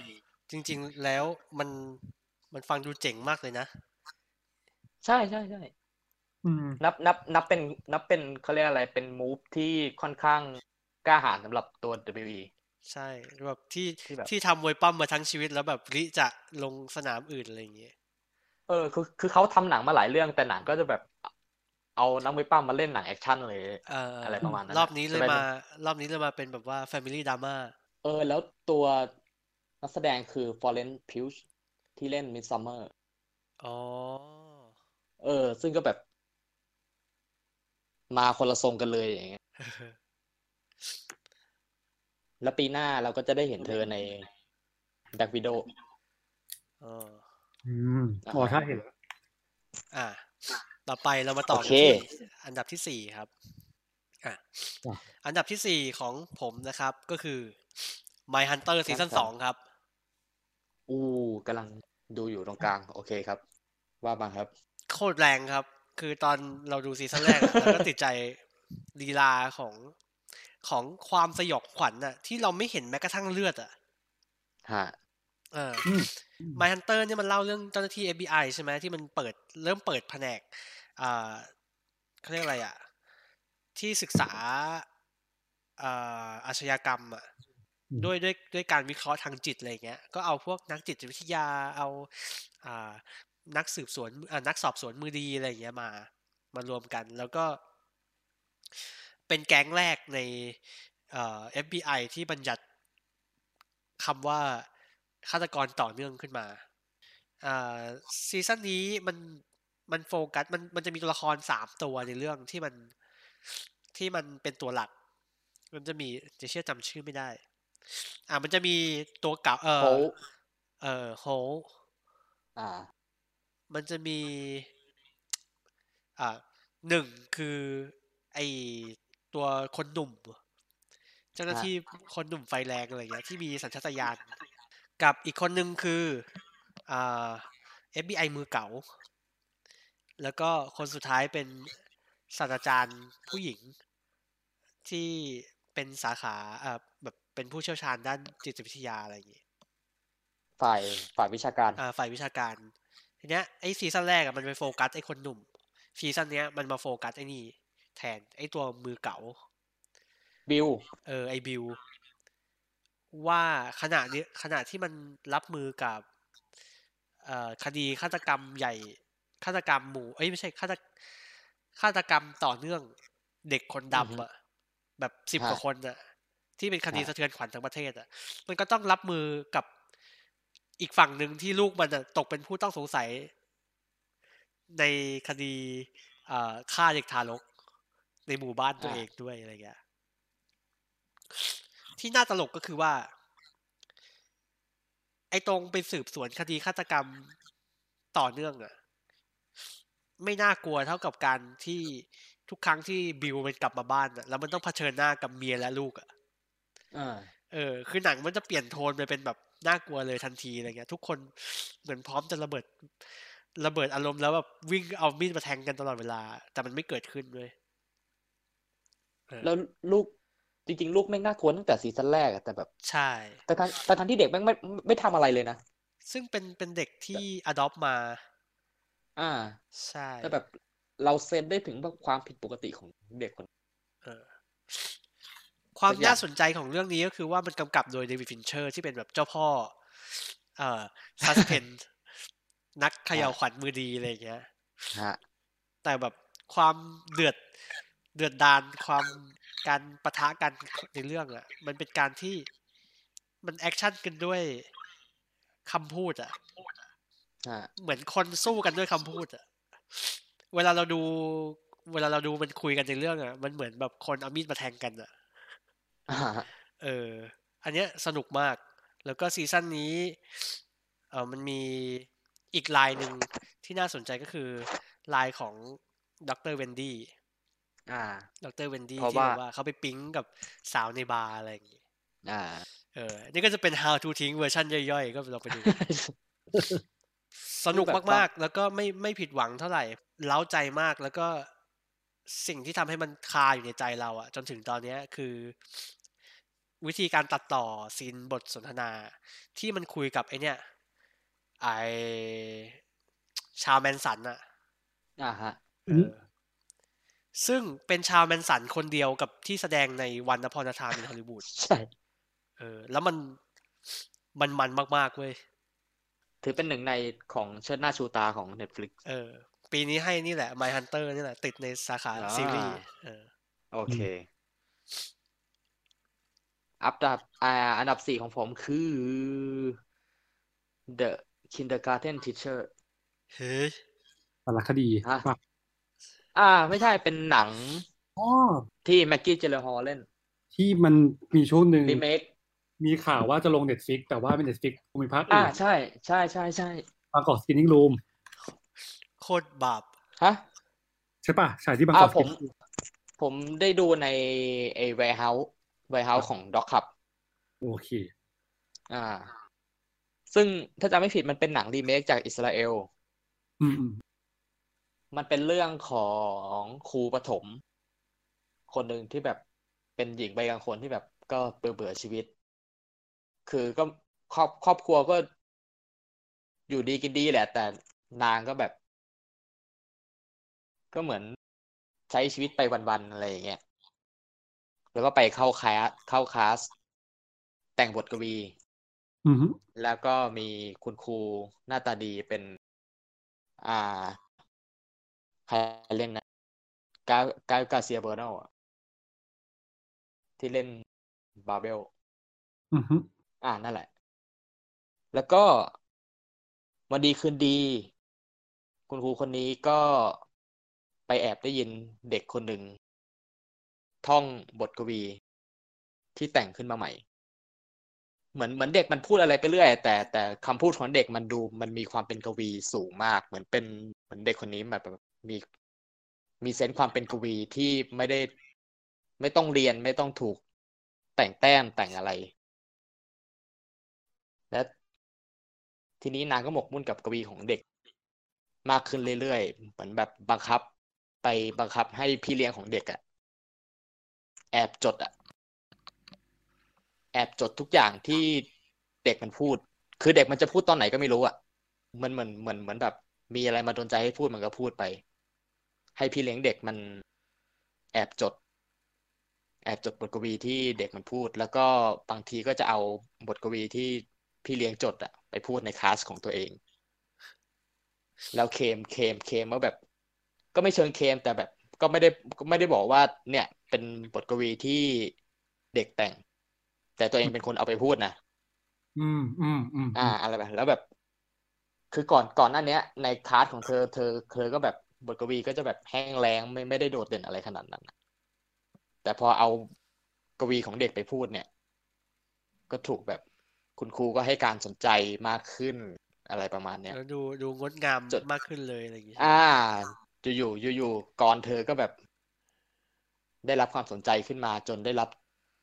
S1: จริงๆแล้วมันมันฟังดูเจ๋งมากเลยนะ
S2: ใช่ใช่ใช่
S3: อืม
S2: นับนับนับเป็นนับเป็นเขาเรียกอะไรเป็นมูฟที่ค่อนข้างกล้าหาญสำหรับตัว ดับเบิลยู อี
S1: ใช่แบบที่
S2: ที่แบบ
S1: ที่ทำมวยปั้มมาทั้งชีวิตแล้วแบบริจะลงสนามอื่นอะไรอย่างเงี้ย
S2: เออคือคือเขาทำหนังมาหลายเรื่องแต่หนังก็จะแบบเอานักมวยปั้มมาเล่นหนังแอคชั่นเลย
S1: เอ่ออ
S2: อะไรประมาณนั้น
S1: รอ
S2: อะ
S1: บนี้
S2: ใช่
S1: เลย
S2: ไหม
S1: มารอบนี้เลยมาเป็นแบบว่า Family Drama
S2: เออแล้วตัวนักแสดงคือ Florence Pugh ที่เล่น Midsommar
S1: อ๋อ
S2: เออ ซึ่งก็แบบมาคนละทรงกันเลยอย่างเงี้ยแล้วปีหน้าเราก็จะได้เห็นเธอใน Black Widow
S1: อ๋อ
S3: อืมอ๋อถ้าเห็นแล้ว
S1: อ่ะต่อไปเรามาต่อ
S2: โอ
S1: กัน
S2: เค
S1: ที่อันดับที่สี่ครับอ่ะ
S3: อ่ะ
S1: อันดับที่สี่ของผมนะครับก็คือ My Hunter ซีซั่น
S2: ครับ
S1: สองครับ
S2: อู้กำลังดูอยู่ตรงกลาง โอเคครับ ว่ามาครับ
S1: โคตรแรงครับ คือตอนเราดูซีซั่นแรกอะ เราก็ติดใจลีลาของของความสยองขวัญน่ะที่เราไม่เห็นแม้กระทั่งเลือดอ่ะ
S2: ฮะ
S1: เออ
S3: อืม
S1: My Hunter เนี่ยมันเล่าเรื่องเจ้าหน้าที่ เอฟ บี ไอ ใช่ไหมที่มันเปิดเริ่มเปิดแผนกอ่าเขาเรียกอะไรอ่ะ ที่ศึกษาอ่าอาชญากรรมอ่ะ
S3: อืม
S1: ด้วยด้วยด้วยการวิเคราะห์ทางจิตอะไรเงี้ย ก็เอาพวกนักจิตวิทยาเอาอ่านักสืบสวนอ่านักสอบสวนมือดีอะไรเงี้ยมามารวมกัน แล้วก็เป็นแก๊งแรกในเอ่อ เอฟ บี ไอ ที่บัญญัติคำว่าฆาตกรต่อเนื่องขึ้นมาอ่าซีซั่นนี้มันมันโฟกัสมันมันจะมีตัวละครสามตัวในเรื่องที่มันที่มันเป็นตัวหลัก มันจะมีจะเชื่อจำชื่อไม่ได้ อ่ามันจะมีตัวเก่าเออ
S2: Holt
S1: เออโฮ
S2: อ่า
S1: มันจะมีอ่าหนึ่งคือไอตัวคนหนุ่ม เจ้าหน้าที่คนหนุ่มไฟแรงอะไรเงี้ยที่มีสัญชาตญาณกับอีกคนหนึ่งคืออ่า เอฟ บี ไอ มือเก่า แล้วก็คนสุดท้ายเป็นศาสตราจารย์ผู้หญิง ที่เป็นสาขาเอ่อแบบเป็นผู้เชี่ยวชาญด้านจิตวิทยาอะไรอย่างงี้
S2: ฝ่ายฝ่ายวิชาการ
S1: อ่าฝ่ายวิชาการ ทีเนี้ยไอ้ซีซั่นแรกอะมันไปโฟกัสไอ้คนหนุ่ม ซีซั่นเนี้ยมันมาโฟกัสไอ้นี่แทนไอ้ตัวมือเก่า
S2: บิล
S1: เออไอ้บิลว่าขณะนี้ขณะที่มันรับมือกับเอ่อคดีฆาตกรรมใหญ่ฆาตกรรมหมู่เอ้ยไม่ใช่ฆาตฆาตกรรมต่อเนื่องเด็กคนดำอะแบบสิบกว่าคนอะที่เป็นคดีสะเทือนขวัญทั้งประเทศอะมันก็ต้องรับมือกับอีกฝั่งหนึ่งที่ลูกมันอะตกเป็นผู้ต้องสงสัยในคดีฆ่าเด็กทารกในหมู่บ้านตัวเองด้วยอะไรเงี้ยที่น่าตลกก็คือว่าไอ้ตรงไปสืบสวนคดีฆาตกรรมต่อเนื่องอะไม่น่ากลัวเท่ากับการที่ทุกครั้งที่บิลมันกลับมาบ้านอะแล้วมันต้องเผชิญหน้ากับเมียและลูกอะเออคือหนังมันจะเปลี่ยนโทนไปเป็นแบบน่ากลัวเลยทันทีอะไรเงี้ยทุกคนเหมือนพร้อมจะระเบิดระเบิดอารมณ์แล้วแบบวิ่งเอามีดมาแทงกันตลอดเวลาแต่มันไม่เกิดขึ้นเลย
S2: แล้วลูกจริงๆลูกไม่น่ากลัวตั้งแต่ซีซั่นแรกแต่แบบ
S1: ใช่
S2: แต่ทันแต่ทันที่เด็กแม่งไม่ไม่ทำอะไรเลยนะ
S1: ซึ่งเป็นเป็นเด็กที่ adopt มา
S2: อ่า
S1: ใช่
S2: แต่แบบเราเซนได้ถึงความผิดปกติของเด็กคน
S1: เออความน่าสนใจของเรื่องนี้ก็คือว่ามันกำกับโดยเดวิดฟินเชอร์ที่เป็นแบบเจ้าพ่อเอ่อซัสเพนนักเขย่าขวัญมือดีอะไรอย่างเงี้ยแต่แบบความเดือดเดือดดาลความการปะทะกันในเรื่องอ่ะมันเป็นการที่มันแอคชั่นกันด้วยคำพูดอ่ะเหมือนคนสู้กันด้วยคำพูดอ่ะเวลาเราดูเวลาเราดูมันคุยกันในเรื่องอ่ะมันเหมือนแบบคนเอามีดมาแทงกันอ่ะเอออันเนี้ยสนุกมากแล้วก็ซีซั่นนี้เออมันมีอีกไลน์หนึ่งที่น่าสนใจก็คือไลน์ของดร.เวนดี้
S2: อ่า
S1: ดร.เวนดี้ที่แบบว่าเขาไปปิ๊งกับสาวในบาร์อะไรอย่างงี้
S2: อ่า
S1: เออนี่ก็จะเป็น how to ทิ้งเวอร์ชันย่อยๆก็ลองไปดู สนุกมากๆแล้วก็ไม่ไม่ผิดหวังเท่าไหร่เล้าใจมากแล้วก็สิ่งที่ทำให้มันคาอยู่ในใจเราอะจนถึงตอนนี้คือวิธีการตัดต่อซีนบทสนทนาที่มันคุยกับไอเนี่ยไอชาวแมนสันอะ
S2: อ่าฮะ
S1: เออซึ่งเป็นชาวแมนสันคนเดียวกับที่แสดงในวันอพอลไทม์ในฮอลลีวูด
S2: ใช่
S1: เออแล้วมันมันมันมากๆเว้ย
S2: ถือเป็นหนึ่งในของเชิดหน้าชูตาของ Netflix
S1: เออปีนี้ให้นี่แหละ My Hunter นี่แหละติดในสาขา
S2: อ่า
S1: ซีรีส์เออ
S2: โอเค อันดับอ่าอันดับสี่ของผมคือ The Kindergarten Teacher
S1: เฮ้ย
S3: สารคดี
S2: ฮะ
S3: ป่ะ
S2: อ่า ไม่ใช่เป็นหนัง
S3: อ๋อ
S2: ที่แม็กกี้เจเลฮอลเล่น
S3: ที่มันมีช่วงหนึ่ง
S2: รีเมค
S3: มีข่าวว่าจะลง Netflix แต่ว่าเป็น Netflix ภูมิภาค
S2: อ่า
S3: อื่น
S2: ใช่ใช่ใช่ใช่
S3: บางกอก Screening Room
S1: โคตรบาป
S2: ฮะ
S3: ใช่ป่ะฉายที่บาง
S2: อ่าก
S3: อก
S2: ผม
S3: Screening Room
S2: ผมได้ดูในไอ้ Warehouse Warehouse ของ Doc Club
S3: โอเค
S2: อ่า ซึ่งถ้าจำไม่ผิดมันเป็นหนังรีเมคจากอิสราเอล
S3: อืมอืม
S2: มันเป็นเรื่องของครูประถม คนหนึ่งที่แบบเป็นหญิงใบกลางคนที่แบบก็เบื่อเบื่อชีวิต คือก็ครอบครอบครัวก็อยู่ดีกินดีแหละ แต่นางก็แบบ ก็เหมือนใช้ชีวิตไปวันๆอะไรอย่างเงี้ย แล้วก็ไปเข้าคลาสเข้าคลาสแต่งบทกวี
S3: อืม
S2: แล้วก็มีคุณครูหน้าตาดีเป็น อ่าใครเล่นนะกากากาเซียเบอร์โนอะที่เล่นบาเบล
S3: อืม
S2: อ่านั่นแหละ แล้วก็วันดีคืนดี คุณครูคนนี้ก็ไปแอบได้ยินเด็กคนหนึ่งท่องบทกวีที่แต่งขึ้นมาใหม่ เหมือนเหมือนเด็กมันพูดอะไรไปเรื่อยแต่แต่คำพูดของเด็กมันดูมันมีความเป็นกวีสูงมาก เหมือนเป็นเหมือนเด็กคนนี้แบบมีมีเซนส์ความเป็นกวีที่ไม่ได้ไม่ต้องเรียนไม่ต้องถูกแต่งแต้มแต่งอะไร และทีนี้นางก็หมกมุ่นกับกวีของเด็กมากขึ้นเรื่อยๆเหมือนแบบบังคับไปบังคับให้พี่เลี้ยงของเด็กอะแอบจดอะแอบจดทุกอย่างที่เด็กมันพูด คือเด็กมันจะพูดตอนไหนก็ไม่รู้อะมันเหมือนเหมือนเหมือนแบบมีอะไรมาดลใจให้พูดมันก็พูดไป ให้พี่เลี้ยงเด็กมันแอบจด แอบจดบทกวีที่เด็กมันพูด แล้วก็บางทีก็จะเอาบทกวีที่พี่เลี้ยงจดอะไปพูดในคลาสของตัวเอง แล้วเคมเคมเคมว่าแบบ ก็ไม่เชิงเคมแต่แบบก็ไม่ได้ก็ไม่ได้บอกว่า เนี่ยเป็นบทกวีที่เด็กแต่ง แต่ตัวเองเป็นคนเอาไปพูดนะ
S3: อืมอืมอืม
S2: อ่า อะไรแบบแล้วแบบ คือก่อนก่อนหน้านี้ในคลาสของเธอเธอเธอก็แบบบทกวีก็จะแบบแห้งแล้งไม่ไม่ได้โดดเด่นอะไรขนาดนั้นนะแต่พอเอากวีของเด็กไปพูดเนี่ย ก็ถูกแบบคุณครูก็ให้การสนใจมากขึ้นอะไรประมาณเนี้ย
S1: แล้วดูดูงดงาม
S2: จด
S1: มากขึ้นเลยอะไรอย่างงี้
S2: อ่าอยู่อยู่อยู่อยู่ก่อนเธอก็แบบ ได้รับความสนใจขึ้นมาจนได้รับ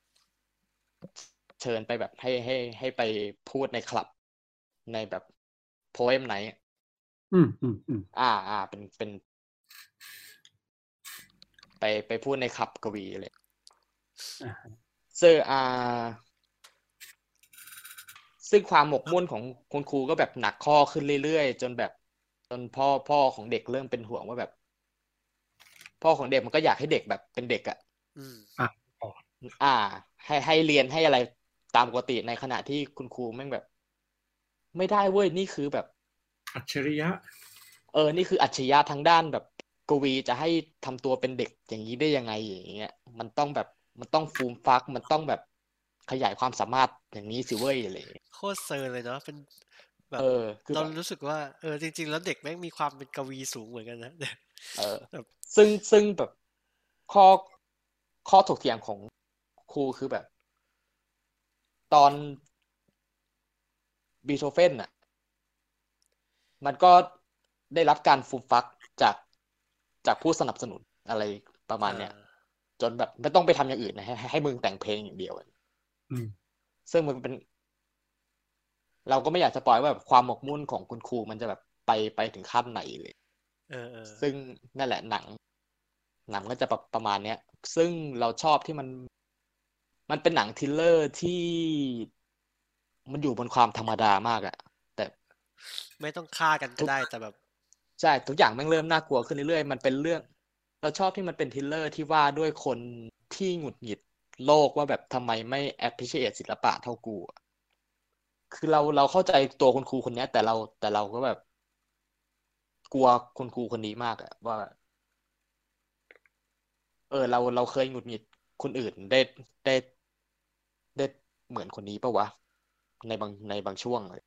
S2: เชิญไปแบบให้ให้ให้ไปพูดในคลับ ในแบบโพเอมไหน
S3: อืมอืมอืม
S2: อ่า อ่า เป็นเป็น ไปไปพูดในคลับกวีเลย
S3: อ่า
S2: ซึ่งอ่า ซึ่งความหมกมุ่นของคุณครูก็แบบหนักข้อขึ้นเรื่อยๆจนแบบจนพ่อพ่อของเด็กเริ่มเป็นห่วงว่าแบบ พ่อของเด็กมันก็อยากให้เด็กแบบเป็นเด็กอ่ะ
S1: อืม
S3: อ่ะ
S2: อ่า ให้ให้เรียนให้อะไรตามปกติในขณะที่คุณครูแม่งแบบ ไม่ได้เว้ยนี่คือแบบ
S3: อัจฉริยะ
S2: เออนี่คืออัจฉริยะทางด้านแบบกวีจะให้ทำตัวเป็นเด็กอย่างนี้ได้ยังไงอย่างเงี้ยมันต้องแบบมันต้องฟูมฟักมันต้องแบบขยายความสามารถอย่างนี้สิเว้ยอะไรอย่างเงี้ย
S1: โคตรเซอร์เลยเนาะเป็นแบ
S2: เอบ อคือ
S1: เรา
S2: แบบ
S1: รู้สึกว่าเออจริง ๆ แล้วเด็กแม่งมีความเป็นกวีสูงเหมือนกันนะ
S2: เออ
S1: แบบ
S2: ซึ่งซึ่งแบบข้อข้อถกเถียงของครูคือแบบ ตอนบีโธเฟนน่ะมันก็ได้รับการฟูมฟักจากจากผู้สนับสนุนอะไรประมาณเนี้ย
S1: อ่า
S2: จนแบบไม่ต้องไปทำอย่างอื่นนะให้ให้มึงแต่งเพลงอย่างเดียว
S3: อืม
S2: ซึ่งมันเป็น เราก็ไม่อยากจะปล่อยว่าแบบความหมกมุ่นของคุณครูมันจะแบบไปไปถึงขั้นไหนเลย
S1: เออเออ
S2: ซึ่งนั่นแหละหนัง หนังก็จะประประมาณเนี้ย ซึ่งเราชอบที่มันมันเป็นหนังทริลเลอร์ที่มันอยู่บนความธรรมดามากอะแต่
S1: ไม่ต้องฆ่ากันก็
S2: ทุก
S1: ได้แต่แบบ
S2: ใช่ทุกอย่างแม่งเริ่มน่ากลัวขึ้นเรื่อยๆมันเป็นเรื่อง เราชอบที่มันเป็นทริลเลอร์ที่ว่าด้วยคนที่หงุดหงิดโลกว่าแบบทำไมไม่ appreciate ศิลปะเท่ากูอะคือเราเราเข้าใจตัวคุณครูคนเนี้ย แต่เราแต่เราก็แบบ กลัวคุณครูคนนี้มากอะว่า เออเราเราเคยหงุดหงิดคนอื่นได้ได้ได้เหมือนคนนี้ปะวะในบางในบางช่วงเลย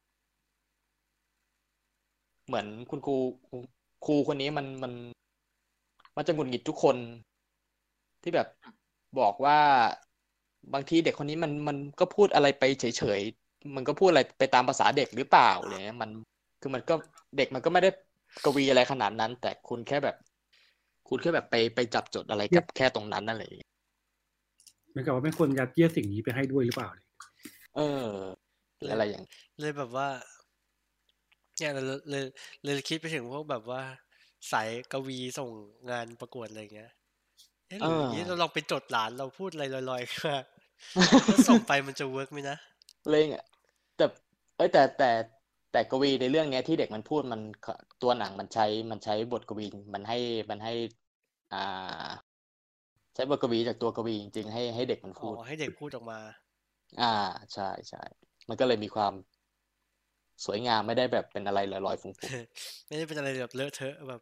S2: เหมือนคุณครูครูคนนี้มันมันมันจะหงุดหงิดทุกคนที่แบบบอกว่าบางทีเด็กคนนี้มันมันก็พูดอะไรไปเฉยๆมันก็พูดอะไรไปตามภาษาเด็กหรือเปล่าอะไรเงี้ยมันคือมันก็เด็กมันก็ไม่ได้กวีอะไรขนาดนั้น แต่คุณแค่แบบ คุณแค่แบบไปไปจับจดอะไรกับแค่ตรงนั้นนั่นแหละ
S3: เหมือนกับว่าไม่ควรยัดเยียดสิ่งนี้ไปให้ด้วยหรือเปล่า
S2: เออหรืออะไรอย่าง
S1: เลยแบบว่าเนี่ยเลยเลยเลยคิดไปถึงพวกแบบว่าสายกวีส่งงานประกวดอะไรเงี้ยเอ๊ะหรืออย่างนี้เราลองไปจดหลานเราพูดอะไรลอยๆขึ้นมาแล้วส่งไปมันจะเวิร์กไหมนะ
S2: เลยอ่ะแต่เอ้ยแต่แต่แต่กวีในเรื่องเนี้ยที่เด็กมันพูดมันตัวหนังมันใช้มันใช้บทกวีมันให้มันให้ อ่า ใช้บทกวีจากตัวกวีจริงๆให้ให้เด็กมัน
S1: อ๋
S2: พู
S1: อ
S2: ด
S1: ให้เด็กพูดออกมา
S2: อ่าใช่ใช่มันก็เลยมีความสวยงามไม่ได้แบบเป็นอะไรลอยๆฟุ้ง
S1: ไม่ได้เป็นอะไรแบบเลอะเทอะแบบ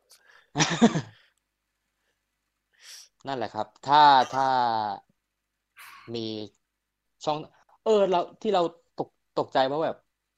S2: ๆ นั่นแหละครับ ถ้าถ้ามีช่อง เออเราที่เราตกตกใจว่าแบบ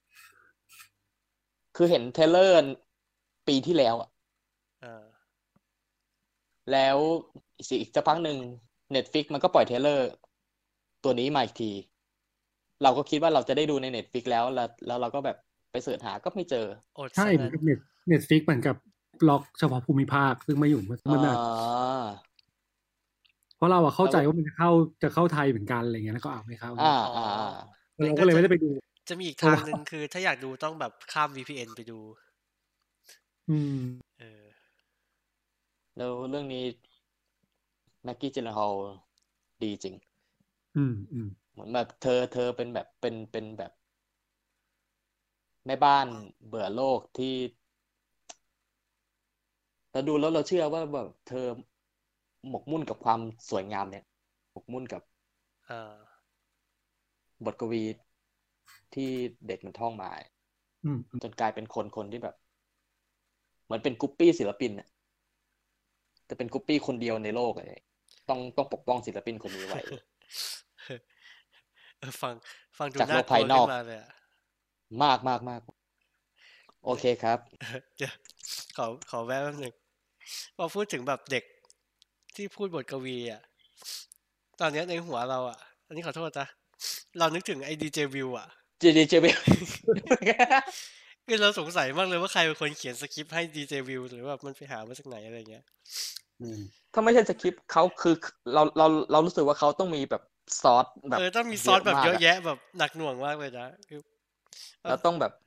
S2: คือเห็นเทรลเลอร์ปีที่แล้วอ่ะ
S1: อ่า
S2: แล้วอีกสักพักหนึ่ง Netflix มันก็ปล่อยเทรลเลอร์ ตัวนี้มาอีกที เราก็คิดว่าเราจะได้ดูใน Netflix แล้วแล้วแล้วเราก็แบบไปเสิร์ชหาก็ไม่เจอ
S1: อด
S3: ใช่
S1: ซะ
S3: เหมือ
S1: งั้
S3: น
S1: น
S3: กับเน็ตเน็ตฟิกเหมือนกับล็อกเฉพาะภูมิภาคซึ่งไม่อยู่มัน
S2: อ่
S3: น่ะ
S2: า
S3: เพราะเราอะเข้าใจ
S2: เราก็
S3: ว่ามันจะเข้าจะเข้าไทยเหมือนกันอะไรเงี้ยแล้วก็อ่าไม่เข้า
S2: อ่า
S1: อ๋อ
S2: อ่าอ่า
S3: เราก็เลยไม่ได้ไปดู
S1: จะมีอีก
S3: เพราะ
S1: ทาง
S3: ว่า
S1: หนึ่งคือถ้าอยากดูต้องแบบข้าม วี พี เอ็น ไปดู
S3: อืม
S1: เออ
S2: แล้วเรื่องนี้แม็กกี้จิลเลนฮอลดีจริง
S3: อืมอืม
S2: เหมือนแบบเธอเธอเป็นแบบเป็นเป็นแบบแม่บ้านเบื่อโลกที่เราดูแล้วเราเชื่อว่าแบบเธอหมกมุ่นกับความสวยงามเนี่ยหมกมุ่นกับ
S1: อ่า
S2: บทกวีที่เด็กมันท่องมา
S3: อืม
S2: จนกลายเป็นคนคนที่แบบ เหมือนเป็นกุปปี้ศิลปินน่ะแต่เป็นกุปปี้คนเดียวในโลกเลยต้องต้องปกป้องศิลปินคนนี้ไว้
S1: เออฟังฟังดู
S2: จากโล
S1: น่าก ก
S2: ภา
S1: ลั
S2: ยว น
S1: ขึ้
S2: อน ก
S1: มาเลยอะ
S2: มากมากมากโอเคครับ
S1: เดี๋ยวขอขอแวะแป๊บนึงพอพูดถึงแบบเด็กที่พูดบทกวีอ่ะ ตอนนี้ในหัวเราอ่ะ อันนี้ขอโทษนะเรานึกถึงไอ้ดีเจวิวอ่ะ
S2: เจดีเจวิว
S1: คือเราสงสัยมากเลยว่าใครเป็นคนเขียนสคริปต์ให้ดีเจวิวหรือว่ามันไปหามาจากไหนอะไรเงี้ย
S3: อืม
S2: ถ้าไม่ใช่สคริปต์เขาคือเราเราเรารู้สึกว่าเขาต้องมีแบบซอสแบบ
S1: เออต้องมีซอสแบบเยอะ
S2: มาก
S1: แยะแบบหนักหน่วงมากเลยนะคือ
S2: แล้วต้องแบบ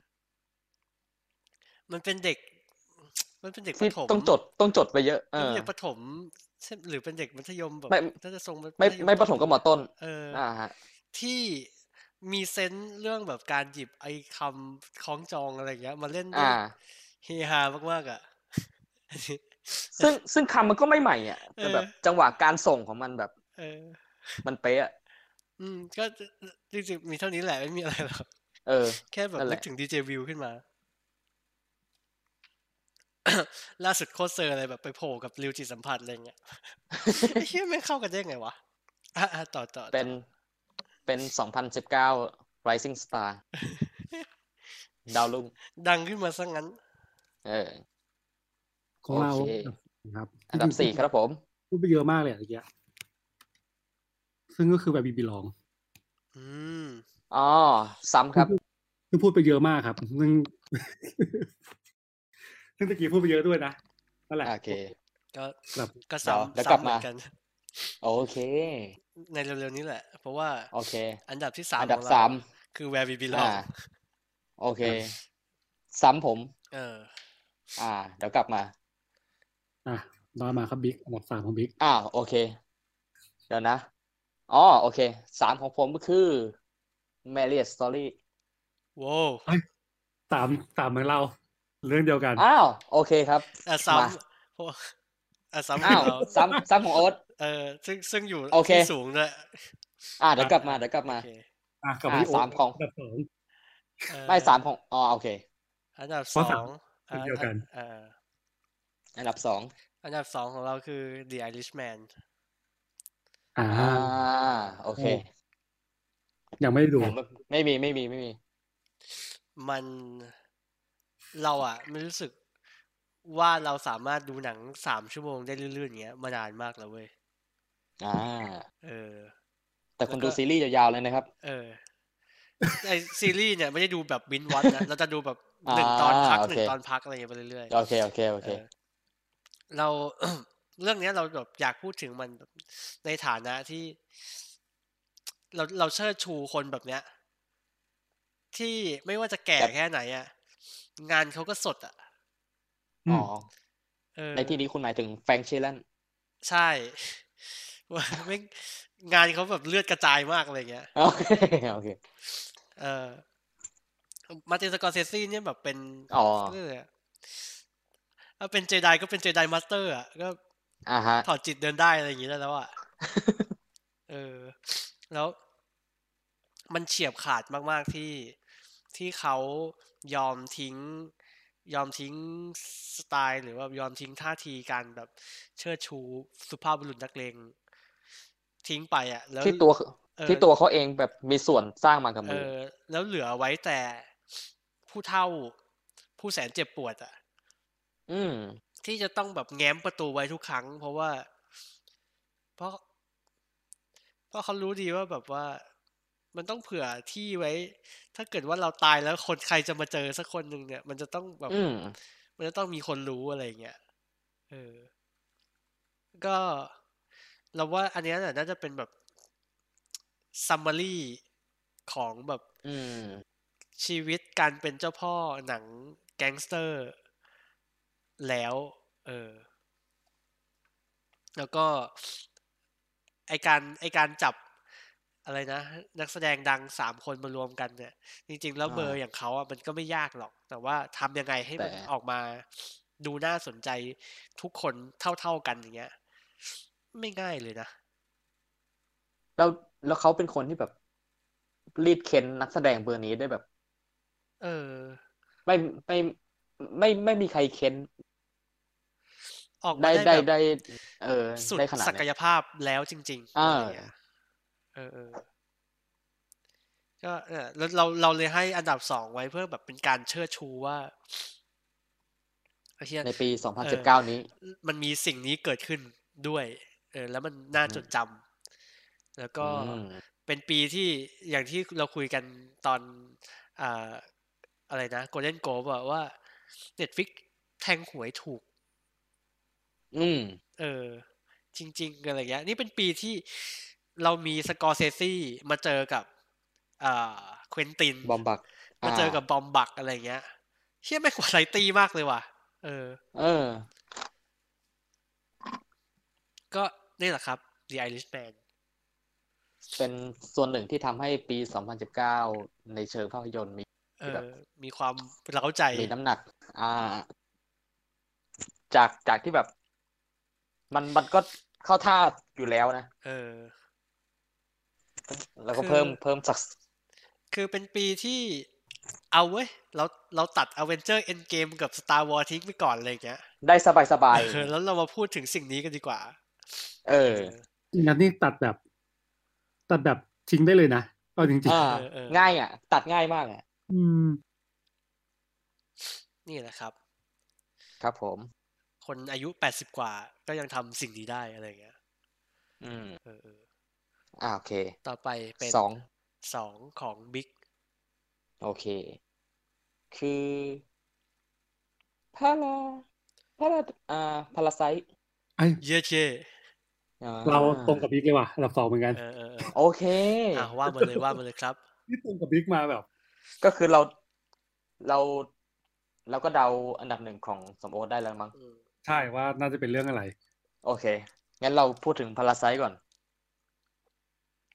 S1: มันเป็นเด็ก มันเป็นเด็กป
S2: ที่
S1: ระถม
S2: ต้องจดต้องจดไปเยอะเอ
S1: มันเป็น
S2: อ
S1: เด็กประถมใช่หรือเป็นเด็กมัธยมแบบ
S2: ไม่
S1: น่าจะทรง
S2: ไม่
S1: ธย
S2: ไม่ประถมก็มอต้น
S1: เออ
S2: อ่าฮะ
S1: ที่มีเซนส์เรื่องแบบการหยิบไอ้คำคล้องจองอะไรเงี้ยมาเล่นได้
S2: อ่า
S1: เฮฮามากๆอ่ะ
S2: ซึ่งซึ่งคำมันก็ไม่ใหม่อ่ะ
S1: เอ
S2: แต่
S1: อ
S2: แบบจังหวะการส่งของมันแบบ
S1: เออ
S2: มันเป๊ะอะ
S1: อืมก็จริงๆมีเท่านี้แหละไม่มีอะไรหรอก
S2: เออ
S1: แค่แบบ
S2: นั่นแห
S1: นึ
S2: ละ
S1: กถึงดีเจวิวขึ้นมา ล่าสุดโคตรเซอร์อะไรแบบไปโผล่กับริวจิตสัมผัสอะไรเงี้ย ไอ้เหี้ยแม่งเข้ากันได้ไงวะอ่ะอ่ะต่อต่อ
S2: เป็น
S1: ต่อ
S2: เป็นสองพันสิบเก้า Rising Star ดาวรุ่ง
S1: ดังขึ้นมาซะงั้น
S2: เออ
S3: ของ
S2: โอ
S3: เรา
S2: เค
S3: ครับ
S2: อันดับสี่ครับผม
S3: พูดไปเยอะมากเลยอะเมื่อกี้ซึ่งก็คือแบบบีบีลอง
S1: อืม
S2: อ๋อ ซ้ำครับ
S3: ซึ่งพูดไปเยอะมากครับซึ่ง ซึ่งตะกี้พูดไปเยอะด้วยนะนั่นแหละ
S2: โอเค
S1: ก็
S3: ครับ
S1: ก็
S2: เดี๋ยว
S1: ซ้ำ
S2: เดี๋ยวกลับ
S1: ซ้ำเหมื
S2: มา
S1: อนกัน
S2: โอเค
S1: ในเร็วๆนี้แหละ เพราะว่า
S2: โอเค
S1: อันดับที่สาม
S2: อันดั
S1: ข
S2: บ
S1: อง
S2: สา
S1: เรา
S2: ม
S1: คือ Where We
S2: อ่า
S1: Belong
S2: โอเค ซ้ำผม
S1: เออ
S2: อ่า เดี๋ยวกลับมา
S3: อ่ะต่อมาครับบิ๊กอันดับสามของบิ๊ก
S2: อ้าว โอเค เดี๋ยวนะอ๋อโอเคสามของผมก็คือ Marriage Story
S1: โว้ว
S3: เฮ้ยสามสามเหมือนเรา เรื่องเดียวกัน
S2: อ้าวโอเคครับ
S1: อ่ะซ้
S2: มา
S1: ำพวกอ่ะซ้ำข
S2: อ้า
S1: อ
S2: ว
S1: งเรา
S2: ซ้ำซ้ำของโอ๊ต
S1: เออซึ่งซึ่งอยู่
S2: โอเค
S1: ที่สูงด้วย
S2: อ่าเดี๋ยวกลับมา
S1: อ่ะ
S2: เดี๋ยวกลับมา
S1: โอเค
S3: อ่ะกับ
S2: อ่า
S3: พี่โอ๊
S2: สา
S3: ต
S2: มของ
S3: อันดับสอง
S1: เออ
S2: ไม่สามของอ๋อโอเค
S1: อันดับ
S3: เพ
S1: ส
S3: ราะ
S1: อ
S3: สาม
S1: ง
S3: เรื่องเดียวกัน
S1: เออ
S2: อันดับสอง
S1: อันดับสองของเราคือ The Irishman
S3: อ่า
S2: อ่าโอเค
S3: ยังไม่ได้ดู
S2: ผมไม่มีไม่มีไม่มี
S1: มันเราอ่ะไม่รู้สึกว่าเราสามารถดูหนังสามชั่วโมงได้ลื่นๆอย่างเงี้ยมานานมากแล้วเว้ย
S2: อ่า
S1: เออ
S2: แต่คุณ
S1: แล้วก็
S2: ดูซีรีส์ยาวๆเลยนะครับ
S1: เออไอซีรีส์เนี่ยไม่ได้ดูแบบบินวัตนะเราจะดูแบบ
S2: อ่า
S1: หนึ่งตอนพัก
S2: โอ
S1: หนึ่
S2: เค
S1: งตอนพักอะไรอย่างเงี้ยไปเรื่อยๆ
S2: โอเคโอเคโอเค
S1: เออเรา เรื่องเนี้ยเราแบบอยากพูดถึงมันแบบในฐานะที่ เราเราเชิดชูคนแบบเนี้ย ที่ไม่ว่าจะแก่
S2: แบบ
S1: แค่ไหนอ่ะงานเขาก็สดอ่ะ
S3: อื
S2: อ๋อ
S3: ม
S1: เออ
S2: ในที่นี้คุณหมายถึงแฟรงค์ชิลเลน
S1: ใช่ ว่าไม่งงานเขาแบบเลือดกระจายมากอะไรเงี้ย
S2: โอเคโอเค
S1: เออมาร์ตินสกอร์เซซีเนี่ยแบบเป็น
S2: อ๋อ
S1: เรียกอะไรอะถ้าเป็นเจไดก็เป็นเจไดมาสเตอร์อ่ะก็
S2: อ่าฮะ
S1: ถอดจิตเดินได้อะไรอย่างงี้ได้แล้วอ่ะ เออ แล้วมันเฉียบขาดมากๆที่ที่เขายอมทิ้ง ยอมทิ้งสไตล์หรือว่ายอมทิ้งท่าทีการแบบเชิดชูสุภาพบุรุษนักเลงทิ้งไปอ่ะ แล้ว
S2: ที่ตัว
S1: เออ
S2: ที่ตัวเขาเองแบบมีส่วนสร้างมากับ
S1: เอ
S2: มือ
S1: อ แล้วเหลือไว้แต่ผู้เฒ่า ผู้แสนเจ็บปวดอ่ะ
S2: อืม
S1: ที่จะต้องแบบแง้มประตูไว้ทุกครั้ง เพราะว่า เพราะ เพราะเขารู้ดีว่าแบบว่า มันต้องเผื่อที่ไว้ ถ้าเกิดว่าเราตายแล้วคนใครจะมาเจอสักคนหนึ่งเนี่ย มันจะต้องแบบ
S2: อืม
S1: มันจะต้องมีคนรู้อะไรอย่างเงี้ย เออ ก็เราว่าอันเนี้ยน่ะน่าจะเป็นแบบซัมมารีของแบบ
S2: อืม
S1: ชีวิตการเป็นเจ้าพ่อหนังแก๊งสเตอร์ แล้ว เออ แล้วก็ไอการไอการจับอะไรนะ นักแสดงดังสามคนมารวมกันเนี่ย จริง ๆ แล้ว
S2: อ่า
S1: เบอร์อย่างเขาอ่ะมันก็ไม่ยากหรอก แต่ว่าทำยังไงให้มัน
S2: แต่
S1: ออกมาดูน่าสนใจทุกคนเท่า ๆกันอย่างเงี้ย ไม่ง่ายเลยนะ
S2: แล้วแล้วเขาเป็นคนที่แบบ รีดเค้นนักแสดงเบอร์นี้ได้แบบ
S1: เออ
S2: ไม่ไม่ไม่ไม่มีใครเค้น
S1: ออกมา
S2: ได้
S1: ได้
S2: ได้
S1: แบบ
S2: ได้ เออ
S1: สุด
S2: ได้ขนาด
S1: ศัก
S2: เนี้ย
S1: ยภาพแล้วจริง ๆ
S2: อ่า
S1: อะไรเงี้ย เออเออ ก็เออแล้วเราเราเลยให้อันดับสองไว้เพื่อแบบเป็นการเชิดชูว่าไอ้เหี้ย
S2: ในปี สองพัน
S1: เอ
S2: สิบ
S1: อ
S2: เก้า นี้
S1: มันมีสิ่งนี้เกิดขึ้นด้วย เออ แล้วมันน่า
S2: อืม
S1: จดจำแล้วก็
S2: อืม
S1: เป็นปีที่อย่างที่เราคุยกันตอนอ่าอะไรนะ Golden Globe อะว่า Netflix แทงหวยถูก
S2: อืม
S1: เออ จริง ๆ อะไรเงี้ย นี่เป็นปีที่เรามีสกอร์เซซีมาเจอกับอ่าเควินติน
S2: บอมบัก
S1: มา
S2: อ่า
S1: เจอกับบอมบักอะไรเงี้ยเชี่ยไม่งวาไรตี้มากเลยว่ะ เออ
S2: เออ
S1: ก็นี่แหละครับ The Irishman
S2: เป็นส่วนหนึ่งที่ทำให้ปี สองพันสิบเก้า ในเชิงภาพยนตร์มี
S1: เอ
S2: แบ
S1: อบ มีความเร้าใจ
S2: มีน้ำหนัก อ่า จากจากที่แบบ มันมันก็เข้าท่าอยู่แล้วนะ
S1: เออ
S2: แล้วก็
S1: คือ
S2: เพิ่มเพิ่มสัก
S1: คือเป็นปีที่เอาเว้ย เราเราตัด Avenger Endgame กับ Star Wars ทิ้งไปก่อนอะไรอย่างเงี้ย
S2: ได้สบายสบาย
S1: เออแล้วเรามาพูดถึงสิ่งนี้กันดีกว่า
S2: เออ
S3: งั้นนี่ตัดแบบ ตัดแบบทิ้งได้เลยนะเอาจริง
S2: อ่า
S1: เออเออ
S2: ง่ายอ่ะ ตัดง่ายมากอ่ะ
S3: ๆ อืม
S1: นี่แหละครับ
S2: ครับผม
S1: คนอายุแปดสิบกว่าก็ยังทำสิ่งนี้ได้อะไรอย่างเงี้ย
S2: อืม
S1: เออเออ
S2: อ่าโอเค
S1: ต่อไปเป็น
S2: สอง
S1: สองของบิ๊ก
S2: โอเค คือพาราพาราอ่าพาราไซต์
S3: ไอ้
S1: เย่เย่
S2: อ่า
S3: เราตรงกับบิ๊กเลยว่ะอันดับสองเหมือนกัน
S1: เออเออเออ
S2: โอเค
S1: อ่ะว่ามาเลยว่ามาเลยครับ
S3: นี่ตรงกับบิ๊กมาแบบ
S2: ก็คือเราเราเราก็เดาอันดับหนึ่งของสมโอได้แล้วมั้ง
S1: อืม
S3: ใช่ว่าน่าจะเป็นเรื่องอะไร
S2: โอเค งั้นเราพูดถึงพาราไซต์ก่อน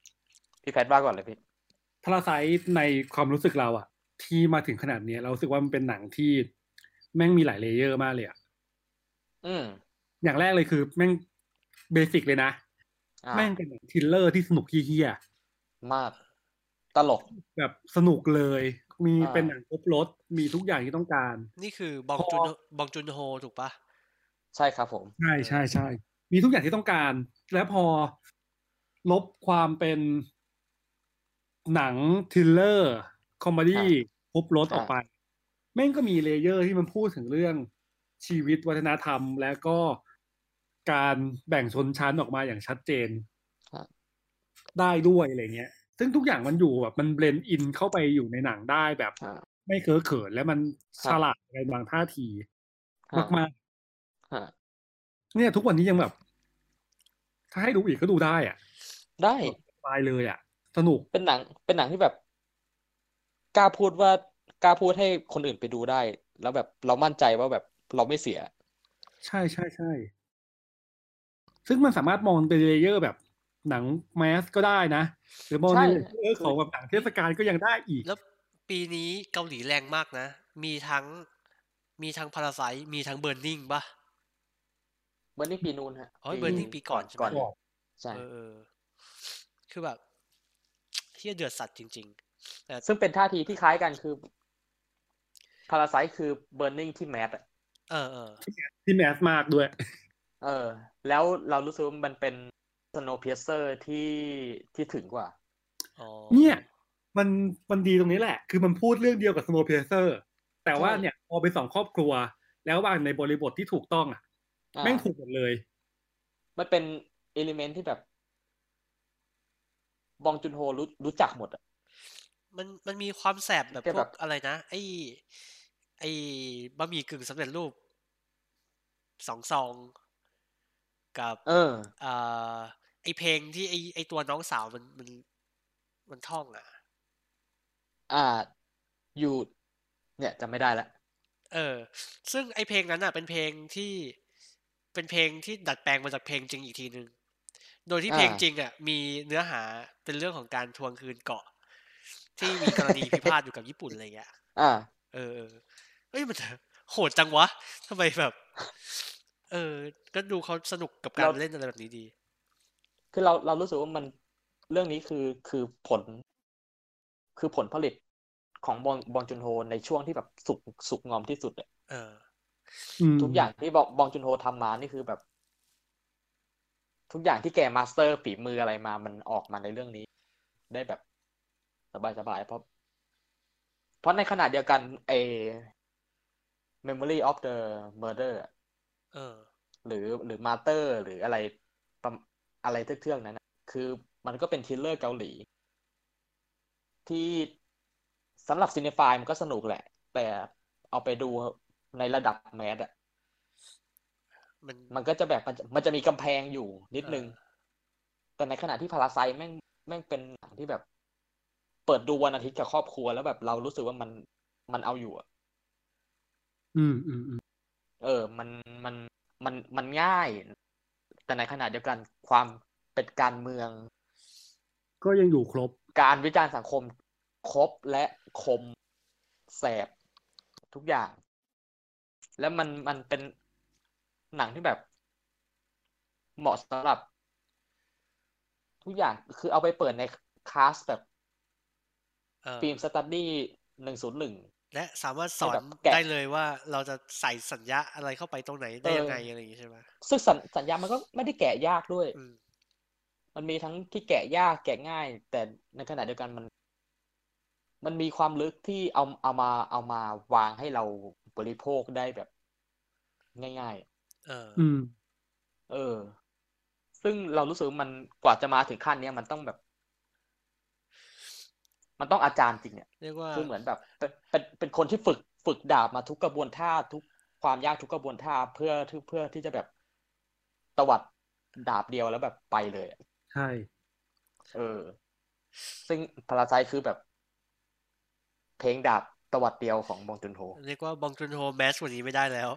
S2: พี่แพทว่าก่อนเลยพี่
S3: พาราไซต์ในความรู้สึกเราอะที่มาถึงขนาดนี้เรารู้สึกว่ามันเป็นหนังที่แม่งมีหลายเลเยอร์มากเลยอะ
S2: อืม
S3: อย่างแรกเลยคือแม่งเบสิกเลยนะแม่งเป็นหนังทริลเลอร์ที่สนุกเฮี้ย
S2: มากตลก
S3: แบบสนุกเลยมีเป็นหนังครบรสมีทุกอย่างที่ต้องการ
S1: นี่คือบองจุนบองจุนโฮถูกปะ
S2: ใช่ครับผม
S3: ใช่ใช่ใช่มีทุกอย่างที่ต้องการแล้วพอลบความเป็นหนังทริลเลอร์คอมเมดี้ครบรสออกไปแม่งก็มีเลเยอร์ที่มันพูดถึงเรื่องชีวิตวัฒนธรรมแล้วก็การแบ่งชนชั้นออกมาอย่างชัดเจนได้ด้วยอะไรเงี้ยซึ่งทุกอย่างมันอยู่แบบมันเบลนด์อินเข้าไปอยู่ในหนังได้แบบไม่เคอะเขินและมันฉลาดในบางท่าทีมากๆเนี่ยทุกวันนี้ยังแบบถ้าให้ดูอีกก็ดูได้อ่ะ
S2: ได้
S3: ตายเลยอ่ะสนุก
S2: เป็นหนังเป็นหนังที่แบบกล้าพูดว่ากล้าพูดให้คนอื่นไปดูได้แล้วแบบเรามั่นใจว่าแบบเราไม่เสีย
S3: ใช่ใช่ใช่ซึ่งมันสามารถมองเป็นเลเยอร์แบบหนังแมสก็ได้นะหรือมองในเลเยอร์ของแบบหนังเทศกาลก็ยังได้อีก
S1: แล้วปีนี้เกาหลีแรงมากนะมีทั้งมีทั้งพาราไซต์มีทั้งเบิร์นนิ่งป่ะ
S2: เบิร์นนิ่งปีนู้นฮะ
S1: อ๋อเบิร์นนิ่งปีก่อนใช่ไหม
S2: ใช่
S1: เออคือแบบเฮี้ยเดือดสัตว์จริงๆแต่
S2: ซึ่งเป็นท่าทีที่คล้ายกันคือพาราไซต์คือเบิร์นนิ่งที่แมส
S1: เออเออ
S3: ที่แมสมากด้วย
S2: เออแล้วเรารู้สึกว่ามันเป็นสโนว์เพเซอร์ที่ที่ถึงกว่า
S3: เนี่ยมันมันดีตรงนี้แหละคือมันพูดเรื่องเดียวกับสโนว์เพเซอร์แต่ว่าเนี่ยพอไปสองครอบครัวแล้ววางในบริบทที่ถูกต้องอ่ะแม่งถูกหมดเลย
S2: มันเป็นเอลิเมนต์ที่แบบบองจุนโฮรู้รู้จักหมดอ่ะ
S1: มันมันมีความแสบแบบพวกอะไรนะไอ้ไอ้บะหมี่กึ่งสำเร็จรูปสองซองกับ
S2: เออ
S1: อ่าไอเพลงที่ไอไอตัวน้องสาวมันมันมันท่องอ่ะ
S2: อ่าอยู่เนี่ยจำไม่ได้แล้ว
S1: เออซึ่งไอเพลงนั้นอ่ะเป็นเพลงที่เป็นเพลงที่ดัดแปลงมาจากเพลงจริงอีกทีนึงโดยที่เพลงจริงอ่ะมีเนื้อหาเป็นเรื่องของการทวงคืนเกาะที่มีกรณีพิพาทอยู่กับญี่ปุ่นอะไรเงี้ย
S2: อ่า
S1: เออเฮ้ยมันโหดจังวะทำไมแบบเออก็ดูเขาสนุกกับการเล่นอะไรแบบนี้ดี
S2: คือเราเรารู้สึกว่ามันเรื่องนี้คือคือผลคือผลผลิตของบองบองจุนโฮในช่วงที่แบบสุกสุกงอมที่สุดเลย
S1: เออ
S2: ทุกอย่างที่บองบองจุนโฮทำมานี่คือแบบทุกอย่างที่แกมาสเตอร์ฝีมืออะไรมามันออกมาในเรื่องนี้ได้แบบสบายๆเพราะเพราะในขณะเดียวกันไอ้ Memory of the Murder
S1: เออ
S2: หรือหรือมาเตอร์หรืออะไรอะไรเทื่องๆนั้นนะคือมันก็เป็นทริลเลอร์เกาหลีที่สำหรับซีเนฟายมันก็สนุกแหละแต่เอาไปดูในระดับแมสอ่ะ
S1: มัน
S2: มันก็จะแบบมันมันจะมีกำแพงอยู่นิดนึงแต่ในขณะที่พาราไซต์แม่งแม่งเป็นหนังที่แบบเปิดดูวันอาทิตย์กับครอบครัวแล้วแบบเรารู้สึกว่ามันมันเอาอยู่อ่ะ
S3: อืมอืมอืม
S2: เออมันมันมันมันง่ายแต่ในขณะเดียวกันความเป็นการเมือง
S3: ก็ยังอยู่ครบ
S2: การวิจารณ์สังคมครบและคมแสบทุกอย่างแล้วมันมันเป็นหนังที่แบบเหมาะสำหรับทุกอย่างคือเอาไปเปิดในคลาสแบบฟิล์มสตัดดี้หนึ่งศูนย์หนึ่ง
S1: และสามารถสอนได้เลยว่าเราจะใส่สัญญาอะไรเข้าไปตรงไหนได้ยังไงอะไรอย่างนี้ใช่ไหม
S2: ซึ่งสัญญามันก็ไม่ได้แกะยากด้วยมันมีทั้งที่แกะยากแกะง่ายแต่ในขณะเดียวกันมันมันมีความลึกที่เอาเอามาเอามาวางให้เราบริโภคได้แบบง่าย
S1: ๆเออ
S2: เออซึ่งเรารู้สึกมันกว่าจะมาถึงขั้นนี้มันต้องแบบมันต้องอาจารย์จริงเนี่ย
S1: เรียกว่า
S2: คือเหมือนแบบเป็นเป็นเป็นคนที่ฝึกฝึกดาบมาทุกกระบวนท่าทุกความยากทุกกระบวนท่าเพื่อเพื่อที่จะแบบตวัดดาบเดียวแล้วแบบไปเลย
S3: ใช่
S2: เออซึ่งพาราไซต์คือแบบเพลงดาบตวัดเดียวของบองจุนโฮ
S1: เรียกว่าบองจุนโฮแมสกว่านี้ไม่ได้แล้ว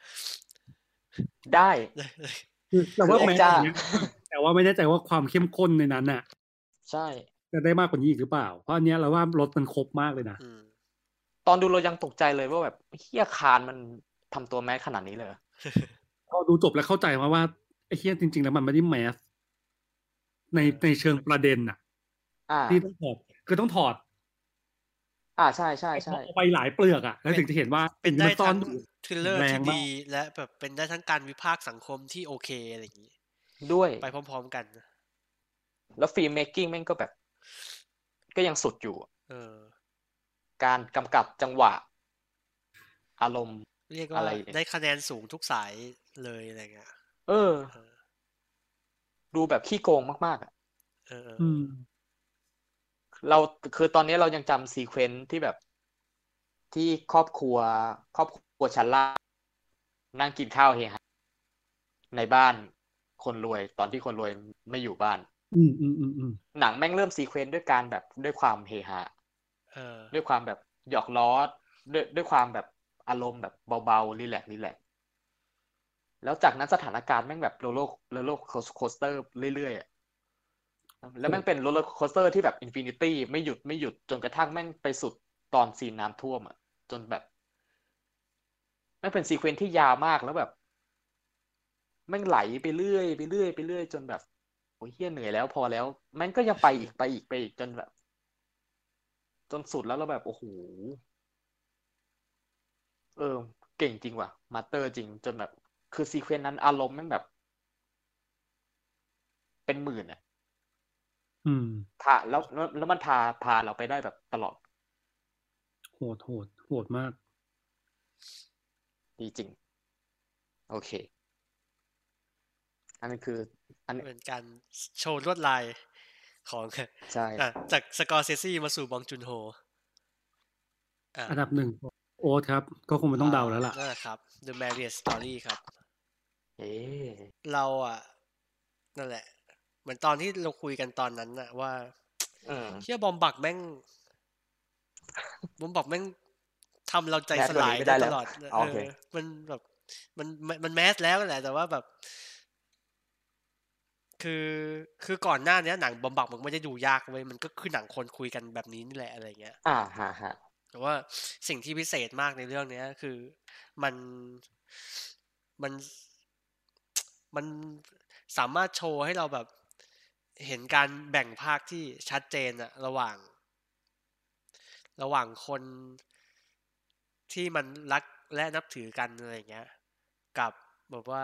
S2: ได้
S3: คือแต่ว่าแม้แต่ว่าไม่แน่ใจว่าความเข้มข้นในนั้นน่ะ
S2: ใช่
S3: จะได้มากกว่านี้อีกหรือเปล่าเพราะอันเนี้ยเราว่ารถมันครบมากเลยนะ
S1: อืม
S2: ตอนดูเรายังตกใจเลยว่าแบบเฮียคานมันทำตัวแมสขนาดนี้เลยเหรอ
S3: พอดูจบแล้วเข้าใจมาว่าไอ้เฮียจริงๆแล้วมันไม่ได้แมสในในเชิงประเด็นน่ะ
S2: อ่า
S3: ที่ต้องถอดคือต้องถอด
S2: อ่าใช่ใช่ใช่
S3: เอาไปหลายเปลือกอ่ะแล้วถึงจะเห็นว่า
S1: เป็นได้
S3: มันซ่อ
S1: ทั้
S3: น
S1: ง
S3: อยู่
S1: ทริลเลอร์
S3: แร
S1: ที่
S3: งมาก
S1: ดีและแบบเป็นได้ทั้งการวิพากษ์สังคมที่โอเคอะไรอย่างนี้
S2: ด้วย
S1: ไปพร้อมๆกัน
S2: แล้วฟิล์มเมคกิ้งแม่งก็แบบ ก็ยังสุดอยู่
S1: เออ
S2: การกำกับจังหวะ อารมณ์
S1: เรียก
S2: อะ
S1: ว่า
S2: ไร
S1: ได้คะแนนสูงทุกสายเลยอะไรเงี้ย
S2: เออ
S1: เออ
S2: ดูแบบขี้โกงมากๆอ่ะ
S1: เออเออ
S3: อืม
S2: เราคือตอนนี้เรายังจำซีเควนซ์ที่แบบ ที่ครอบครัว ครอบครัวชั้นล่างนั่งกินข้าวเฮฮาในบ้านคนรวย ตอนที่คนรวยไม่อยู่บ้าน
S3: อืมอืมอืมอืม
S2: หนังแม่งเริ่มซีเควนซ์ด้วยการแบบด้วยความเฮฮา
S1: เออ
S2: ด้วยความแบบหยอกล้อด้วยด้วยความแบบอารมณ์แบบเบาๆรีแลกซ์รีแลกซ์แล้วจากนั้นสถานการณ์แม่งแบบโรลเลอร์โรลเลอร์โคสเตอร์เรื่อยๆอะแล้วแม่งเป็นโรลเลอร์โคสเตอร์ที่แบบอินฟินิตี้ไม่หยุดไม่หยุดจนกระทั่งแม่งไปสุดตอนซีนน้ำท่วมอ่ะจนแบบแม่งเป็นซีเควนซ์ที่ยาวมากแล้วแบบแม่งไหลไปเรื่อยไปเรื่อยไปเรื่อยจนแบบโอ้ยเหี้ยเหนื่อยแล้วพอแล้วแม่งก็ยังไปอีกไปอีกไปอีกจนแบบ จนสุดแล้วเราแบบโอ้โหเออเก่งจริงว่ะมาสเตอร์จริงจนแบบคือซีเควนต์นั้นอารมณ์แม่งแบบ เป็นหมื่นอ่ะ
S3: อืม
S2: พาแล้วแล้วแล้วมันพาพาเราไปได้แบบตลอด
S3: โหดโหดโหดมาก
S2: ดีจริง โอเค อันนี้คือ อันนี้
S1: เป็นการโชว์ลวดลายของ
S2: ใช่
S1: อ่ะจากสกอร์เซซี่มาสู่บองจุนโฮอ่ะ
S3: อันดับหนึ่งโอ๊ตครับ ก็คงไม่ต้องเดาแล้วล่ะ
S1: นั่นแหละครับ The Marriage Story ครับ
S2: เอ๊ะ
S1: เราอ่ะ นั่นแหละ เหมือนตอนที่เราคุยกันตอนนั้นน่ะว่า
S2: อืม
S1: เชื่อบอมบักแม่ง บอมบักแม่งทำเราใจ
S2: แมส
S1: ส
S2: กว่า
S1: ลาย
S2: นี้ไม่
S1: ได้
S2: ได้
S1: ต
S2: แล้ว
S1: ลอด
S2: อ๋อ
S1: เอ
S2: โอเค
S1: อ มันแบบมันมันมันแมสแล้วแหละ แต่ว่าแบบ คือคือก่อนหน้านี้หนังบอมบักมันไม่ได้ดูยากเว้ยมันก็คือหนังคนคุยกันแบบนี้นี่แหละอะไรเงี้ย
S2: อ่าฮะฮะ
S1: แต่ว่าสิ่งที่พิเศษมากในเรื่องนี้คือมันมันมันสามารถโชว์ให้เราแบบเห็นการแบ่งภาคที่ชัดเจนอะระหว่าง ระหว่างคนที่มันรักและนับถือกันอะไรเงี้ยกับแบบว่า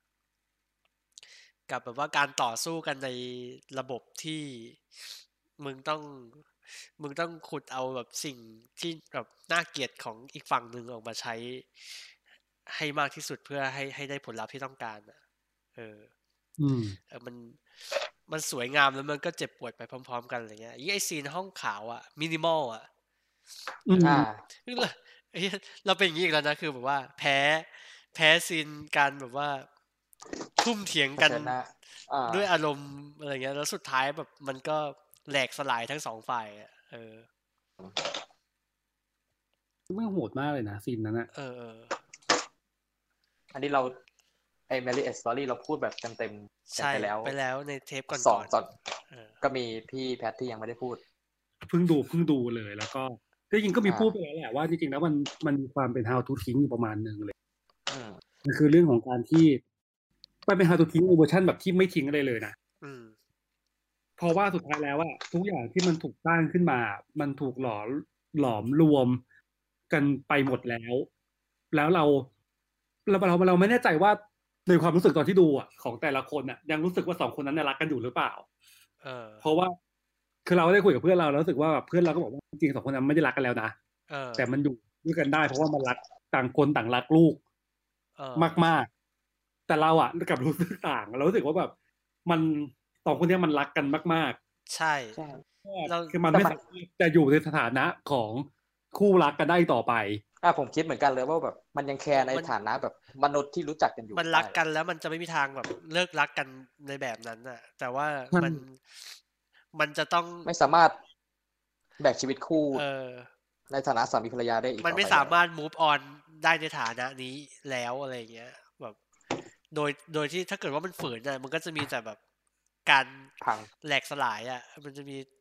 S1: กับแบบว่าการต่อสู้กันในระบบที่มึงต้องมึงต้องขุดเอาแบบสิ่งที่แบบน่าเกลียดของอีกฝั่งหนึ่งออกมาใช้ให้มากที่สุดเพื่อให้ให้ได้ผลลัพธ์ที่ต้องการอ่ะเออ
S3: อืม
S1: เออมันมันสวยงามแล้วมันก็เจ็บปวดไปพร้อมๆกันอะไรเงี้ยยิ่งไอซีนห้องขาวอ่ะมินิมอลอ่ะ
S3: อืม
S2: อ่า
S1: เราเราเป็นอย่างนี้อีกแล้วนะคือแบบว่าแพ้แพ้ซีนการแบบว่าทุ่มเถียงกัน
S2: เผชิญหน้าอ่า
S1: ด้วยอารมณ์อะไรเงี้ยแล้วสุดท้ายแบบมันก็แหลกสลายทั้งสองฝ่ายอ่ะเออ
S3: ไม่โหดมากเลยนะซีนนั้นอะ
S1: เออเออ
S2: อันนี้เราไอ้ Marriage Story เราพูดแบบเต็มๆกัน
S1: ใช่
S2: ไปแล้ว
S1: ไปแล้วในเทปก่อน
S2: ส
S1: ก่
S2: อ
S1: อง น
S2: ตอน
S1: เออ
S2: ก็มีพี่แพทที่ยังไม่ได้พูด
S3: เพิ่งดูเพิ่งดูเลยแล้วก็จริงๆก็มี
S2: อ่า
S3: พูดไปแล้วแหละว่าจริงๆแล้วมันมันมีความเป็น how to ทิ้งอยู่ประมาณนึงเลย
S2: อืม
S3: มันคือเรื่องของการที่มันเป็น how to ทิ้งในเวอร์ชันแบบที่ไม่ทิ้งอะไรเลยนะ
S1: อืม
S3: เพราะว่าสุดท้ายแล้วอะทุกอย่างที่มันถูกสร้างขึ้นมา มันถูกหลอหลอมรวมกันไปหมดแล้ว แล้วเราเราเราเราไม่แน่ใจว่าในความรู้สึกตอนที่ดูอะของแต่ละคนอะยังรู้สึกว่าสองคนนั้นเนี่ยรักกันอยู่หรือเปล่า
S1: เออ
S3: เพราะว่าคือเราได้คุยกับเพื่อนเราแล้วรู้สึกว่าแบบเพื่อนเราก็บอกว่าจริงๆสองคนนั้นไม่ได้รักกันแล้วนะ
S1: เออ
S3: แต่มันอยู่ด้วยกันได้ เพราะว่ามันรักต่างคนต่างรักลูก
S1: เออ
S3: มากๆ แต่เราอะกลับรู้สึกต่างเรารู้สึกว่าแบบมันสองคนนี้มันรักกันมาก
S1: ใช่
S2: ใช่
S1: เรา
S3: ๆคือมัน
S2: แต่
S3: ไม่
S2: มัน
S3: สามารถจะอยู่ในสถานะของคู่รักกันได้ต่อไป
S2: อ่าผมคิดเหมือนกันเลยว่าแบบมันยังแคร์ใน
S1: มัน
S2: ฐานะแบบมนุษย์ที่รู้จักกันอยู่
S1: มันรัก
S2: ได้
S1: กันแล้วมันจะไม่มีทางแบบเลิกรักกันในแบบนั้นน่ะ แต่ว่า
S3: ใช่
S1: มันมันจะต้อง
S2: ไม่สามารถแบกชีวิตคู่
S1: เออ
S2: ในฐานะสามีภรรยาได้อีก
S1: มันไม่
S2: ต่อป
S1: สามารถ move on ได้ในฐานะนี้แล้วอะไรเงี้ยแบบโดยโดยที่ถ้าเกิดว่ามันฝืนน่ะมันก็จะมีแต่แบบการ
S2: พัง
S1: แหลกสลายอ่ะมันจะมี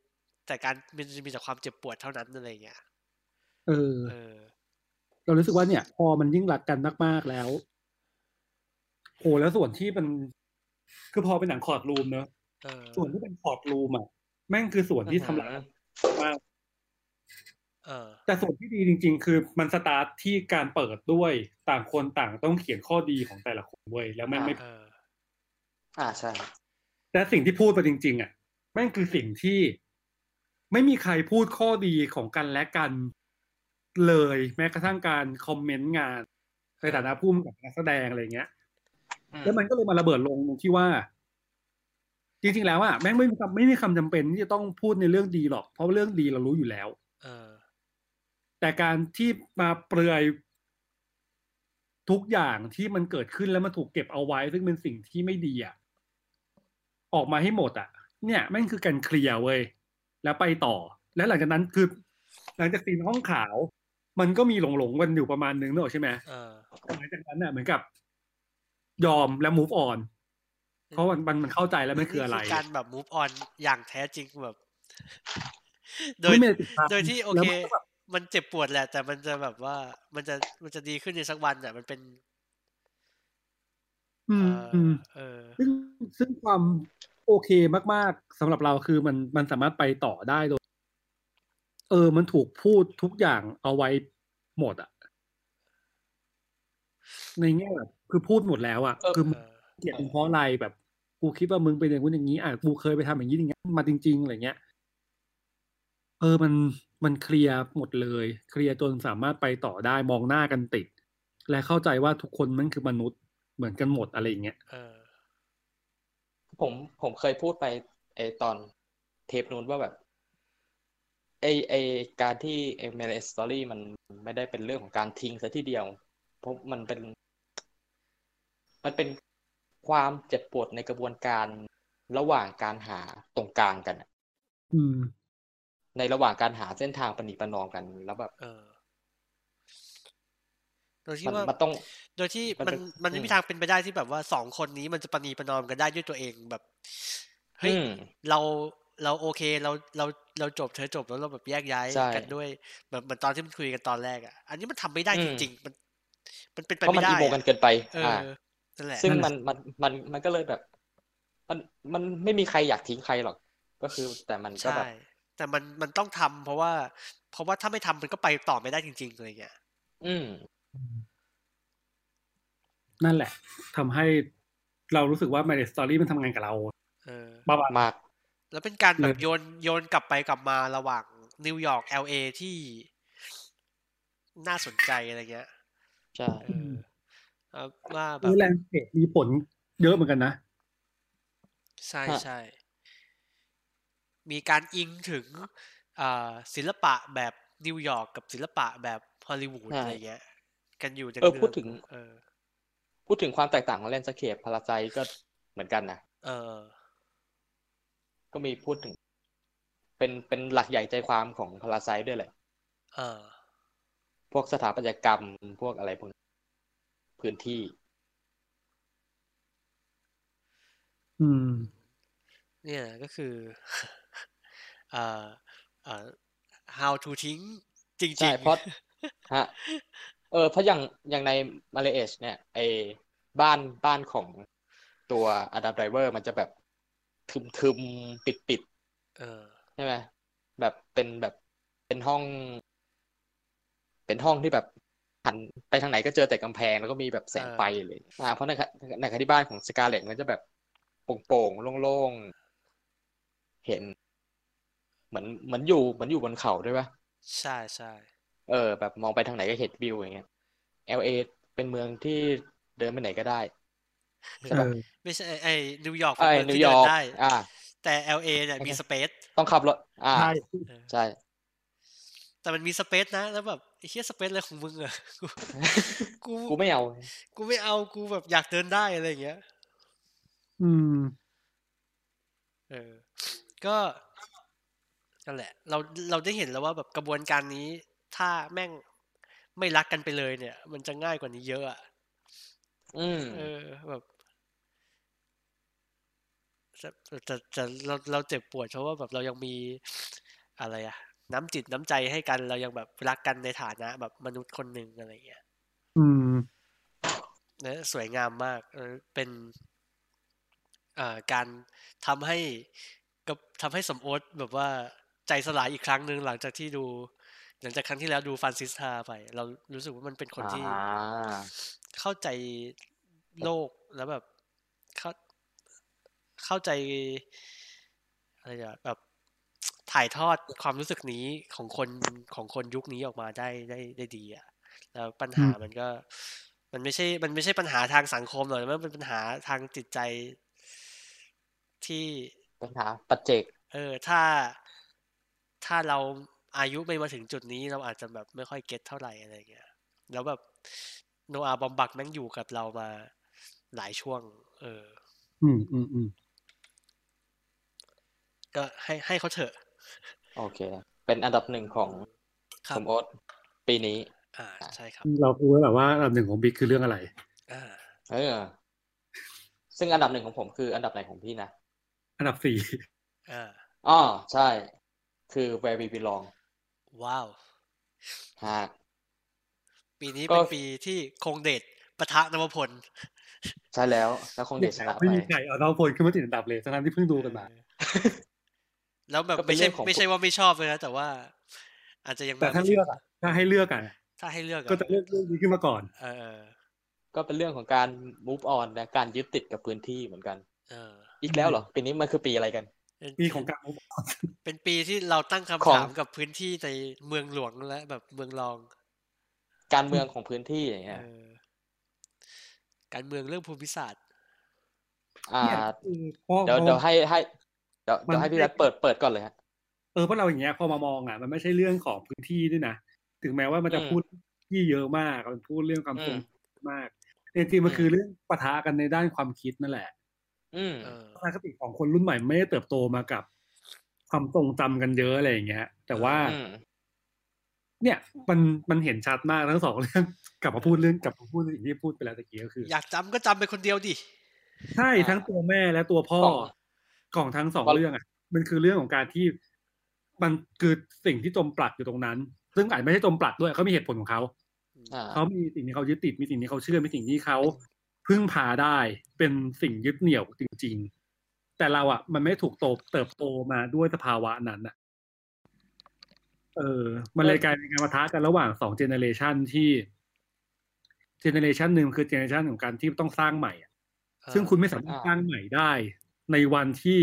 S1: แต่การมันจะมีแต่ความเจ็บปวดเท่านั้นอะไรเงี้ย
S3: เออ
S1: เออ
S3: เรารู้สึกว่าเนี่ย พอมันยิ่งรักกันมากๆแล้วโหแล้วส่วนที่มันคือพอเป็นหนังคอร์ดรูมเนอะ
S1: เออ
S3: ส่วนที่เป็นคอร์ดรูมอ่ะแม่งคือส่วนที่ทำลายมาก
S1: เออ
S3: แต่ส่วนที่ดีจริงๆ คือมันสตาร์ทที่การเปิดด้วยต่างคนต่างต้องเขียนข้อดีของแต่ละคนเว้ยแล้วแม่งไม่
S1: เออ
S2: อ่าใช่
S3: แต่สิ่งที่พูดมาจริงๆอ่ะแม่งคือสิ่งที่ไม่มีใครพูดข้อดีของกันและกันเลยแม้กระทั่งการคอมเมนต์งานในฐานะผู้กำกับนักแสดงอะไรเงี้ยแล้วมันก็เลยมาระเบิดลงที่ว่าจริงๆแล้วอ่ะแม่งไม่มีคำไม่มีคำจำเป็นที่จะต้องพูดในเรื่องดีหรอกเพราะเรื่องดีเรารู้อยู่แล้ว
S1: เออ
S3: แต่การที่มาเปลือยทุกอย่างที่มันเกิดขึ้นแล้วมันถูกเก็บเอาไว้ซึ่งเป็นสิ่งที่ไม่ดีอ่ะออกมาให้หมดอ่ะเนี่ยแม่งคือการเคลียร์เว้ยแล้วไปต่อแล้วหลังจากนั้นคือหลังจากซีนห้องขาวมันก็มีหลงๆกันอยู่ประมาณนึงนึกออกใช่ไหม
S1: เออ
S3: หลังจากนั้นน่ะเหมือนกับยอมแล้ว move on เพราะมันมันมันเข้าใจแล้วมันคืออะไร
S1: นี่การแบบ move on อย่างแท้จริงแบบ โดย
S3: ไม่มีอะไรติดตาม
S1: โดยที่โอ
S3: แล้ว
S1: เค
S3: มันก็แบบ
S1: มันเจ็บปวดแหละ แต่มันจะแบบว่ามันจะมันจะดีขึ้นในสักวันอ่ะมันเป็น
S3: อืม
S1: เอ
S3: อื
S1: อ
S3: ม
S1: เออ
S3: ซึ่งซึ่งความโอเคมากๆสำหรับเราคือมันมันสามารถไปต่อได้โดยเออ มันถูกพูดทุกอย่างเอาไว้หมดอ่ะในแง่แบบคือพูดหมดแล้วอ่ะ
S2: เออ
S3: คือมึงเกลียดมึงเพราะอะไรแบบกูคิดว่ามึงเป็นอย่างนู้นอย่างนี้อ่ะกูเคยไปทำอย่างนี้อย่างเงี้ยมาจริงๆอะไรเงี้ยเออมันมันเคลียร์หมดเลยเคลียร์จนสามารถไปต่อได้มองหน้ากันติด และเข้าใจว่าทุกคนมันคือมนุษย์เหมือนกันหมดอะไรอย่างเงี้ย
S1: เออ
S2: ผมผมเคยพูดไปไอตอนเทปนู้นว่าแบบไอไอการที่เอเมเรสตอรี่มันไม่ได้เป็นเรื่องของการทิ้งซะทีเดียวเพราะมันเป็น มันเป็นความเจ็บปวดในกระบวนการระหว่างการหาตรงกลางกันอะ
S3: อืม
S2: ในระหว่างการหาเส้นทางประนีประนอมกันแล้วแบบ
S1: เออ โดยที่
S2: มัน
S1: ว่า
S2: มันต้อง
S1: โดยที่
S2: มัน
S1: มัน
S2: เป็น
S1: มันไม่
S2: อืม
S1: มีทางเป็นไปได้ที่แบบว่าสองคนนี้มันจะประนีประนอมกันได้ด้วยตัวเองแบบเฮ้ย
S2: อืม
S1: เราเราโอเคเราเราเราจบเธอจบแล้วเราแบบแยกย้าย
S2: ใช่
S1: กันด้วยแบบเหมือนตอนที่มันคุยกันตอนแรกอ่ะอันนี้มันทำไม่ได้
S2: อื
S1: จ
S2: ม
S1: ริง ๆ มันมันเป็นไป
S2: เพราะมั
S1: ไม่
S2: น
S1: ได้
S2: อีโม
S1: อะ
S2: กันเกินไป
S1: เอ
S2: อ่า
S1: อนั่นแหละ
S2: ซึ่ง
S3: นั่นแห
S2: มั
S3: ละ
S2: นมันมันมันก็เลยแบบ มันมันไม่มีใครอยากทิ้งใครหรอก ก็คือแต่มันก็
S1: ใช่
S2: แบบ
S1: แต่มันมันต้องทำเพราะว่า เพราะว่าถ้าไม่ทำมันก็ไปต่อไม่ได้จริงๆอะไรเงี้ย
S2: อืม
S3: นั่นแหละทำให้เรารู้สึกว่า Marriage Story มันทำงานกับเรา
S1: เออ
S3: บ้า
S2: มาก
S1: แล้วเป็นการแบบ
S3: เลย
S1: โยนโยนกลับไปกลับมาระหว่างนิวยอร์ก แอล เอ ที่น่าสนใจอะไรเงี้ย
S2: ใช่
S1: เออเอาว่า
S3: ๆ
S1: แบ
S3: เออบ แลนด์สเคปมีผลเยอะเหมือนกันนะ
S1: ใช่
S2: ฮะ
S1: ใช่ มีการอิงถึงอ่าศิลปะแบบนิวยอร์กกับศิลปะแบบฮอลลีวูด
S2: ใช่
S1: อะไรเงี้ย กันอยู่
S2: เออ
S1: เนื
S2: พู
S1: อ
S2: ด
S1: ง
S2: ถึง
S1: ๆเออ
S2: พูดถึงความแตกต่างของแลนด์สเคปพาราไซก็เหมือนกันนะ
S1: เออ
S2: ก็มีพูดถึง เป็นเป็นหลักใหญ่ใจความของพาราไซด้วยแหละ
S1: เออ
S2: พวกสถาปัตยกรรมพวกอะไรพวกนี้พื้นที่
S3: อืม
S1: เนี่ยก็คือ อ่าอ่า how to ทิ้งจ
S2: ใช่
S1: ริง
S2: เพราะ ฮะ เออ เพราะอย่างอย่างในมาเลเอชเนี่ยไอ้บ้านบ้านของตัวอดัมไดเวอร์มันจะแบบทึมทึมปิดปิด
S1: ๆ เออ
S2: ใช่ไหมแบบเป็นแบบเป็นห้อง เป็นห้องที่แบบหันไปทางไหนก็เจอแต่กำแพงแล้วก็มีแบบแสงไฟเลยอ่าเพราะในในขณะที่บ้านของสกาเลตมันจะแบบโปร่งๆโล่งๆเห็น เหมือนเหมือนอยู่เหมือนอยู่บนเขาด้วยป่ะ
S1: ใช่ใช่
S2: เออ แบบมองไปทางไหนก็เห็นวิวอย่างเงี้ย แอล เอ เป็นเมืองที่เดินไปไหนก็ได้ใช่
S3: เอ
S2: ป่ะ
S3: อ
S1: ไม่ใช่ไอ้นิวยอร์ก
S2: ไอ้
S1: เป็นเมือง
S2: นิว
S1: ที่
S2: ย
S1: เดิ
S2: อน ร์ก
S1: ได้
S2: อ่า
S1: แต่ แอล เอ เนี่ยมีสเปซ
S2: ต้องขับรถอ่า
S3: ใช่
S1: เออ
S2: ใช่
S1: แต่มันมีสเปซนะ แล้วแบบไอ้เหี้ยสเปซอะไรของมึงอะ กู
S2: กูไม่เอา
S1: กูไม่เอากูแบบอยากเดินได้อะไรอย่างเงี้ย
S3: อืม
S1: เออ ก็นั่นแหละ เราเราได้เห็นแล้วว่าแบบกระบวนการนี้ถ้าแม่งไม่รักกันไปเลยเนี่ย มันจะง่ายกว่านี้เยอะอะ
S2: อืม
S1: เออแบบแต่แต่แต่เราเราเจ็บปวดเพราะว่าแบบเรายังมีอะไรอะน้ำจิตน้ำใจให้กันเรายังแบบรักกันในฐานะแบบมนุษย์คนหนึ่งอะไรเงี้ย
S3: อืม
S1: นะสวยงามมากเออเป็นอ่าการทำให้กับทำให้สมโอ๊ตแบบว่าใจสลายอีกครั้งหนึ่งหลังจากที่ดู หลังจากครั้งที่แล้วดูฟรานซิสฮาไป เรารู้สึกว่ามันเป็นคน
S2: อ่า
S1: ที่เข้าใจโลกแล้วแบบเข้าเข้าใจอะไรอะแบบถ่ายทอดความรู้สึกนี้ของคนของคนยุคนี้ออกมาได้ได้ได้ดีอะแล้วปัญหามันก็ มันไม่ใช่มันไม่ใช่ปัญหาทางสังคมหรอกมันเป็นปัญหาทางจิตใจที่
S2: ปัญหาปัจเจก
S1: เออถ้าถ้าเราอายุไม่มาถึงจุดนี้เราอาจจะแบบไม่ค่อยเก็ตเท่าไหร่อะไรเงี้ยแล้วแบบโนอาบอมบักแม่งอยู่กับเรามาหลายช่วง เออ
S3: อืมอืมอืม
S1: ก็ให้ให้เขาเถอะ
S2: โอเค เป็นอันดับหนึ่งของ
S1: ครั
S2: ส
S1: บ
S2: มโอ๊ตปีนี้
S1: อ่าใช่ครับ
S3: เรารู้แล้วแหละว่าอันดับหนึ่งของบิ๊กคือเรื่องอะไร
S1: อ่า
S2: เออ ซึ่งอันดับหนึ่งของผมคืออันดับไหนของพี่นะ
S3: อันดับสี่
S1: อ่า
S2: อ๋อใช่ คือ Where We Belong
S1: ว้าว
S2: ฮะ
S1: ปีนี้
S2: ก็
S1: เป็นปีที่คงเดชปะทะนวพล
S2: ใช่แล้วแล้วคงเดชชนะ
S3: ไม่
S2: ไป
S3: มีใครเอาเราผลขึ้นมาติดอันดับเลยทั้งที่เพิ่งดูกันมา
S1: เออแล้วแบบ
S2: ก็เป็น
S1: ไม่ใช่
S2: เรื่องของ
S1: ไม่ใช่ว่าไม่ชอบเลยนะแต่ว่า อาจจะยัง
S3: แต่
S1: มา
S3: ถ้า
S1: ไม่ถึ
S3: เลื
S1: ง
S3: อกอะถ้าให้เลือกอะ
S1: ถ้าให้เลือก
S3: ก็
S1: อะ
S3: จะเลือกเรื่องนี้ขึ้นมาก่อน
S1: เออ
S2: ก็เป็นเรื่องของการ move on และการยึดติดกับพื้นที่เหมือนกัน
S1: เออ
S2: อีกแล้วเหรอ ปีนี้มันคือปีอะไรกัน
S1: เป็น
S3: ปีของการ move on
S1: เป็นปีที่เราตั้งคำ
S2: ของ
S1: ถามกับพื้นที่ในเมืองหลวงและแบบเมืองรอง
S2: การเมืองของพื้นที่อย่าง
S1: เอ
S2: เงี้ย
S1: อ การเมืองเรื่องภูมิศาสตร์
S2: อ่า
S3: เนี่ยคือพอ
S2: เดี๋ยว
S3: พอ
S2: เดี๋ยวให้ให้เดี๋ยว
S3: มัน
S2: เดี๋ยวให้พี่รัฐเปิดเปิดก่อนเลยฮะ
S3: เออเพราะเราอย่างเงี้ยพอมามองอ่ะมันไม่ใช่เรื่องของพื้นที่ด้วยนะถึงแม้ว่ามันจะ
S2: อืม
S3: พูดที่เยอะมากมันพูดเรื่องความ
S2: อื
S3: ทรง
S2: ม
S3: มากแต่จริงๆมัน
S2: อืม
S3: คือเรื่องปะทะกันในด้านความคิดนั่นแหละ
S2: อืม
S1: เออ
S3: ทัศนคติของคนรุ่นใหม่ไม่ได้เติบโตมากับความทรงจำกันเยอะอะไรอย่างเงี้ย แต่ว่า
S2: อืม
S3: เนี่ยมันมันเห็นชัดมากทั้งสองเรื่อง กลับมาพูดเรื่องกลับมาพูดสิ่งที่พูดไปแล้วตะกี้ก็คือ
S1: อยากจำก็จำไปคนเดียวดิ
S3: ใช่
S2: อ่า
S3: ทั้งตัวแม่และตัวพ่อ
S2: ของ
S3: ของทั้งสอง
S2: วร
S3: เรื่องอ่ะ มันคือเรื่องของการที่มันคือสิ่งที่จมปลักอยู่ตรงนั้น ซึ่งอาจไม่ใช่จมปลักด้วยเขามีเหตุผลของเขา
S2: อ่า
S3: เขามีสิ่งที่เขายึดติดมีสิ่งที่เขาเชื่อมีสิ่งที่เขาพึ่งพาได้เป็นสิ่งยึดเหนี่ยวจริง ๆ แต่เราอ่ะมันไม่ถูกโตเติบโตมาด้วยสภาวะนั้นอ่ะ เออ มันเลยกลายเป็นการปะทะกันระหว่างสองเจเนเรชันที่เจเนเรชันหนึ่งคือเจเนเรชันของการที่ต้องสร้างใหม่อ่ะ
S1: อ่า
S3: ซึ่งคุณไม่สามารถ
S2: อ่า
S3: สร้างใหม่ได้ในวันที่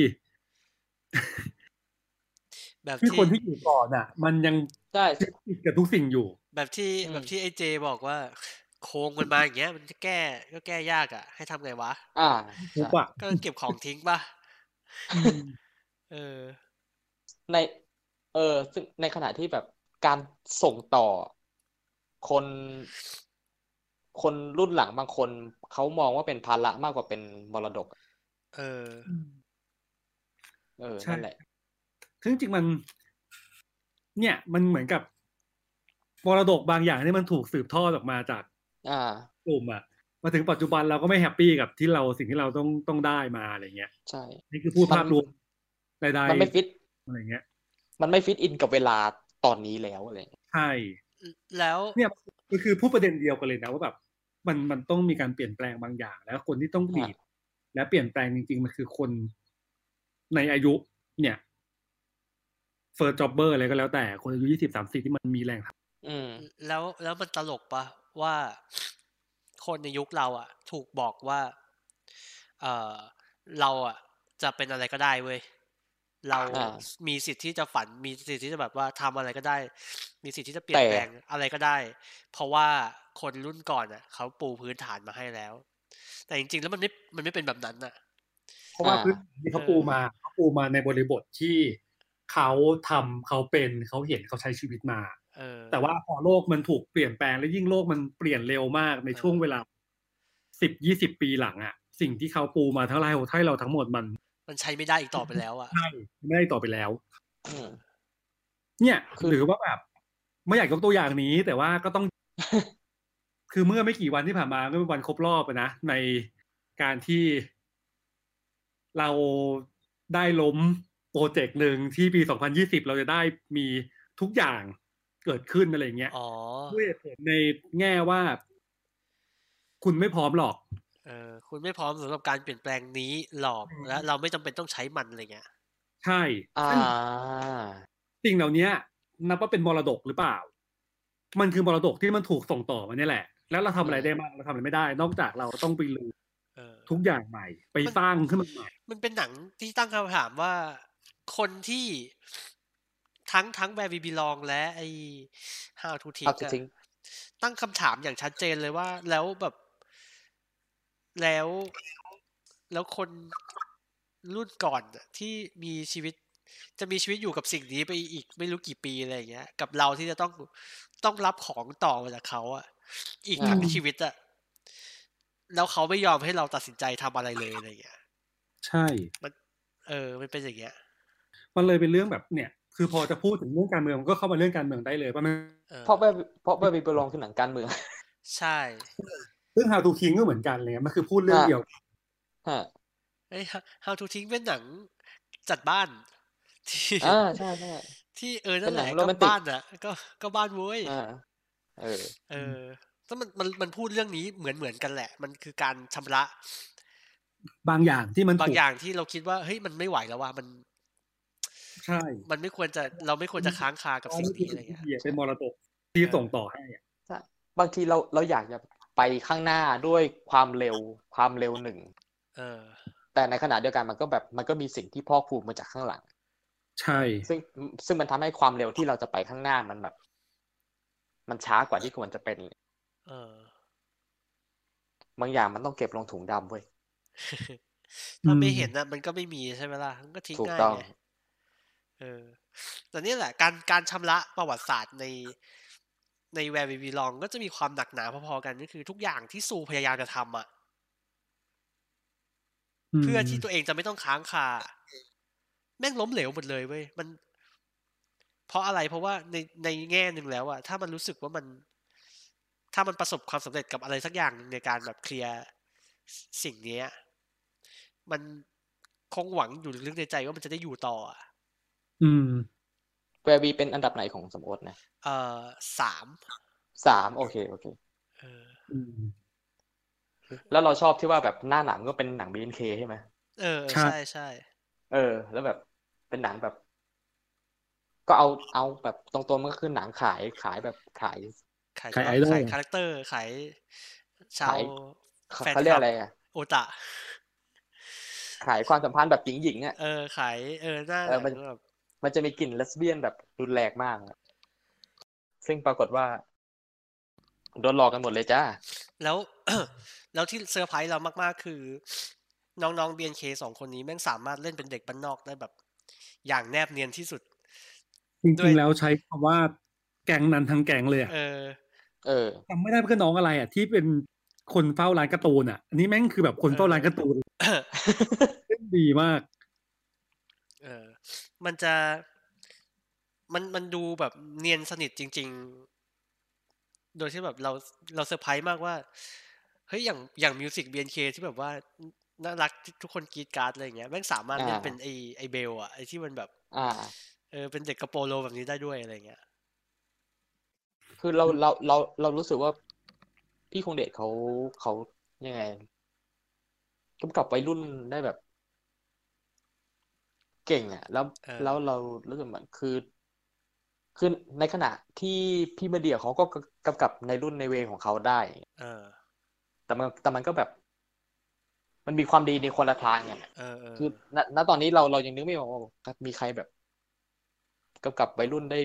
S1: แบบ
S3: ที่
S1: ที่
S3: คนที่อยู่ก่อนอ่ะ มันยัง
S2: ใช่
S3: ยึดติดกับทุกสิ่งอยู่
S1: แบบที่
S2: อืม
S1: แบบที่ไอเจบอกว่า โค้งมันมาอย่างเงี้ย มันจะแก้ก็แก้ยากอ่ะ ให้ทำไงวะ
S2: อ่า
S3: ทุ
S2: ใช่
S3: กอ่ะ
S1: ก็เก็บของทิ้งป่ะ
S3: อืม
S1: เออ
S2: ใน เออ ซึ่งในขณะที่แบบการส่งต่อ คน คนรุ่นหลังบางคนเขามองว่าเป็นภาระมากกว่าเป็นมรดก
S1: เออ
S2: เออ
S3: ใช่
S2: นั่นแหละ
S3: ซึ่งจริงๆมัน เนี่ยมันเหมือนกับมรดกบางอย่างที่มันถูกสืบทอดออกมาจาก
S2: อ่า
S3: กลุ่มอ่ะ มาถึงปัจจุบันเราก็ไม่แฮปปี้กับที่เราสิ่งที่เราต้องต้องได้มาอะไรเงี้ย
S2: ใช่
S3: นี่คือพูด
S2: มัน
S3: ภาพรวมใด
S2: มันไม่ฟิต
S3: ๆอะไรเงี้ย
S2: มันไม่ฟิตอินกับเวลาตอนนี้แล้วอะไรอย่างเงี้ย
S3: ใช่
S1: แล้ว
S3: เนี่ยมันคือพูดประเด็นเดียวกันเลยนะว่าแบบมันมันต้องมีการเปลี่ยนแปลงบางอย่าง แล้วคนที่ต้องดีดและเปลี่ยนแปลงจริงๆมันคือคนในอายุ เนี่ยเฟิร์สจ็อบเบอร์อะไรก็แล้วแต่คนอายุยี่สิบสามสิบที่มันมีแรงท
S2: อืม
S1: แล้วแล้วมันตลกปะว่าคนในยุคเราอ่ะ ถูกบอกว่า เออเราอ่ะ จะเป็นอะไรก็ได้เว้ย เรา
S2: อ่า
S1: มีสิทธิ์ที่จะฝัน มีสิทธิ์ที่จะแบบว่าทำอะไรก็ได้ มีสิทธิ์ที่จะเปลี่ย
S2: แต่
S1: นแปลงอะไรก็ได้ เพราะว่าคนรุ่นก่อนอ่ะเขาปูพื้นฐานมาให้แล้ว แต่จริงๆแล้วมันไม่มันไม่เป็นแบบนั้นอ่ะ
S3: ำเพราะว่า
S2: อ่า
S3: พื้นฐานที่เขาปูมาเขาปูมาในบริบทที่เขาทำเขาเป็นเขาเห็นเขาใช้ชีวิตมา
S1: เออ
S3: แต่ว่าพอโลกมันถูกเปลี่ยนแปลงและยิ่งโลกมันเปลี่ยนเร็วมากในช่วงเวลาสิบยี่สิบปีหลังอ่ะ สิ่งที่เขาปูมาทั้งหลายให้เราทั้งหมดมัน
S1: มันใช้ไม่ได้อีกต่อไปแล้วอ่ะ
S3: ใช่ไม่ได้ต่อไปแล้ว
S2: อืม
S3: เนี่ย
S2: คือ
S3: หรือว่าแบบไม่อยากยกตัวอย่างนี้ แต่ว่าก็ต้อง คือเมื่อไม่กี่วันที่ผ่านมาก็เป็นวันครบรอบอะนะในการที่เราได้ล้มโปรเจกต์หนึ่งที่ปีสองพันยี่สิบเราจะได้มีทุกอย่างเกิดขึ้นอะไรเงี้ย
S1: อ๋อ
S3: ด้วยเหตุผลในแง่ว่า คุณไม่พร้อมหรอก
S1: เออคุณไม่พร้อมสำหรับการเปลี่ยนแปลงนี้หรอกและเราไม่จำเป็นต้องใช้มันอะไรเงี้ย
S3: ใช่
S2: อ่า
S3: สิ่งเหล่านี้นับว่าเป็นมรดกหรือเปล่า มันคือมรดกที่มันถูกส่งต่อมาเนี่ยแหละ แล้วเราทำอะไรได้บ้างเราทำอะไรไม่ได้ นอกจากเราต้องไปรู้
S1: เออ
S3: ทุกอย่างใหม่ ไปสร้างขึ้นมาใหม่
S1: มันเป็นหนังที่ตั้งคำถามว่าคนที่ทั้งทั้ง Where We Belong และไอ้ How to Think
S2: How to
S1: อะ
S2: Think
S1: ตั้งคำถามอย่างชัดเจนเลยว่าแล้วแบบแล้วแล้วคนรุ่นก่อนอะที่มีชีวิตจะมีชีวิตอยู่กับสิ่งนี้ไปอีกไม่รู้กี่ปีอะไรอย่างเงี้ยกับเราที่จะต้องต้องรับของต่อมาจากเขาอะอีกทั้ง
S3: อืม
S1: ชีวิตอะแล้วเขาไม่ยอมให้เราตัดสินใจทำอะไรเลยอะไรอย่างเงี้ย
S3: ใช่
S1: มันเออมันเป็นอย่างเงี้ย
S3: มันเลยเป็นเรื่องแบบเนี่ย คือพอจะพูดถึงเรื่องการเมืองมันก็เข้ามาเรื่องการเมืองได้เลยว่ามัน
S1: เออ
S2: เพราะแบบเพราะแบบบีบลองคือหนังการเมือง
S1: ใช่
S3: ซึ่ง How to King ก็เหมือนกันเลยมันคือพูดเรื่อง
S2: ฮะ
S3: เดียว
S2: ฮะ
S1: ไอ้ How to ทิ้งเป็นหนังจัดบ้านที่
S2: อ่าใช่ใช่
S1: ที่เออ
S2: เป็
S1: นั่
S2: น
S1: น
S2: ห
S1: แห
S2: นัง
S1: ละ
S2: โร
S1: ก็
S2: แมนติก
S1: บ้านอ่ะก็ก็บ้านเว้ย
S2: อ่าเออ
S1: เออแล้วมันมันมันพูดเรื่องนี้เหมือนเหมือนกันแหละ มันคือการชำระ
S3: บางอย่างที่มัน
S1: บาง
S3: ถูก
S1: อย่างที่เราคิดว่าเฮ้ยมันไม่ไหวแล้วว่ามัน
S3: ใช่
S1: มันไม่ควรจะเราไม่ควรจะค้างคากับสิ่งนี้อะไรเงี้ย
S3: เป็นมรดกที่ส่งต่อให้อะ
S2: ใช่บางทีเราเราอยากจะไปข้างหน้าด้วยความเร็วความเร็วหนึ่ง
S1: เออ
S2: แต่ในขณะเดียวกันมันก็แบบมันก็มีสิ่งที่พอกพูนมาจากข้างหลัง
S3: ใช่
S2: ซึ่งซึ่งมันทำให้ความเร็วที่เราจะไปข้างหน้ามันแบบ มันช้ากว่าที่ควรจะเป็น
S1: เออ
S2: บางอย่างมันต้องเก็บลงถุงดำเว้ย
S1: ถ้าไม่เห็นนะมันก็ไม่มีใช่ไหมล่ะมันก็ทิ้ง
S2: ถูก
S1: ง่าย
S2: ต้อง
S1: ไงเออแต่นี่แหละการการชำระประวัติศาสตร์ในใน Where We Belong ก็จะมีความหนักหนาพอๆกันก็คือทุกอย่างที่ซูพยายามจะทำอ่ะเพื่อที่ตัวเองจะไม่ต้องค้างคาแม่งล้มเหลวหมดเลยเว้ยมันเพราะอะไรเพราะว่าในในแง่หนึ่งแล้วอะถ้ามันรู้สึกว่ามันถ้ามันประสบความสำเร็จกับอะไรสักอย่างในการแบบเคลียร์สิ่งนี้มันคงหวังอยู่ลึกในใจว่ามันจะได้อยู่ต่ออ่ะ
S3: อืม
S2: แวร์บีเป็นอันดับไหนของสมโอ๊ตนะ
S1: เอ่อสาม
S2: สามโอเคโอเค
S1: เออ
S3: อืม
S2: แล้วเราชอบที่ว่าแบบหน้าหนังก็เป็นหนัง บี เอ็น เค ใช่ไหม
S1: เออ
S3: ใช่
S1: ใช่ใช่
S2: เออ แล้วแบบเป็นหนังแบบ ก็เอาเอาแบบตรงๆมันก็คือหนังขายขายแบบขาย
S1: ขาย
S3: ขายไอดอล
S1: ขายคาแรคเตอร์ขายชาว
S2: ขาย เขา
S1: แฟน
S2: เขาเรีย
S1: ค
S2: ก
S1: ลับ
S2: อะไรอ่ะ
S1: โอตะ
S2: ขายความสัมพันธ์แบบหญิงๆอ่ะ
S1: เออขายเออหน้า
S2: เออมัน
S1: แบบ
S2: มันจะมีกลิ่นเลสเบี้ยนแบบรุนแรงมากอะซึ่งปรากฏว่าโดนหลอกกันหมดเลยจ้า
S1: แล้ว แล้วที่เซอร์ไพรส์เรามากๆคือ น้องๆ บี เอ็น เค สองคนนี้แม่งสามารถเล่นเป็นเด็กบ้านนอกได้แบบ อย่างแนบเนียนที่สุด
S3: จ
S1: ด้
S3: ริ
S1: วย
S3: งๆแล้วใช้คำว่าแก๊งนั้นทั้งแก๊งเลยอะ
S1: เออ
S2: เออ
S3: จำไม่ได้เพื่อนน้องอะไรอ่ะ ที่เป็นคนเฝ้าร้านการ์ตูนอ่ะ อันนี้แม่งคือแบบคนเฝ้าร้านการ์ตูนเล่นดีมาก
S1: เออ มันจะมันมันดูแบบเนียนสนิทจริง ๆ โดยที่แบบเราเราเซอร์ไพรส์มากว่าเฮ้ยอย่างอย่างมิวสิก บี เอ็น เค ที่แบบว่าน่ารักทุกคนกรีดการ์ดอะไรอย่างเงี้ยแม่งสามารถเล่น
S2: อ่า
S1: เป็นไอไอเบลอะไอที่มันแบบ
S2: อ่า
S1: เออเป็นเด็กกระโปรงโลแบบนี้ได้ด้วยอะไรเงี้ย
S2: คือเราเราเราเรารู้สึกว่าพี่คงเดชเขาเขายังไงกำกับวัยรุ่นได้แบบ เก่งอ่ะ แล้ว
S1: เออ
S2: แล้วเรารู้สึกเหมือนคือ คือในขณะที่พี่มาเดียเขาก็กำกับในรุ่นในเวของเขาได้
S1: เออ
S2: แต่มันแต่มันก็แบบ มันมีความดีในคนละทางไง
S1: เออเออ
S2: คือณณตอนนี้เราเรายังนึกไม่ออกว่ามีใครแบบกำกับวัยรุ่นได้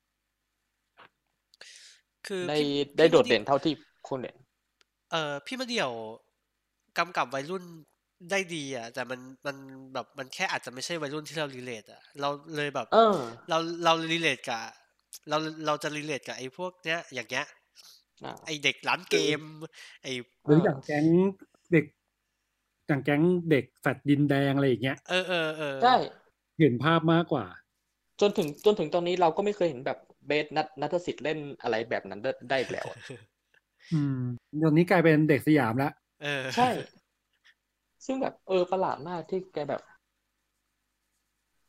S1: คือ
S2: ได้
S1: พี่
S2: ได้
S1: พี่
S2: โด
S1: มา
S2: ด
S1: เดี
S2: เด่
S1: ย
S2: นเท่าที่คุณเด่น
S1: เออพี่มาเดี่ยวกำกับวัยรุ่นได้ดีอ่ะ แต่มันมันแบบมันแค่อาจจะไม่ใช่วัยรุ่นที่เรารีเลทอ่ะเราเลยแบบ
S2: เออ
S1: เราเรารีเลทกับเราเราจะรีเลทกับไอ้พวกเนี้ยอย่างเงี้ย
S2: อ่า
S1: ไอ้เด็กร้านเกม ไอ้
S3: หรืออย่างแก๊งเด็กอย่างแก๊งเด็กแฟดดินแดงอะไรอย่างเงี้ย
S1: เออเออเออ
S2: ใช่
S3: เห็นภาพมากกว่า
S2: จนถึงจนถึงตอนนี้เราก็ไม่เคยเห็นแบบเบสนัทนัทสิทธิ์เล่นอะไรแบบนั้นได้ได้อีกแล้วอะ
S3: อืมตอนนี้กลายเป็นเด็กสยามแล้ว
S1: เออ
S2: ใช่ ซึ่งแบบเออประหลาดมากที่แกแบบ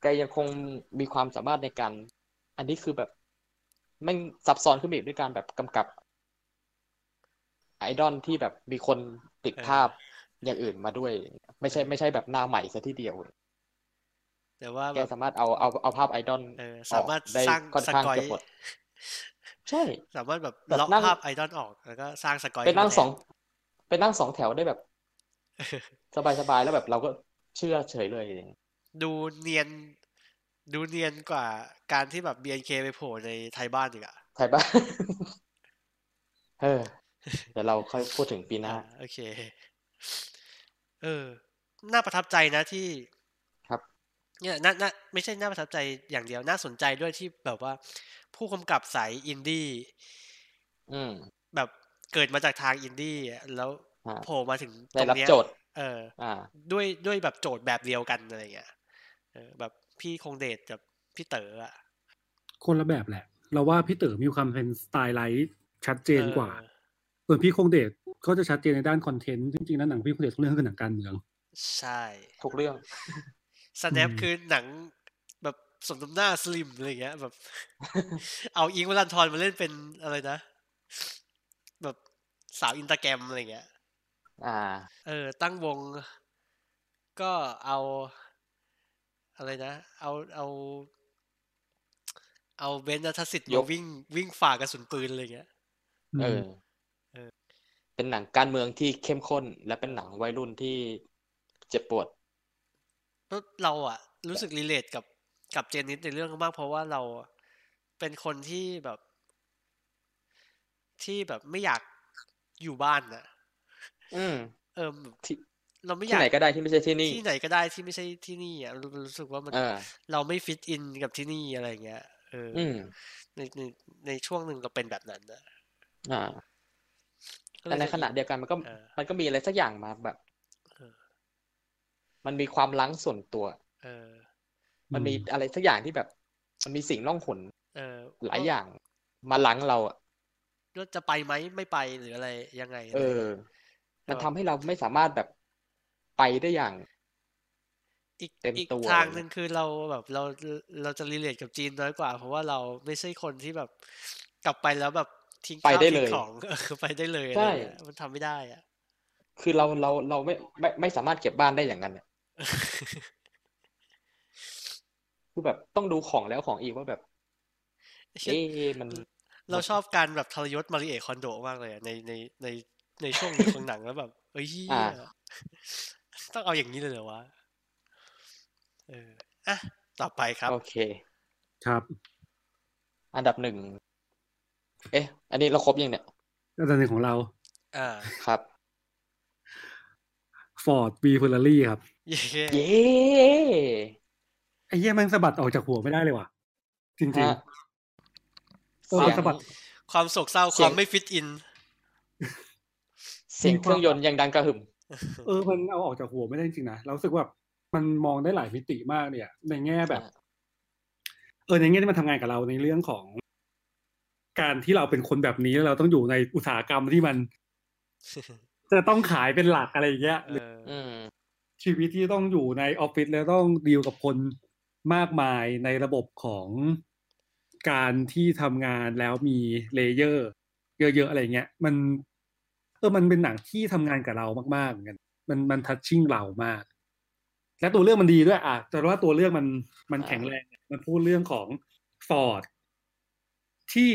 S2: แกยังคงมีความสามารถในการอันนี้คือแบบแม่งซับซ้อนขึ้นไปอีกด้วยการแบบกำกับไอดอลที่แบบมีคนติด
S1: เออ
S2: ภาพอย่างอื่นมาด้วย ไม่ใช่ไม่ใช่แบบหน้าใหม่ซะทีเดียว
S1: แต่ว่า
S2: แก
S1: แบบ
S2: สามารถเอาเอาเอาภาพไอดอล
S1: เออ
S2: อ
S1: สา
S2: อก
S1: มารถ
S2: ได้
S1: สร้าง
S2: ค่อน
S1: ส
S2: ข้าง
S1: กอย
S2: เกือบหมด ใช่
S1: สามารถแบบ
S2: แบบ
S1: เลาะ
S2: นั่ง
S1: ภาพไอดอลออกแล้วก็สร้างสกอย
S2: ไปนั่ง
S1: ขึ้
S2: ส
S1: มา
S2: องไปนั่งสองแถวได้แบบ สบายๆแล้วแบบเราก็เชื่อเฉยเลย
S1: ดูเนียน ดูเนียนกว่าการที่แบบ บี เอ็น เค ไปโผล่ในไทยบ้านอีกอะ
S2: ไทยบ้าน เออ เดี๋ยวเราค่อยพูดถึงปีหน้า
S1: อ่า โอเค เออ น่าประทับใจนะที่
S2: ครับ
S1: เนี่ยน่าน่าไม่ใช่น่าประทับใจอย่างเดียว น่าสนใจด้วยที่แบบว่า ผู้กำกับสายอินดี้
S2: อืม
S1: แบบเกิดมาจากทางอินดี้อะแล้ว
S2: ฮะ
S1: โผล่มาถึง
S2: ได้
S1: ตรง
S2: รับ
S1: เนี้ย
S2: โจทย์
S1: เออ
S2: อ่า
S1: ด้วย ด้วยแบบโจทย์แบบเดียวกัน อะไรเงี้ย เออ แบบพี่คงเดชกับพี่เต๋ออะ
S3: คนละแบบแหละ เราว่าพี่เต๋อมีความเป็นสไตล์ไลท์ชัดเจ
S1: เอน
S3: กว่า
S1: อ
S3: ส่วนพี่คงเดชก็จะชัดเจนในด้านคอนเทนต์ จริงๆแล้วหนังพี่คงเดชทุกเรื่องคือหนังการเมือง
S1: ใช่
S2: ทุกเรื่อง
S1: Snap
S3: อืม
S1: คือหนังแบบสมน้ำหน้าสลิม อะไรอย่างเงี้ย แบบ เอาอิงค์ วรันธรมาเล่นเป็นอะไรนะ แบบสาว Instagram อะไรอย่างเงี้ย
S2: อ่า
S1: เออ ตั้งวง ก็เอา อะไรนะ เอา เอา เอาเบนซ์ ณ ฐศิษย์
S2: ย
S1: มาก วิ่ง วิ่งฝ่ากระสุนปืน อะไรอย่างเงี้ย
S2: เออ
S1: เออ
S2: เป็นหนังการเมืองที่เข้มข้น และเป็นหนังวัยรุ่นที่เจ็บปวด
S1: ก็เราอะรู้สึก relate กับ กับเจนนิสในเรื่องมาก เพราะว่าเราเป็นคนที่แบบ ที่แบบไม่อยากอยู่บ้านน่ะ
S2: อืม
S1: เออ แบบ
S2: ที่
S1: เราไม่
S2: ท
S1: อี่ ยาก
S2: ไหนก็ได้ที่ไม่ใช่ที่นี่
S1: ที่ไหนก็ได้ที่ไม่ใช่ที่นี่อะ เรา เรารู้สึกว่ามัน
S2: เออ
S1: เราไม่ fit in กับที่นี่ อะไรอย่างเงี้ย เออ
S2: อืม
S1: ใน ใน ในช่วงหนึ่งเราเป็นแบบนั้นน่ะ
S2: อ่า
S1: ก็เล
S2: แต่
S1: ย
S2: ใน
S1: จะ
S2: ขณะเดียวกันมันก็
S1: เออ
S2: มันก็มีอะไรสักอย่างมาแบบ
S1: เออ
S2: มันมีความรั้งส่วนตัว
S1: เออ
S2: มันมี
S3: อืม
S2: อะไรสักอย่างที่แบบ มันมีสิ่งล่องหน
S1: เออ
S2: หลาย
S1: ก็
S2: อย่างมารั้งเราอะ
S1: ก็จะไปไหม ไม่ไป หรืออะไร ยังไง
S2: เออ
S1: แต่
S2: มัน
S1: แบบ
S2: ทำให้เราไม่สามารถแบบไปได้อย่าง
S1: อีก
S2: เต็ม
S1: อีก
S2: ตัว
S1: ทาง
S2: อะไร
S1: หนึ
S2: เงี้
S1: ่
S2: ย
S1: งคือเราแบบ เรา ร เราจะ relate กับจีนน้อยกว่า เพราะว่าเราไม่ใช่คนที่แบบกลับไปแล้วแบบทิ้ง
S2: ไป
S1: ข้าว
S2: ได้
S1: ทิ้
S2: เล
S1: ง
S2: ย
S1: ของ เออ ไปได้เลย
S2: ใ
S1: อะ
S2: ช
S1: ไรอย่างเงี้ย มันทำไม่ได้อะ
S2: คือเรา เรา เราไม่ ไม่ ไม่สามารถเก็บบ้านได้อย่างนั้นน่ะ คือแบบต้องดูของแล้วของอีกว่าแบบ
S1: ไอ้เหี้
S2: เอ๊
S1: ย
S2: มัน
S1: ร
S2: ม
S1: เรา
S2: ัน
S1: ชอบการแบบทรยศ Marie Kondo มากเลยอะ ใน ใน ใน ในช่วงหนึ่งของหนัง แล้วแบบ เฮ้ย เหี้
S2: อ่า
S1: ย ต้องเอาอย่างงี้เลยเหรอวะ? เออ อะ ต่อไปครั
S2: โ
S1: บ
S2: อเค
S3: ครับ
S2: อันดับ หนึ่ง เอ๊ะ อันนี้เราครบยังเนี่ย?
S3: อันดับ หนึ่ง ของเรา
S1: อา
S2: ครับ
S3: Ford v Ferrari ครับ
S1: เย้
S2: เย้!
S3: ไอ้เหี้ยแม่งสะบัดออกจากหัวไม่ได้เลยว่ะ จ
S2: ค
S3: ริ
S2: รั
S3: ง
S2: บ
S3: ๆ เออ
S2: เสี
S3: มั
S2: ยง
S3: นสะบัด
S1: ความโศกเศร้า
S2: เส
S1: คีว
S2: ย
S1: าง มไม่ fit in
S2: เสียงเครื่องยนต์ยังดังกระหึ่ม
S3: เออ มันเอาออกจากหัวไม่ได้จริง ๆ นะ เรารู้สึกว่า มันมองได้หลายมิติมากเลยอะ ในแง่แบบ
S2: อา
S3: เออ ในแง่ที่มันทำงานกับเราในเรื่องของ การที่เราเป็นคนแบบนี้ แล้วเราต้องอยู่ในอุตสาหกรรมที่มัน จะต้องขายเป็นหลัก อะไรอย่างเงี้ย
S1: เออ
S2: อืม
S3: ชีวิตที่ต้องอยู่ในออฟฟิศ แล้วต้องดีลกับคนมากมายในระบบของการที่ทำงานแล้วมี layer เยอะ ๆ อะไรอย่างเงี้ย มัน เออ มันเป็นหนังที่ทำงานกับเรามาก ๆ เหมือนกัน มัน มัน touching เรามาก และตัวเรื่องมันดีด้วย อา แต่ว่าตัวเรื่องมัน มัน
S2: อา
S3: แข็งแรง มันพูดเรื่องของ Ford ที่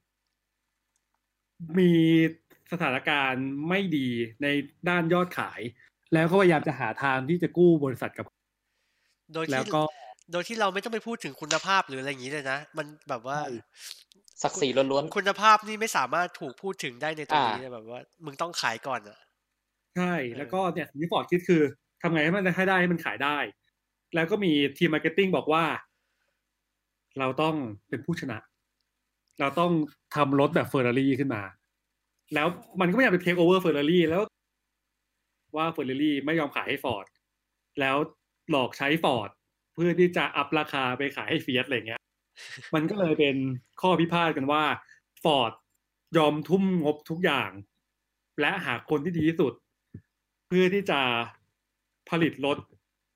S3: มีสถานการณ์ไม่ดีในด้านยอดขาย แล้วก็พยายามจะหาทางที่จะกู้บริษัทกับ
S1: โดย
S3: แล
S1: ที่
S3: ้วก็
S1: โดยที่เราไม่ต้องไปพูดถึงคุณภาพ หรืออะไรอย่างงี้เลยนะ มันแบบว่า
S3: ใช่
S2: ศักดิ์ศรีล้วน ๆ
S1: คุณภาพนี่ไม่สามารถถูกพูดถึงได้ในตร
S2: อ
S1: ง
S2: า
S1: นี้ แบบว่ามึงต้องขายก่อนอะ
S3: ใช่
S1: เออ
S3: แล้วก็เนี่ยสิ่งที่ Ford คิดคือทำไงให้มัน ให้ได้ ให้มันขายได้ แล้วก็มีทีม marketing บอกว่า เราต้องเป็นผู้ชนะ เราต้องทำรถแบบ Ferrari ขึ้นมา แล้วมันก็พยายามจะ take over Ferrari แล้ว ว่า Ferrari ไม่ยอมขายให้ Ford แล้วหลอกใช้ Ford เพื่อที่จะอัปราคาไปขายให้ Fiat อะไรอย่างเงี้ย มันก็เลยเป็นข้อพิพาทกันว่า Ford ยอมทุ่มงบทุกอย่าง และหาคนที่ดีที่สุด เพื่อที่จะผลิตรถ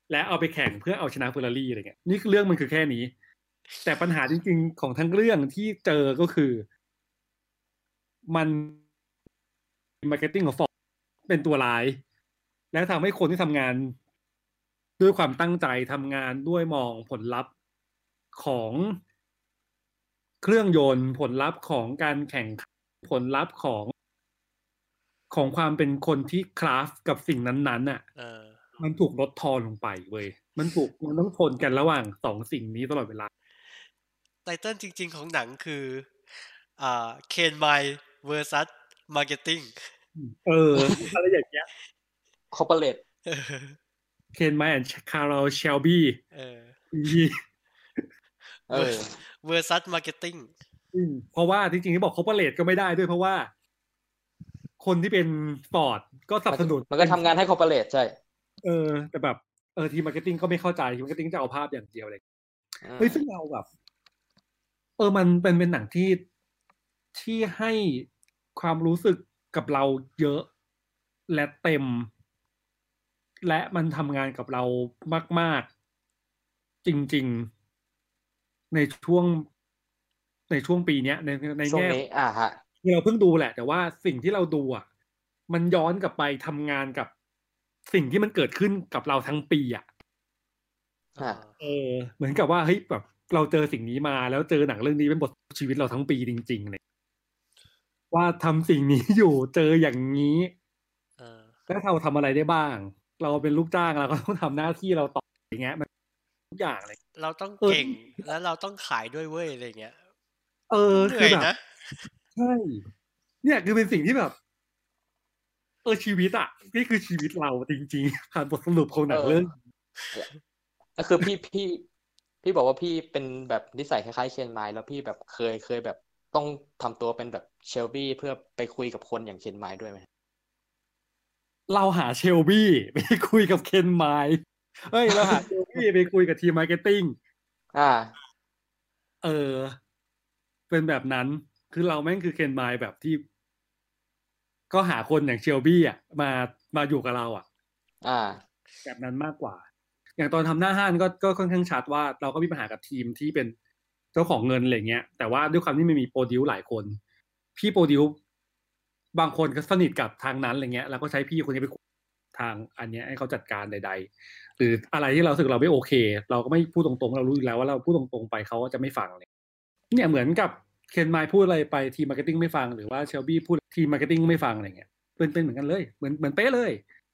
S3: และเอาไปแข่งเพื่อเอาชนะเฟอร์รารี่อะไรเงี้ยนี่คือเรื่องมันคือแค่นี้แต่ปัญหาจริงๆของทั้งเรื่องที่เจอก็คือมันมาร์เก็ตติ้งของฟอร์ดเป็นตัวร้ายและทำให้คนที่ทำงานด้วยความตั้งใจทำงานด้วยมองผลลัพธ์ของเครื่องยนต์ผลลัพธ์ของการแข่งขันผลลัพธ์ของของความเป็นคนที่คราฟกับสิ่งนั้นๆน่ะ
S1: เออ
S3: มันถูกลดทอนลงไปเว้ยมันถูกมันต้องทนกันระหว่างสองสิ่งนี้ตลอดเวลา
S1: ไตเติ้ลจริงๆของหนังคืออ่าเคนไมล์ versus marketing
S3: เอออะไรอย่างเงี้ย
S2: corporate
S3: เคนไมล์แอนด์คาร์ลเชลบี้
S1: เออ
S2: เออ
S1: versus marketing
S3: เพราะว่าจริงๆที่บอกคอร์ปอเรทก็ไม่ได้ด้วยเพราะว่าคนที่เป็นฟอร์ดก็สนับสนุน
S2: มันก็ทำงานให้ corporate ใช่
S3: เออแต่แบบเออทีมมาร์เก็ตติ้งก็ไม่เข้าใจทีมมาร์เก็ตติ้งจะเอาภาพอย่างเดียวเลยเฮ้ยซึ่งเราแบบเออมันเป็นเป็นหนังที่ที่ให้ความรู้สึกกับเราเยอะและเต็มและมันทำงานกับเรามากๆจริงๆในช่วงในช่วงปีนี้ในในแง่
S2: อ่าฮะ
S3: เราเพิ่งดูแหละแต่ว่าสิ่งที่เราดูอ่ะมันย้อนกลับไปทำงานกับสิ่งที่มันเกิดขึ้นกับเราทั้งปีอ่ะเออเหมือนกับว่าเฮ้ยแบบเราเจอสิ่งนี้มาแล้วเจอหนังเรื่องนี้เป็นบทชีวิตเราทั้งปีจริงๆเลยว่าทำสิ่งนี้อยู่เจออย่างนี้แล้วเราทำอะไรได้บ้างเราเป็นลูกจ้างเราก็ต้องทำหน้าที่เราต่ออย่างเงี้ยมันทุกอย่างเลย
S1: เราต้องเก่งแล้วเราต้องขายด้วยเว้ยอะไรเงี้ย
S3: เออคือแบบใช่เนี่ยคือเป็นสิ่งที่แบบเออชีวิตอ่ะนี่คือชีวิตเราจริงๆผ่านบทสรุปของหนังเรื่อง
S2: ก็คือพี่พี่พี่บอกว่าพี่เป็นแบบนิสัยคล้ายๆเคนไมล์แล้วพี่แบบเคยเคยแบบต้องทำตัวเป็นแบบเชลบี้เพื่อไปคุยกับคนอย่างเคนไมล์ด้วยไหม
S3: เราหาเชลบี้ไปคุยกับเคนไมล์เฮ้ยเราหาเชลบี้ไปคุยกับทีมมาร์เก็ตติ้ง
S2: อ่า
S3: เออเป็นแบบนั้นคือเราแม่งคือเคนไมล์แบบที่ก็หาคนอย่างเชลบี้อ่ะมามาอยู่กับเราอ่ะ
S2: อ่า
S3: แบบนั้นมากกว่าอย่างตอนทำหน้าห้านก็ก็ค่อนข้างชัดว่าเราก็มีปัญหากับทีมที่เป็นเจ้าของเงินอะไรเงี้ยแต่ว่าด้วยความที่มันมีโปรดิวหลายคนพี่โปรดิวบางคนก็สนิทกับทางนั้นอะไรเงี้ยแล้วก็ใช้พี่คนนี้ไปทางอันเนี้ยให้เขาจัดการใดๆหรืออะไรที่เราสึกเราไม่โอเคเราก็ไม่พูดตรงๆเรารู้อยู่แล้วว่าเราพูดตรงๆไปเขาก็จะไม่ฟังเลยเนี่ยเหมือนกับเคนไมล์พูดอะไรไปทีมมาร์เก็ตติ้งไม่ฟังหรือว่าเชลบี้พูดทีมมาร์เก็ตติ้งไม่ฟังอะไรเงี้ยเป็นเป็นเหมือนกันเลยเหมือนเหมือนเป๊ะเลย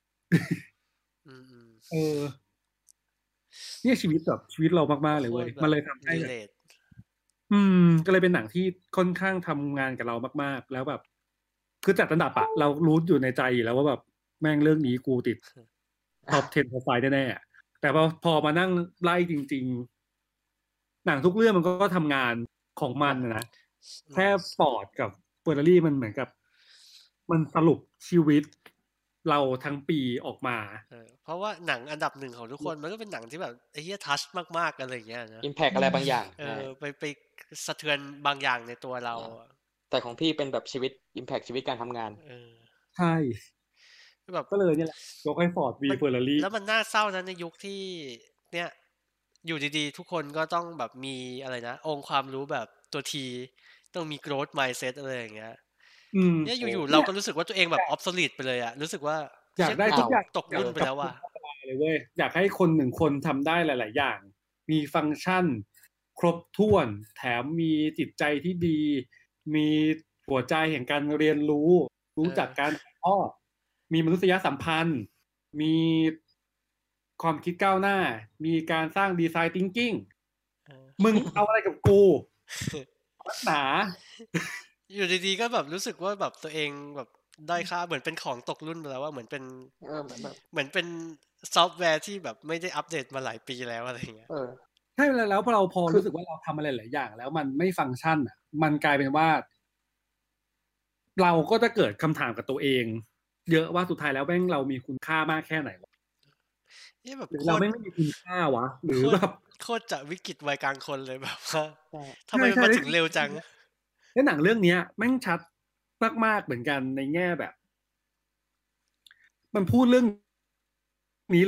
S3: เออเนี่ยชีวิตแบบชีวิตเรามากๆเลยเว้ยมันเลยทำให้อืมก็เลยเป็นหนังที่ค่อนข้างทำงานกับเรามากๆแล้วแบบคือจัดอันดับอะเรารู้อยู่ในใจอยู่แล้วว่าแบบแม่งเรื่องนี้กูติดท็อปสิบท็อปไฟว์แน่ๆแต่พอพอมานั่งไล่จริงๆหนังทุกเรื่องมันก็ทำงานของมันนะแค่ฟอร์ดกับเฟอร์รารี่มันเหมือนกับมันสรุปชีวิตเราทั้งปีออกมา
S1: เพราะว่าหนังอันดับหนึ่งของทุกคนมันก็เป็นหนังที่แบบไอ้เหี้ยทัชมากๆอะไรอย่างเงี้ยนะ
S2: impact อะไรบางอย่าง
S1: เออไปไปสะเทือนบางอย่างในตัวเรา
S2: แต่ของพี่เป็นแบบชีวิต impact ชีวิตการทำงาน
S3: เออใช่แบบก็เลยเนี่ยแหละยกให้ฟอร์ดวีเฟอร์รารี่
S1: แล้วมันน่าเศร้านะในยุคที่เนี่ยอยู่ดีๆทุกคนก็ต้องแบบมีอะไรนะองค์ความรู้แบบตัวทีต้องมี growth mindset อะไรอย่างเงี้ยเนี่ยอยู่ๆเราก็รู้สึกว่าตัวเองแบบ obsolete ไปเลยอะรู้สึกว่า
S3: อยากได้ทุกอย่าง
S1: ตกรุ่นไปแล้วว่ะ
S3: เลยเว้ยอยากให้คนหนึ่งคนทำได้หลายๆอย่างมีฟังก์ชันครบถ้วนแถมมีจิตใจที่ดีมีหัวใจแห่งการเรียนรู้รู้จักการอ้อมีมนุษยสัมพันธ์มีความคิดก้าวหน้ามีการสร้างดีไซน์ทิงกิ้งมึงเอาอะไรกับกูหนา
S1: อยู่ดีๆก็แบบรู้สึกว่าแบบตัวเองแบบด้อยค่าเหมือนเป็นของตกรุ่นไปแล้วว่าเหมือนเป็นเหมือนเป็นซอฟต์แวร์ที่แบบไม่ได้อัปเดตมาหลายปีแล้วอะไรเงี้ย
S3: ใช่แล้วพอเราพอรู้สึกว่าเราทำอะไรหลายอย่างแล้วมันไม่ฟังก์ชันอ่ะมันกลายเป็นว่าเราก็จะเกิดคำถามกับตัวเองเยอะว่าสุดท้ายแล้วแม่งเรามีคุณค่ามากแค่ไหนวะ
S1: แบบ
S3: เราไม่มีคุณค่าวะหรือแบบ
S1: โคตรจะวิกฤตวัยกลางคนเลยแบบว่าทำไมมาถึงเร็วจัง
S3: แล้วหนังเรื่องนี้แม่งชัดมากๆเหมือนกันในแง่แบบมันพูดเรื่องนี้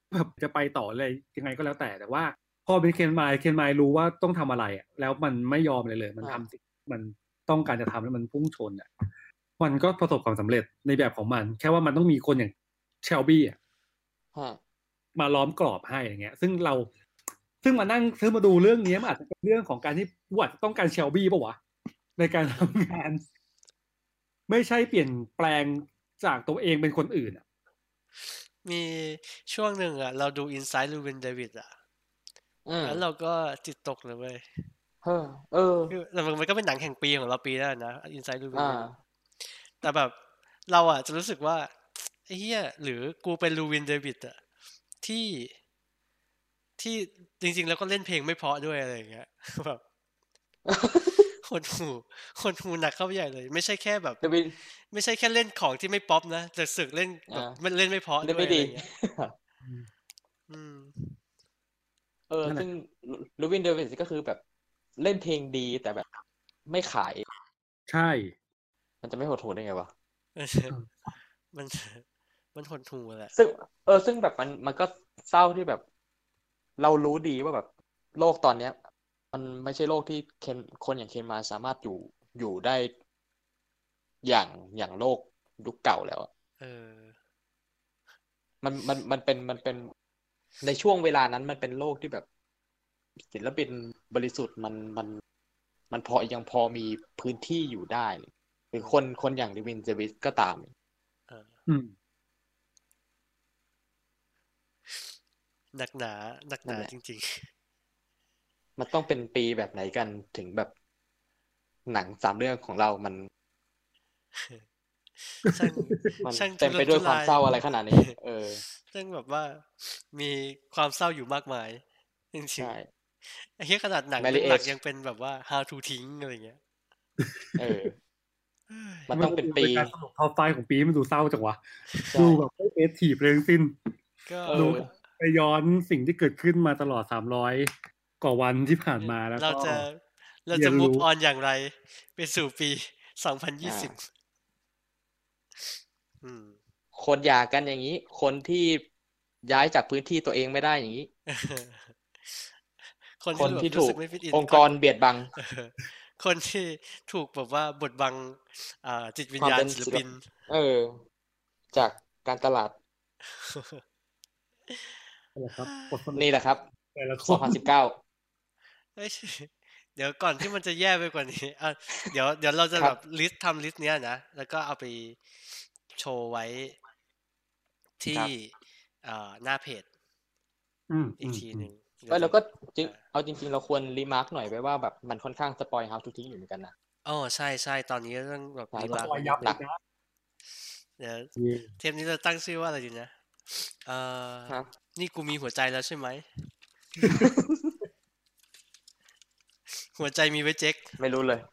S3: แบบจะไปต่อเลยยังไงก็แล้วแต่แต่ว่าพอเป็นเคนไมล์เคนไมล์รู้ว่าต้องทำอะไรอ่ะแล้วมันไม่ยอมเลยเลยมันทำสิ่งมันต้องการจะทำแล้วมันพุ่งชนอ่ะมันก็ประสบความสำเร็จในแบบของมันแค่ว่ามันต้องมีคนอย่างเชลบี้อ่ะมาล้อมกรอบให้อย่างเงี้ยซึ่งเราซึ่งมานั่งซื้อมาดูเรื่องนี้มันอาจจะเป็นเรื่องของการที่กูอาจจะต้องการเชลบี้ป่ะวะในการทำงานไม่ใช่เปลี่ยนแปลงจากตัวเองเป็นคนอื่นอ่ะ
S1: มีช่วงหนึ่งอ่ะเราดู Inside Llewyn David อ่ะแล้วเราก็จิตตกเลยเว้ย
S2: เออเออ
S1: แต่มันก็เป็นหนังแห่งปีของเราปีแล้วนะ Inside Llewyn David แต่แบบเราอ่ะจะรู้สึกว่าไอ้เหี้ยหรือกูเป็นลูวินเดวิดอ่ะที่ที่จริงๆแล้วก็เล่นเพลงไม่เพราะด้วยอะไรอย่างเงี้ยแบบคนหูคนหูหนักเข้าไปใหญ่เลยไม่ใช่แค่แบบไม่ใช่แค่เล่นของที่ไม่ป๊อปนะแต่สึกเล่นแบบมันเล่นไม่เพราะด้วยอะไรอย่างเงี้ยอืม
S2: เออซึ่งลูวินเดวิดก็คือแบบเล่นเพลงดีแต่แบบไม่ขาย
S3: ใช่
S2: มันจะไม่หดหู่ได้ไงวะ
S1: มันมันหดหู่แหละ
S2: ซึ่งเออซึ่งแบบมันมันก็เศร้าที่แบบเรารู้ดีว่าแบบโลกตอนเนี้ยมันไม่ใช่โลกที่เคนคนอย่างเคนมาสามารถอยู่อยู่ได้อย่างอย่างโลกยุคเก่าแล้ว
S1: เออ
S2: มันมันมันเป็นมันเป็นในช่วงเวลานั้นมันเป็นโลกที่แบบศิลปินบริสุทธิ์มันมันมันพอยังพอมีพื้นที่อยู่ได้หรือคนคนอย่างลิวินเจวิสก็ตาม
S3: อืม
S1: หนักหนาหนักหนาจริง
S2: ๆมันต้องเป็นปีแบบไหนกันถึงแบบหนังสามเรื่องของเรามัน
S1: ช่าง
S2: มันเต็มไปด้วยความเศร้าอะไรขนาดนี้เออ
S1: ซึ่งแบบว่ามีความเศร้าอยู่มากมายจริงๆไอ้เหี้ยขนาดหนังเรื่องหลักยังเป็นแบบว่า how to ทิ้งอะไรเงี้ย
S2: เออมันต้องเป็นปี
S3: การสรุปท็อปไฟว์ของปีมันดูเศร้าจังวะดูแบบไม่เอทีฟเลยทั้งสิ้นดูไปย้อนสิ่งที่เกิดขึ้นมาตลอดสามร้อยกว่าวันที่ผ่านมาแล้วก็
S1: เราจะเราจะ move on อย่างไรไปสู่ปีสองพันยี่สิบอืม
S2: คนหย่ากันอย่างนี้คนที่ย้ายจากพื้นที่ตัวเองไม่ได้อย่างนี้คนที่ถูกองค์กรเบียดบัง
S1: คนที่ถูกแบบว่าบดบังจิตวิญญาณศิลปิน
S2: เออจากการตลาดนี่แหละครับสองพันสิบเก้า
S1: เดี๋ยวก่อนที่มันจะแย่ไปกว่านี้อ่ะเดี๋ยวเดี๋ยวเราจะแบบลิสต์ทำลิสต์เนี้ยนะแล้วก็เอาไปโชว์ไว้ที่หน้าเพจอีกทีหนึ่ง
S2: แล้วก็จริงเอาจริงๆเราควรรีมาร์กหน่อยไว้ว่าแบบมันค่อนข้างสปอยล์ How to ทิ้งอยู่เหมือนกันนะ
S1: อ๋อใช่ใช่ตอนนี้ต้องแบบรีมาร์กหนักเดี๋ยวเทปนี้จะตั้งชื่อว่าอะไรดีนะเอ่อนี่กูมีหัวใจแล้วใช่ไหมหัวใจมีไว้เจ๊ก
S2: ไม่รู้เลย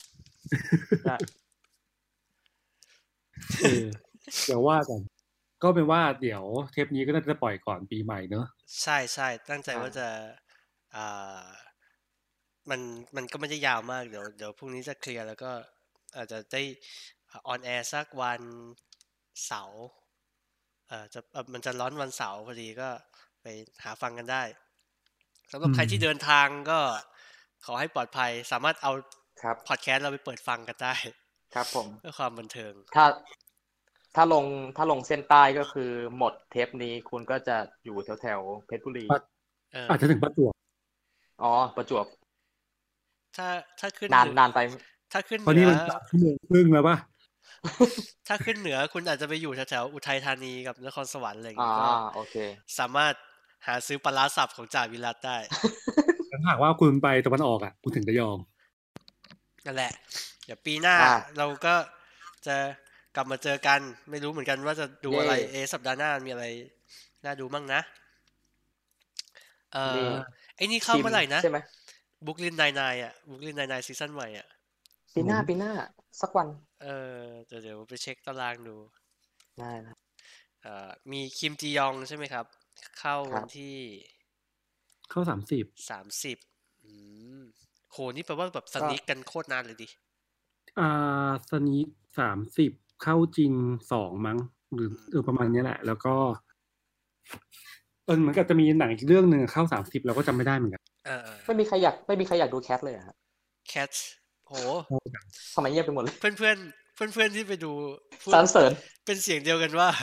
S3: เดี๋ยวว่ากันก็เป็นว่าเดี๋ยวเทปนี้ก็น่าจะปล่อยก่อนปีใหม่เนอะ
S1: ใช่ใช่ตั้งใจว่าจะอ่ามันมันก็ไม่ได้ยาวมากเดี๋ยวเดี๋ยวพรุ่งนี้จะเคลียร์แล้วก็อาจจะได้ออนแอร์สักวันเสาร์เอ่อจะมันจะร้อนวันเสาร์พอดีก็ไปหาฟังกันได้สำหรับใครที่เดินทางก็ขอให้ปลอดภัยสามารถเอาพอดแคสต์เราไปเปิดฟังกันได้
S2: ครับผม
S1: เพื่อความบันเทิง
S2: ถ้าถ้าลงถ้าลงเส้นใต้ก็คือหมดเทปนี้คุณก็จะอยู่แถวแถวเพชรบุรี
S3: อาจจะถึงประจวบ
S2: อ๋อประจวบ
S1: ถ้าถ้าขึ้น
S2: นานนานไป
S1: ถ้าขึ้นเหนือ
S3: ชั่วโมงครึ่งแล้วป่ะ
S1: ถ้าขึ้นเหนือคุณอาจจะไปอยู่แถวๆอุทัยธานีกับนครสวรรค์อะไรอย่างเงี้ย
S2: ก็โอเค
S1: สามารถหาซื้อปลาสับของจ่าวิรัตได้
S3: ถ้าหากว่าคุณไปตะวันออกอ่ะคุณถึงจะยอม
S1: นั่นแหละเดี๋ยวปีหน้าเราก็จะกลับมาเจอกันไม่รู้เหมือนกันว่าจะดูอะไรเอสัปดาห์หน้ามีอะไรน่าดูมั่งนะเออไอ้นี่เข้าเมื่อไหร่นะ
S2: ใช่ไหม
S1: บุ๊กลินไนน์ไนน์อ่ะบุ๊กลินไนน์ไนน์ซีซั่นใหม่อ่ะ
S2: ปีหน้าปีหน้าสักวัน
S1: เออเดี๋ยวเดี๋ยวไปเช็คตารางดู
S2: ได้นะ
S1: เอ่อมีคิมจียองใช่ไหมครับเข้าวันที่
S3: เข้าสามสิบ
S1: สามสิบอืมโหนี่แปลว่าแบบสนิกกันโคตรนานเลยดิ
S3: อ่าสนิกสามสิบเข้าจริงสองมั้งหรือเออประมาณนี้แหละแล้วก็เออเหมือนกับจะมีหนังอีกเรื่องหนึ่งเข้าสามสิบเราก็จำไม่ได้เหมือนกัน
S1: เออ
S2: ไม่มีใครอยากไม่มีใครอยากดูแคทเลยอะฮะ
S1: แคทโห
S2: ทำไมเงียบไปหมดเลย
S1: เพื่อนเพื่อนเพื่อนเพื่อนๆที่ไปดูพูด
S2: สรรเสริญ
S1: เป็นเสียงเดียวกันว่า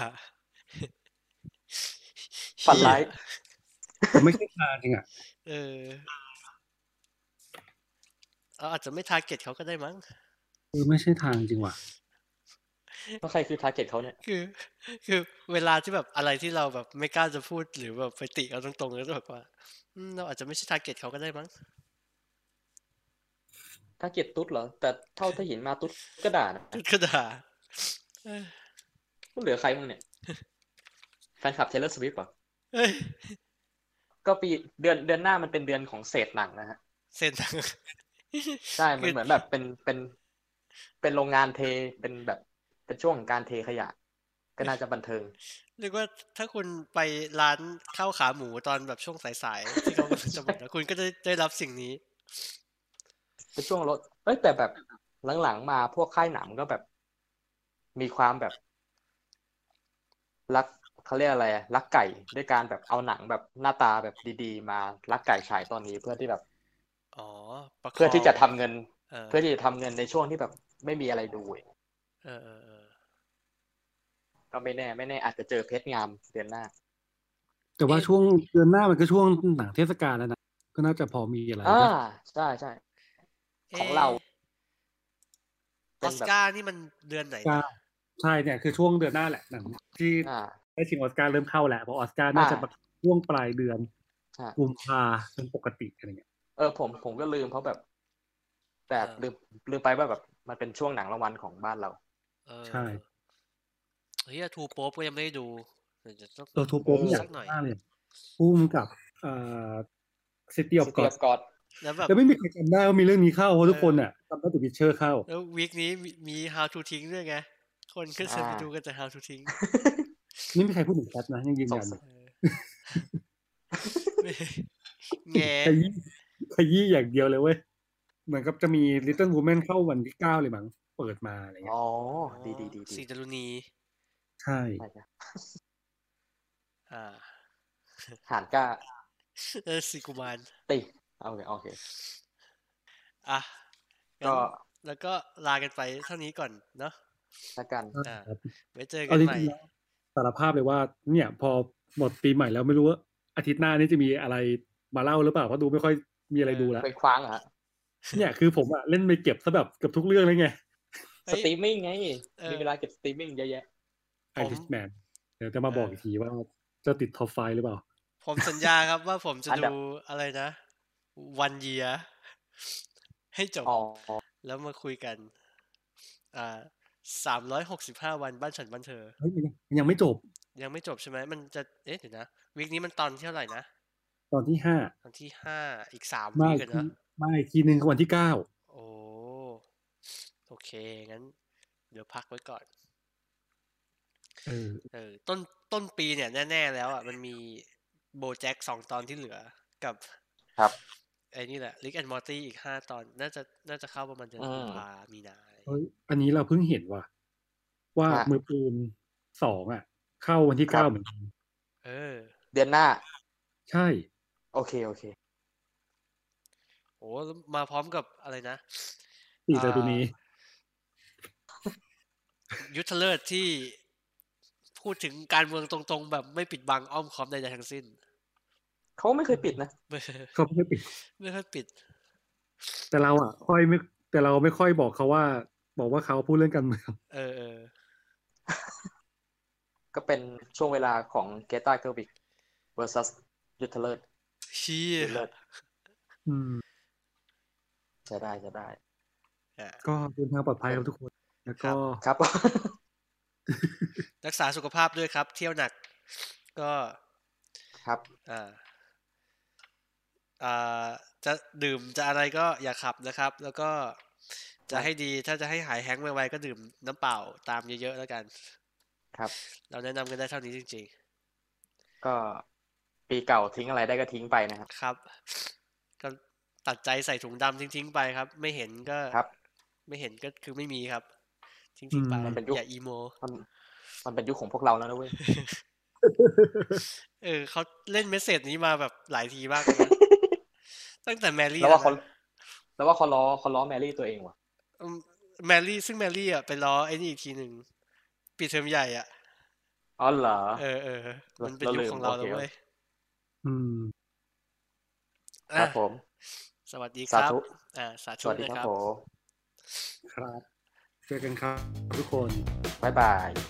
S2: ฝันร้าย
S3: แต่ไม่ใช่ทางจริงอ่ะ
S1: เออเอาอาจจะไม่ทาร์เก็ตเขาก็ได้มั้ง
S3: เออไม่ใช่ทางจริงว่ะ
S2: แล้วใครคือทาร์เก็ตเขาเนี่ย
S1: คือ คือเวลาที่แบบอะไรที่เราแบบไม่กล้าจะพูดหรือแบบไปติเขาตรงๆก็จะแบบว่าอืมเราอาจจะไม่ใช่ทาร์เก็ตเขาก็ได้มั้ง
S2: ทาร์เก็ตตุ๊ดเหรอ แต่เท่าที่เห็นมาตุ๊ดก็ด่านะ
S1: ก็ด่าเออ
S2: เหลือใครมึงเนี่ย แฟนคลับ Taylor Swift เหรอ
S1: เฮ้ย
S2: ก็ปีเดือนเดือนหน้ามันเป็นเดือนของเศษหนังนะฮะ
S1: เส้นทาง
S2: ใช่ มันเหมือนแบบเป็นเป็นเป็นโรงงานเทเป็นแบบเป็นช่วงของการเทขยะ ก็น่าจะบันเทิง
S1: เรียกว่าถ้าคุณไปร้านข้าวขาหมูตอนแบบช่วงสายๆที่เขากำลังจะหมดแล้วคุณก็จะได้รับสิ่งนี้
S2: เป็นช่วงรถเอ้ยแต่แบบหลังๆมาพวกค่ายหนังก็แบบ มีความแบบ รักเขาเรียกอะไรอะรักไก่ด้วยการแบบเอาหนังแบบหน้าตาแบบดีๆ มารักไก่ฉายตอนนี้เพื่อที่แบบ
S1: อ๋อประคอง
S2: เพื่อที่จะทำเงิน
S1: เออ
S2: เพื่อที่จะทำเงินในช่วงที่แบบ ไม่มีอะไรดูอีก
S1: เออเออเออ
S2: ก็ไม่แน่ไม่แน่อาจจะเจอเพชรงามเดือนหน้า
S3: แต่ว่าช่วงเดือนหน้ามันก็ช่วงหนังเทศกาลแล้วนะก็น่าจะพอมีอะไร
S2: อ่า
S3: นะ
S2: ใช่ใช่
S1: เอ๊ะ
S2: ของเรา
S1: ออสการ์นี่มันเดือนไหน
S3: ก็
S1: นะ
S3: ใช่เนี่ยคือช่วงเดือนหน้าแหละหนังที่
S2: อ่า
S3: ได้ชิงออสการ์เริ่มเข้าแล้วเพราะออสการ์น่าจะ
S2: อ่า
S3: ช่วงปลายเดือน
S2: อ่า
S3: กุมภาเป็นปกติอะไรเงี้ย
S2: เออผมผมก็ลืมเพราะแบบ แต่ลืมลืมไปว่าแบบมันเป็นช่วงหนังรางวัลของบ้านเรา
S1: เออ
S3: ใช่
S1: เฮ้ยทูโป๊ปก็ยังไม่ได้ดูเดี๋ยวจะต้อง
S3: ตัวทูโปไม่อยาก
S1: สักหน่อย
S3: มากเลยพุ่มกับเอ่อ City of
S2: City
S3: God
S2: of God
S1: แล้วแบบ
S3: แล้วไม่มีใครจำได้ว่ามีเรื่องนี้เข้าเพราะทุกคนอ่ะจำได้แต่วิเชอร์เข้า
S1: แล้ววีคนี้มีมี How to ทิ้งด้วยไง คนก็จะ
S2: อ่า
S1: ไปดูกันแต่ How to ทิ้ง
S3: ไม่มีใครพูดถึงแคทนะยังยืนยัน
S2: สงสัย
S1: เออไม่แง
S3: ขยี้ขยี้อย่างเดียวเลยเว้ยเหมือนกับจะมี Little Women เข้าวันที่เก้าเลยมั้งเปิดมาอะไรเงี้ย
S2: อ๋อ ดีดีดีดี
S1: สีดารุณี
S3: ใช่
S2: ใช่ใช่
S1: อ่า
S2: หานกล้า
S1: เออสีกุมาร
S2: ตีโอเคโอเค
S1: อ่ะงั้
S2: ก็
S1: นแล้วก็ลากันไปเท่านี้ก่อนเนาะ
S2: แล้วกัน
S1: อ่า
S3: ครับ
S1: ไว้เจอกั
S3: เอา
S1: น
S3: จ
S1: ใหม่
S3: ริงๆแล้วสารภาพเลยว่า เนี่ย พอหมดปีใหม่แล้วไม่รู้ว่าอาทิตย์หน้านี้จะมีอะไรมาเล่าหรือเปล่าเพราะดูไม่ค่อยมีอะไรดูแล้ว
S2: เป็นคว้างเหรอฮะ
S3: เนี่ยคือผมอะเล่นไปเก็บซะแบบเกือบทุกเรื่องเลยไง
S1: เฮ้
S2: ส
S1: ย
S2: ตรีมมิ่งไง
S1: เออ
S2: มีเวลาเก็บสตรีมมิ่งเยอะแยะ
S3: ไอ
S1: ผม
S3: ริชแมนเดี๋ยวจะมาบอก
S1: เอออี
S3: อีกทีว่าจะติดท็อปไฟหรือเปล่า
S1: ผมสัญญาครับว่าผมจะ
S2: อันดั
S1: ดู
S2: บ
S1: อะไรนะ วันเยียให้จบ
S2: อ๋อ
S1: แล้วมาคุยกัน อ่าสามร้อยหกสิบห้าวันบ้านฉันบ้านเธอ
S3: เฮ้ยมันยังมันยังไม่จบ
S1: ยังไม่จบใช่ไหมมันจะเอ๊ะเดี๋ยวนะวีคนี้มันตอนที่เท่าไหร่นะ
S3: ตอนที่ห้า
S1: ตอนที่ห้าอีกสาม
S3: มา
S1: วี
S3: อี
S1: ค
S3: ก
S1: กัน
S3: ที
S1: นะ
S3: มาอีกทีหนึ่งคือวันที่เก้า
S1: โอ้โอเค งั้น เดี๋ยวพักไว้ก่อน
S3: เออ
S1: เออต้นต้นปีเนี่ยแน่ๆแล้วอ่ะมันมีโบแจ็คสองตอนที่เหลือกับ
S2: ครับ
S1: ไอ้นี่แหละลิกแอนด์มอร์ตี้อีกห้าตอน น่าจะน่าจะเข้าประมาณเดือน
S2: อืม
S1: กุมภามีนา
S3: เฮ้ยอันนี้เราเพิ่งเห็นว่า ว่า
S2: ฮะ
S3: มือปืนสองอ่ะ เข้าวันที่
S2: ครั
S3: เก้า
S2: บ
S3: เหมือนกัน
S1: เออ
S2: เดือนหน้า
S3: ใช่
S2: โอเคโอเค
S1: โอ้แล้วมาพร้อมกับอะไรนะ
S3: ตีแต่ตัวนี้
S1: ยุทธเลิศที่พูดถึงการเมืองตรงๆ แบบไม่ปิดบังอ้อมค้อมใดๆทั้งสิ้น
S2: เขาไม่เคยปิดนะ
S1: ไม่
S3: เขาไม่ปิด
S1: ไม่ค่อยปิด
S3: แต่เราอ่ะ ค่อยไม่ แต่เราไม่ค่อยบอกเขาว่า บอกว่าเขาพูดเรื่องการเมือง
S1: เออเออ
S2: ก็เป็นช่วงเวลาของเกตาเกอร์บิก versus ยุทธเลิศ
S1: เชี้
S2: ยุทธเลิศ
S3: อืม
S2: จะได้จะได้
S1: อ่ะ
S3: ก็เดินทางปลอดภัยครับทุกคน แล้วก็
S2: ครับ
S1: รักษาสุขภาพด้วยครับ เที่ยวหนัก ก็
S2: ครับ
S1: อ่า อ่า จะดื่มจะอะไรก็อย่าขับนะครับ แล้วก็จะให้ดีถ้าจะให้หายแฮงก์ไวๆก็ดื่มน้ำเปล่าตามเยอะๆแล้วกัน
S2: ครับ
S1: เราแนะนำกันได้เท่านี้จริง
S2: ก็ปีเก่าทิ้งอะไรได้ก็ทิ้งไปนะครับ
S1: ๆ ครับ ก็ตัดใจใส่ถุงดำทิ้งๆไปครับ ไม่เห็นก็
S2: ครับ
S1: ไม่เห็นก็คือไม่มีครับ ทิ้งๆไป
S3: อืม
S2: มันเป็นยุค
S1: อย่าอีโม
S2: มันมันเป็นยุคของพวกเราแล้วนะเว้ย
S1: เออเขาเล่นเมสเสจนี้มาแบบหลายทีมากเลยนะ ตั้งแต่แมรี่
S2: แล้วว่าเขา
S1: นะ
S2: แล้วว่าเขาล้อเขาล้อแมรี่ตัวเองว่ะ
S1: อืมแมรี่ซึ่งแมรี่อ่ะไปล้อไอ้นี่อีกทีหนึ่งปีเทอมใหญ่อ่ะ
S2: อ๋อเหรอ
S1: เออเออมันเป็น
S2: เรา
S1: ยุค
S2: ลืม
S1: ของเรา
S2: โอเค
S1: แล้วเว้ย
S3: อืม
S2: ครับ
S1: อ่ะ
S2: ผม
S1: สวัสดีค
S2: สา
S1: รับ
S2: ธุ
S1: อ่าสา
S2: ส
S1: ธุ
S2: วัสดี
S1: นะ
S2: ค
S1: ค
S2: รั
S1: รั
S2: บบ ผม
S3: ครับเจอกันครับทุกคน
S2: บ๊ายบาย